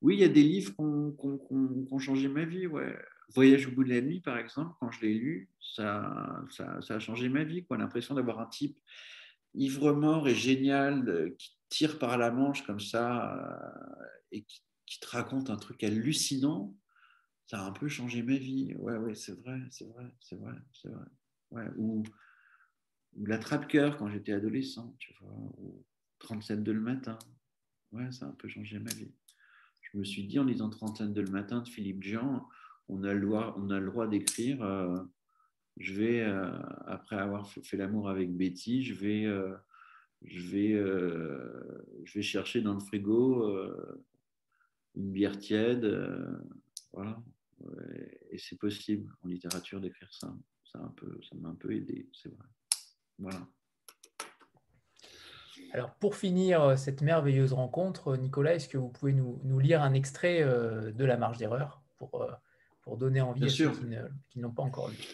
Oui, il y a des livres qui ont, qui ont- qui ont- qui ont changé ma vie. Ouais. Voyage au bout de la nuit, par exemple, quand je l'ai lu, ça, ça, ça a changé ma vie, quoi. L'impression d'avoir un type ivre-mort et génial euh, qui tire par la manche comme ça euh, et qui, qui te raconte un truc hallucinant. Ça a un peu changé ma vie. Ouais, ouais, c'est vrai, c'est vrai, c'est vrai, c'est vrai. Ouais, ou, ou l'attrape-cœur quand j'étais adolescent, tu vois, ou trente-sept de le matin. Ouais, ça a un peu changé ma vie. Je me suis dit, en lisant trente-sept de le matin de Philippe Jean, on a le droit, on a le droit d'écrire. Euh, je vais, euh, après avoir fait, fait l'amour avec Betty, je vais, euh, je vais, euh, je vais chercher dans le frigo euh, une bière tiède. Euh, voilà. Ouais, et c'est possible en littérature d'écrire ça. Ça, un peu, ça m'a un peu aidé, c'est vrai. Voilà. Alors, pour finir cette merveilleuse rencontre, Nicolas, est-ce que vous pouvez nous, nous lire un extrait euh, de La Marge d'erreur pour, euh, pour donner envie Bien à ceux sûr. qui ne, qui n'ont pas encore lu?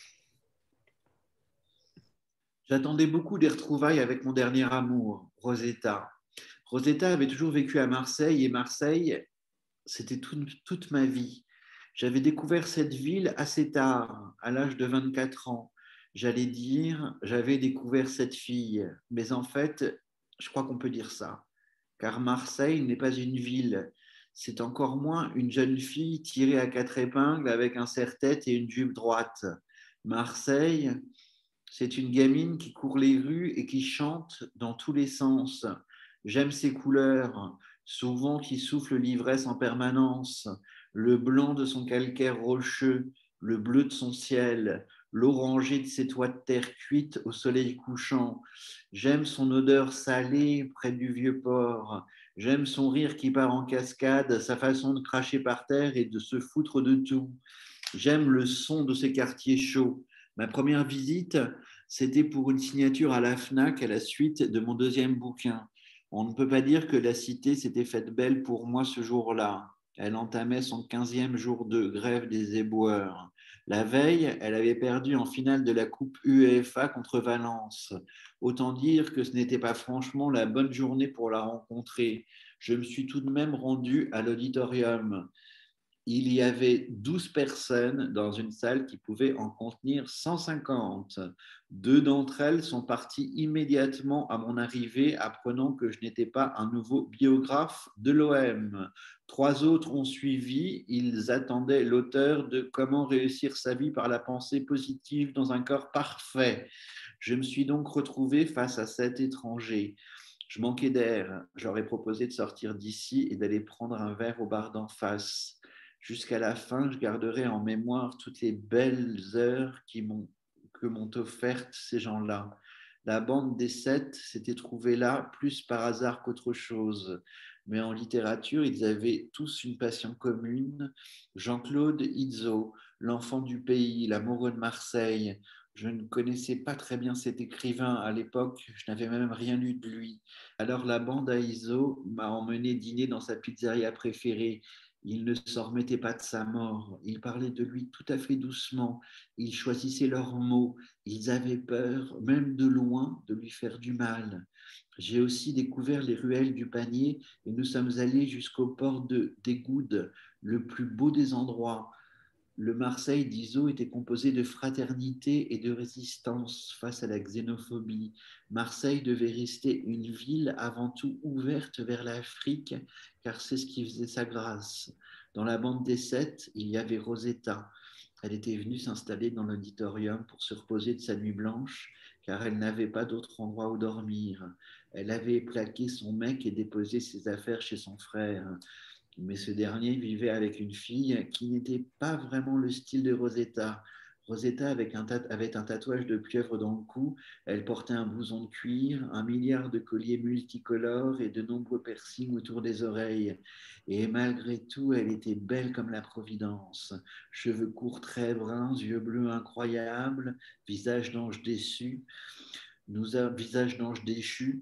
J'attendais beaucoup des retrouvailles avec mon dernier amour, Rosetta. Rosetta avait toujours vécu à Marseille et Marseille, c'était tout, toute ma vie. J'avais découvert cette ville assez tard, à l'âge de vingt-quatre ans. J'allais dire, j'avais découvert cette fille. Mais en fait, je crois qu'on peut dire ça. Car Marseille n'est pas une ville. C'est encore moins une jeune fille tirée à quatre épingles avec un serre-tête et une jupe droite. Marseille, c'est une gamine qui court les rues et qui chante dans tous les sens. J'aime ses couleurs, souvent qui souffle l'ivresse en permanence, le blanc de son calcaire rocheux, le bleu de son ciel, l'orangé de ses toits de terre cuite au soleil couchant. J'aime son odeur salée près du vieux port. J'aime son rire qui part en cascade, sa façon de cracher par terre et de se foutre de tout. J'aime le son de ses quartiers chauds. Ma première visite, c'était pour une signature à la FNAC à la suite de mon deuxième bouquin. On ne peut pas dire que la cité s'était faite belle pour moi ce jour-là. Elle entamait son quinzième jour de grève des éboueurs. La veille, elle avait perdu en finale de la Coupe UEFA contre Valence. Autant dire que ce n'était pas franchement la bonne journée pour la rencontrer. Je me suis tout de même rendu à l'auditorium. Il y avait douze personnes dans une salle qui pouvait en contenir cent cinquante. Deux d'entre elles sont parties immédiatement à mon arrivée, apprenant que je n'étais pas un nouveau biographe de l'O M. Trois autres ont suivi. Ils attendaient l'auteur de Comment réussir sa vie par la pensée positive dans un corps parfait. Je me suis donc retrouvé face à cet étranger. Je manquais d'air. J'aurais proposé de sortir d'ici et d'aller prendre un verre au bar d'en face. Jusqu'à la fin, je garderai en mémoire toutes les belles heures qui m'ont, que m'ont offertes ces gens-là. La bande des sept s'était trouvée là plus par hasard qu'autre chose. Mais en littérature, ils avaient tous une passion commune. Jean-Claude Izzo, l'enfant du pays, l'amoureux de Marseille. Je ne connaissais pas très bien cet écrivain à l'époque, je n'avais même rien lu de lui. Alors la bande à Izzo m'a emmené dîner dans sa pizzeria préférée. Il ne s'en remettait pas de sa mort. Il parlait de lui tout à fait doucement. Ils choisissaient leurs mots. Ils avaient peur, même de loin, de lui faire du mal. J'ai aussi découvert les ruelles du Panier et nous sommes allés jusqu'au port de d'Égoude, le plus beau des endroits. Le Marseille d'Izzo était composé de fraternité et de résistance face à la xénophobie. Marseille devait rester une ville avant tout ouverte vers l'Afrique, car c'est ce qui faisait sa grâce. Dans la bande des sept, il y avait Rosetta. Elle était venue s'installer dans l'auditorium pour se reposer de sa nuit blanche, car elle n'avait pas d'autre endroit où dormir. Elle avait plaqué son mec et déposé ses affaires chez son frère. Mais ce dernier vivait avec une fille qui n'était pas vraiment le style de Rosetta. Rosetta avait un, tat- avait un tatouage de pieuvre dans le cou, elle portait un blouson de cuir, un milliard de colliers multicolores et de nombreux piercings autour des oreilles. Et malgré tout, elle était belle comme la Providence. Cheveux courts très bruns, yeux bleus incroyables, visage d'ange déçu, nous a, visage d'ange déchu.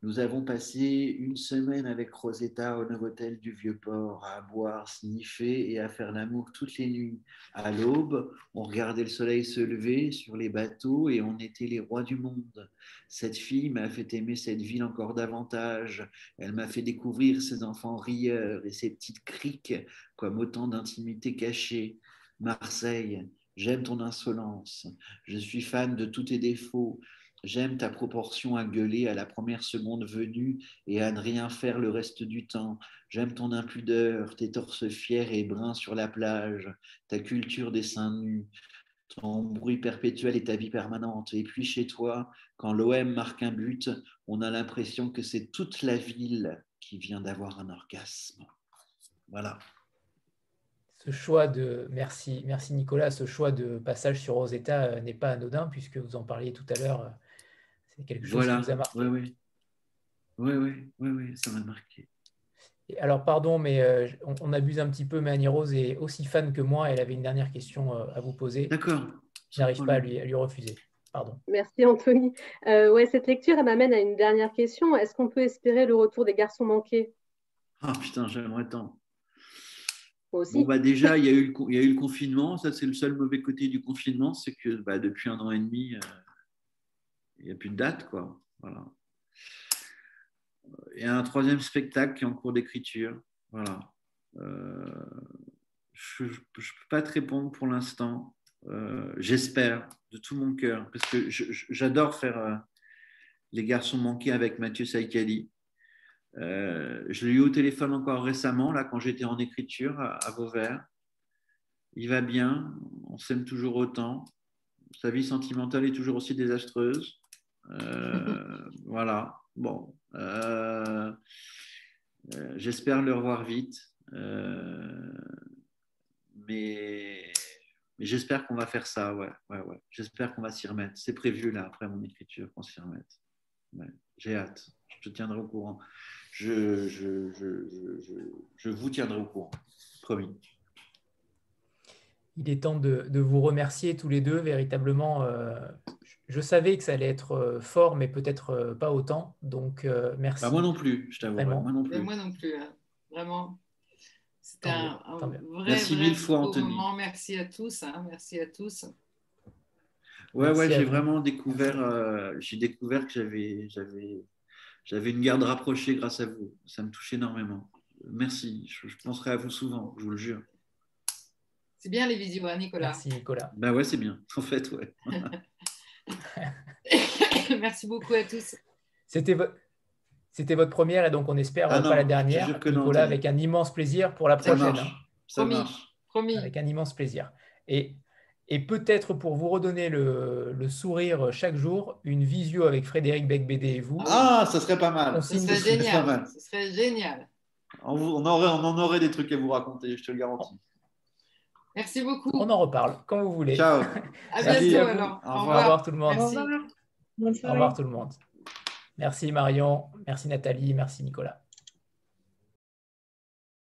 Nous avons passé une semaine avec Rosetta au Novotel du Vieux-Port à boire, sniffer et à faire l'amour toutes les nuits. À l'aube, on regardait le soleil se lever sur les bateaux et on était les rois du monde. Cette fille m'a fait aimer cette ville encore davantage. Elle m'a fait découvrir ses enfants rieurs et ses petites criques comme autant d'intimité cachée. Marseille, j'aime ton insolence. Je suis fan de tous tes défauts. J'aime ta proportion à gueuler à la première seconde venue et à ne rien faire le reste du temps. J'aime ton impudeur, tes torses fiers et bruns sur la plage, ta culture des seins nus, ton bruit perpétuel et ta vie permanente. Et puis chez toi, quand l'O M marque un but, on a l'impression que c'est toute la ville qui vient d'avoir un orgasme. Voilà. Ce choix de, merci, merci Nicolas, ce choix de passage sur Rosetta n'est pas anodin puisque vous en parliez tout à l'heure. C'est quelque chose voilà. qui vous a marqué. Oui, oui, oui, oui, oui, oui, ça m'a marqué. Et alors, pardon, mais euh, on, on abuse un petit peu, mais Annie-Rose est aussi fan que moi. Elle avait une dernière question euh, à vous poser. D'accord. Je n'arrive pas à lui, à lui refuser. Pardon. Merci, Anthony. Euh, ouais, cette lecture, elle m'amène à une dernière question. Est-ce qu'on peut espérer le retour des garçons manqués? Ah oh, putain, j'aimerais tant. Moi aussi. Bon, bah, déjà, il y, a eu le, il y a eu le confinement. Ça, c'est le seul mauvais côté du confinement. C'est que bah, depuis un an et demi... Euh, il n'y a plus de date, quoi. Voilà. Il y a un troisième spectacle qui est en cours d'écriture. Voilà. Euh, je ne peux pas te répondre pour l'instant. Euh, j'espère de tout mon cœur, parce que je, je, j'adore faire euh, Les Garçons Manqués avec Mathieu Saïkali. Euh, je l'ai eu au téléphone encore récemment, là, quand j'étais en écriture à, à Vauvert. Il va bien, on s'aime toujours autant. Sa vie sentimentale est toujours aussi désastreuse. Euh, voilà. Bon. Euh, euh, j'espère le revoir vite. Euh, mais, mais j'espère qu'on va faire ça. Ouais, ouais, ouais. J'espère qu'on va s'y remettre. C'est prévu, là, après mon écriture, qu'on s'y remette. Ouais. J'ai hâte. Je te tiendrai au courant. Je, je, je, je, je, je vous tiendrai au courant. Promis. Il est temps de, de vous remercier tous les deux. Véritablement, euh, je savais que ça allait être fort, mais peut-être pas autant. Donc, euh, merci. Bah, moi non plus, je t'avoue. Moi non plus. Et moi non plus, hein. Vraiment. C'était un, un vrai, merci vrai mille fois, beau Anthony. moment. Merci à tous. Hein. Merci à tous. Ouais, ouais, j'ai vraiment découvert, euh, j'ai découvert que j'avais, j'avais, j'avais une garde rapprochée grâce à vous. Ça me touche énormément. Merci. Je, je penserai à vous souvent, je vous le jure. C'est bien les visios, hein, Nicolas. Merci, Nicolas. Ben ouais, c'est bien. En fait, ouais. Merci beaucoup à tous. C'était, vo C'était votre première et donc on espère ah pas non, la dernière. Nicolas, avec un immense plaisir pour la prochaine. Ça marche. Hein. Ça Promis. marche. Promis. Avec un immense plaisir. Et, et peut-être pour vous redonner le, le sourire chaque jour, une visio avec Frédéric Becbédé et vous. Ah, ça serait pas mal. Ce serait génial. Ce serait génial. On, on, aurait, on en aurait des trucs à vous raconter, je te le garantis. Merci beaucoup. On en reparle quand vous voulez. Ciao. À bientôt à alors. Au revoir. Au revoir tout le monde. Merci. Au revoir tout le monde. Merci Marion, merci Nathalie, merci Nicolas.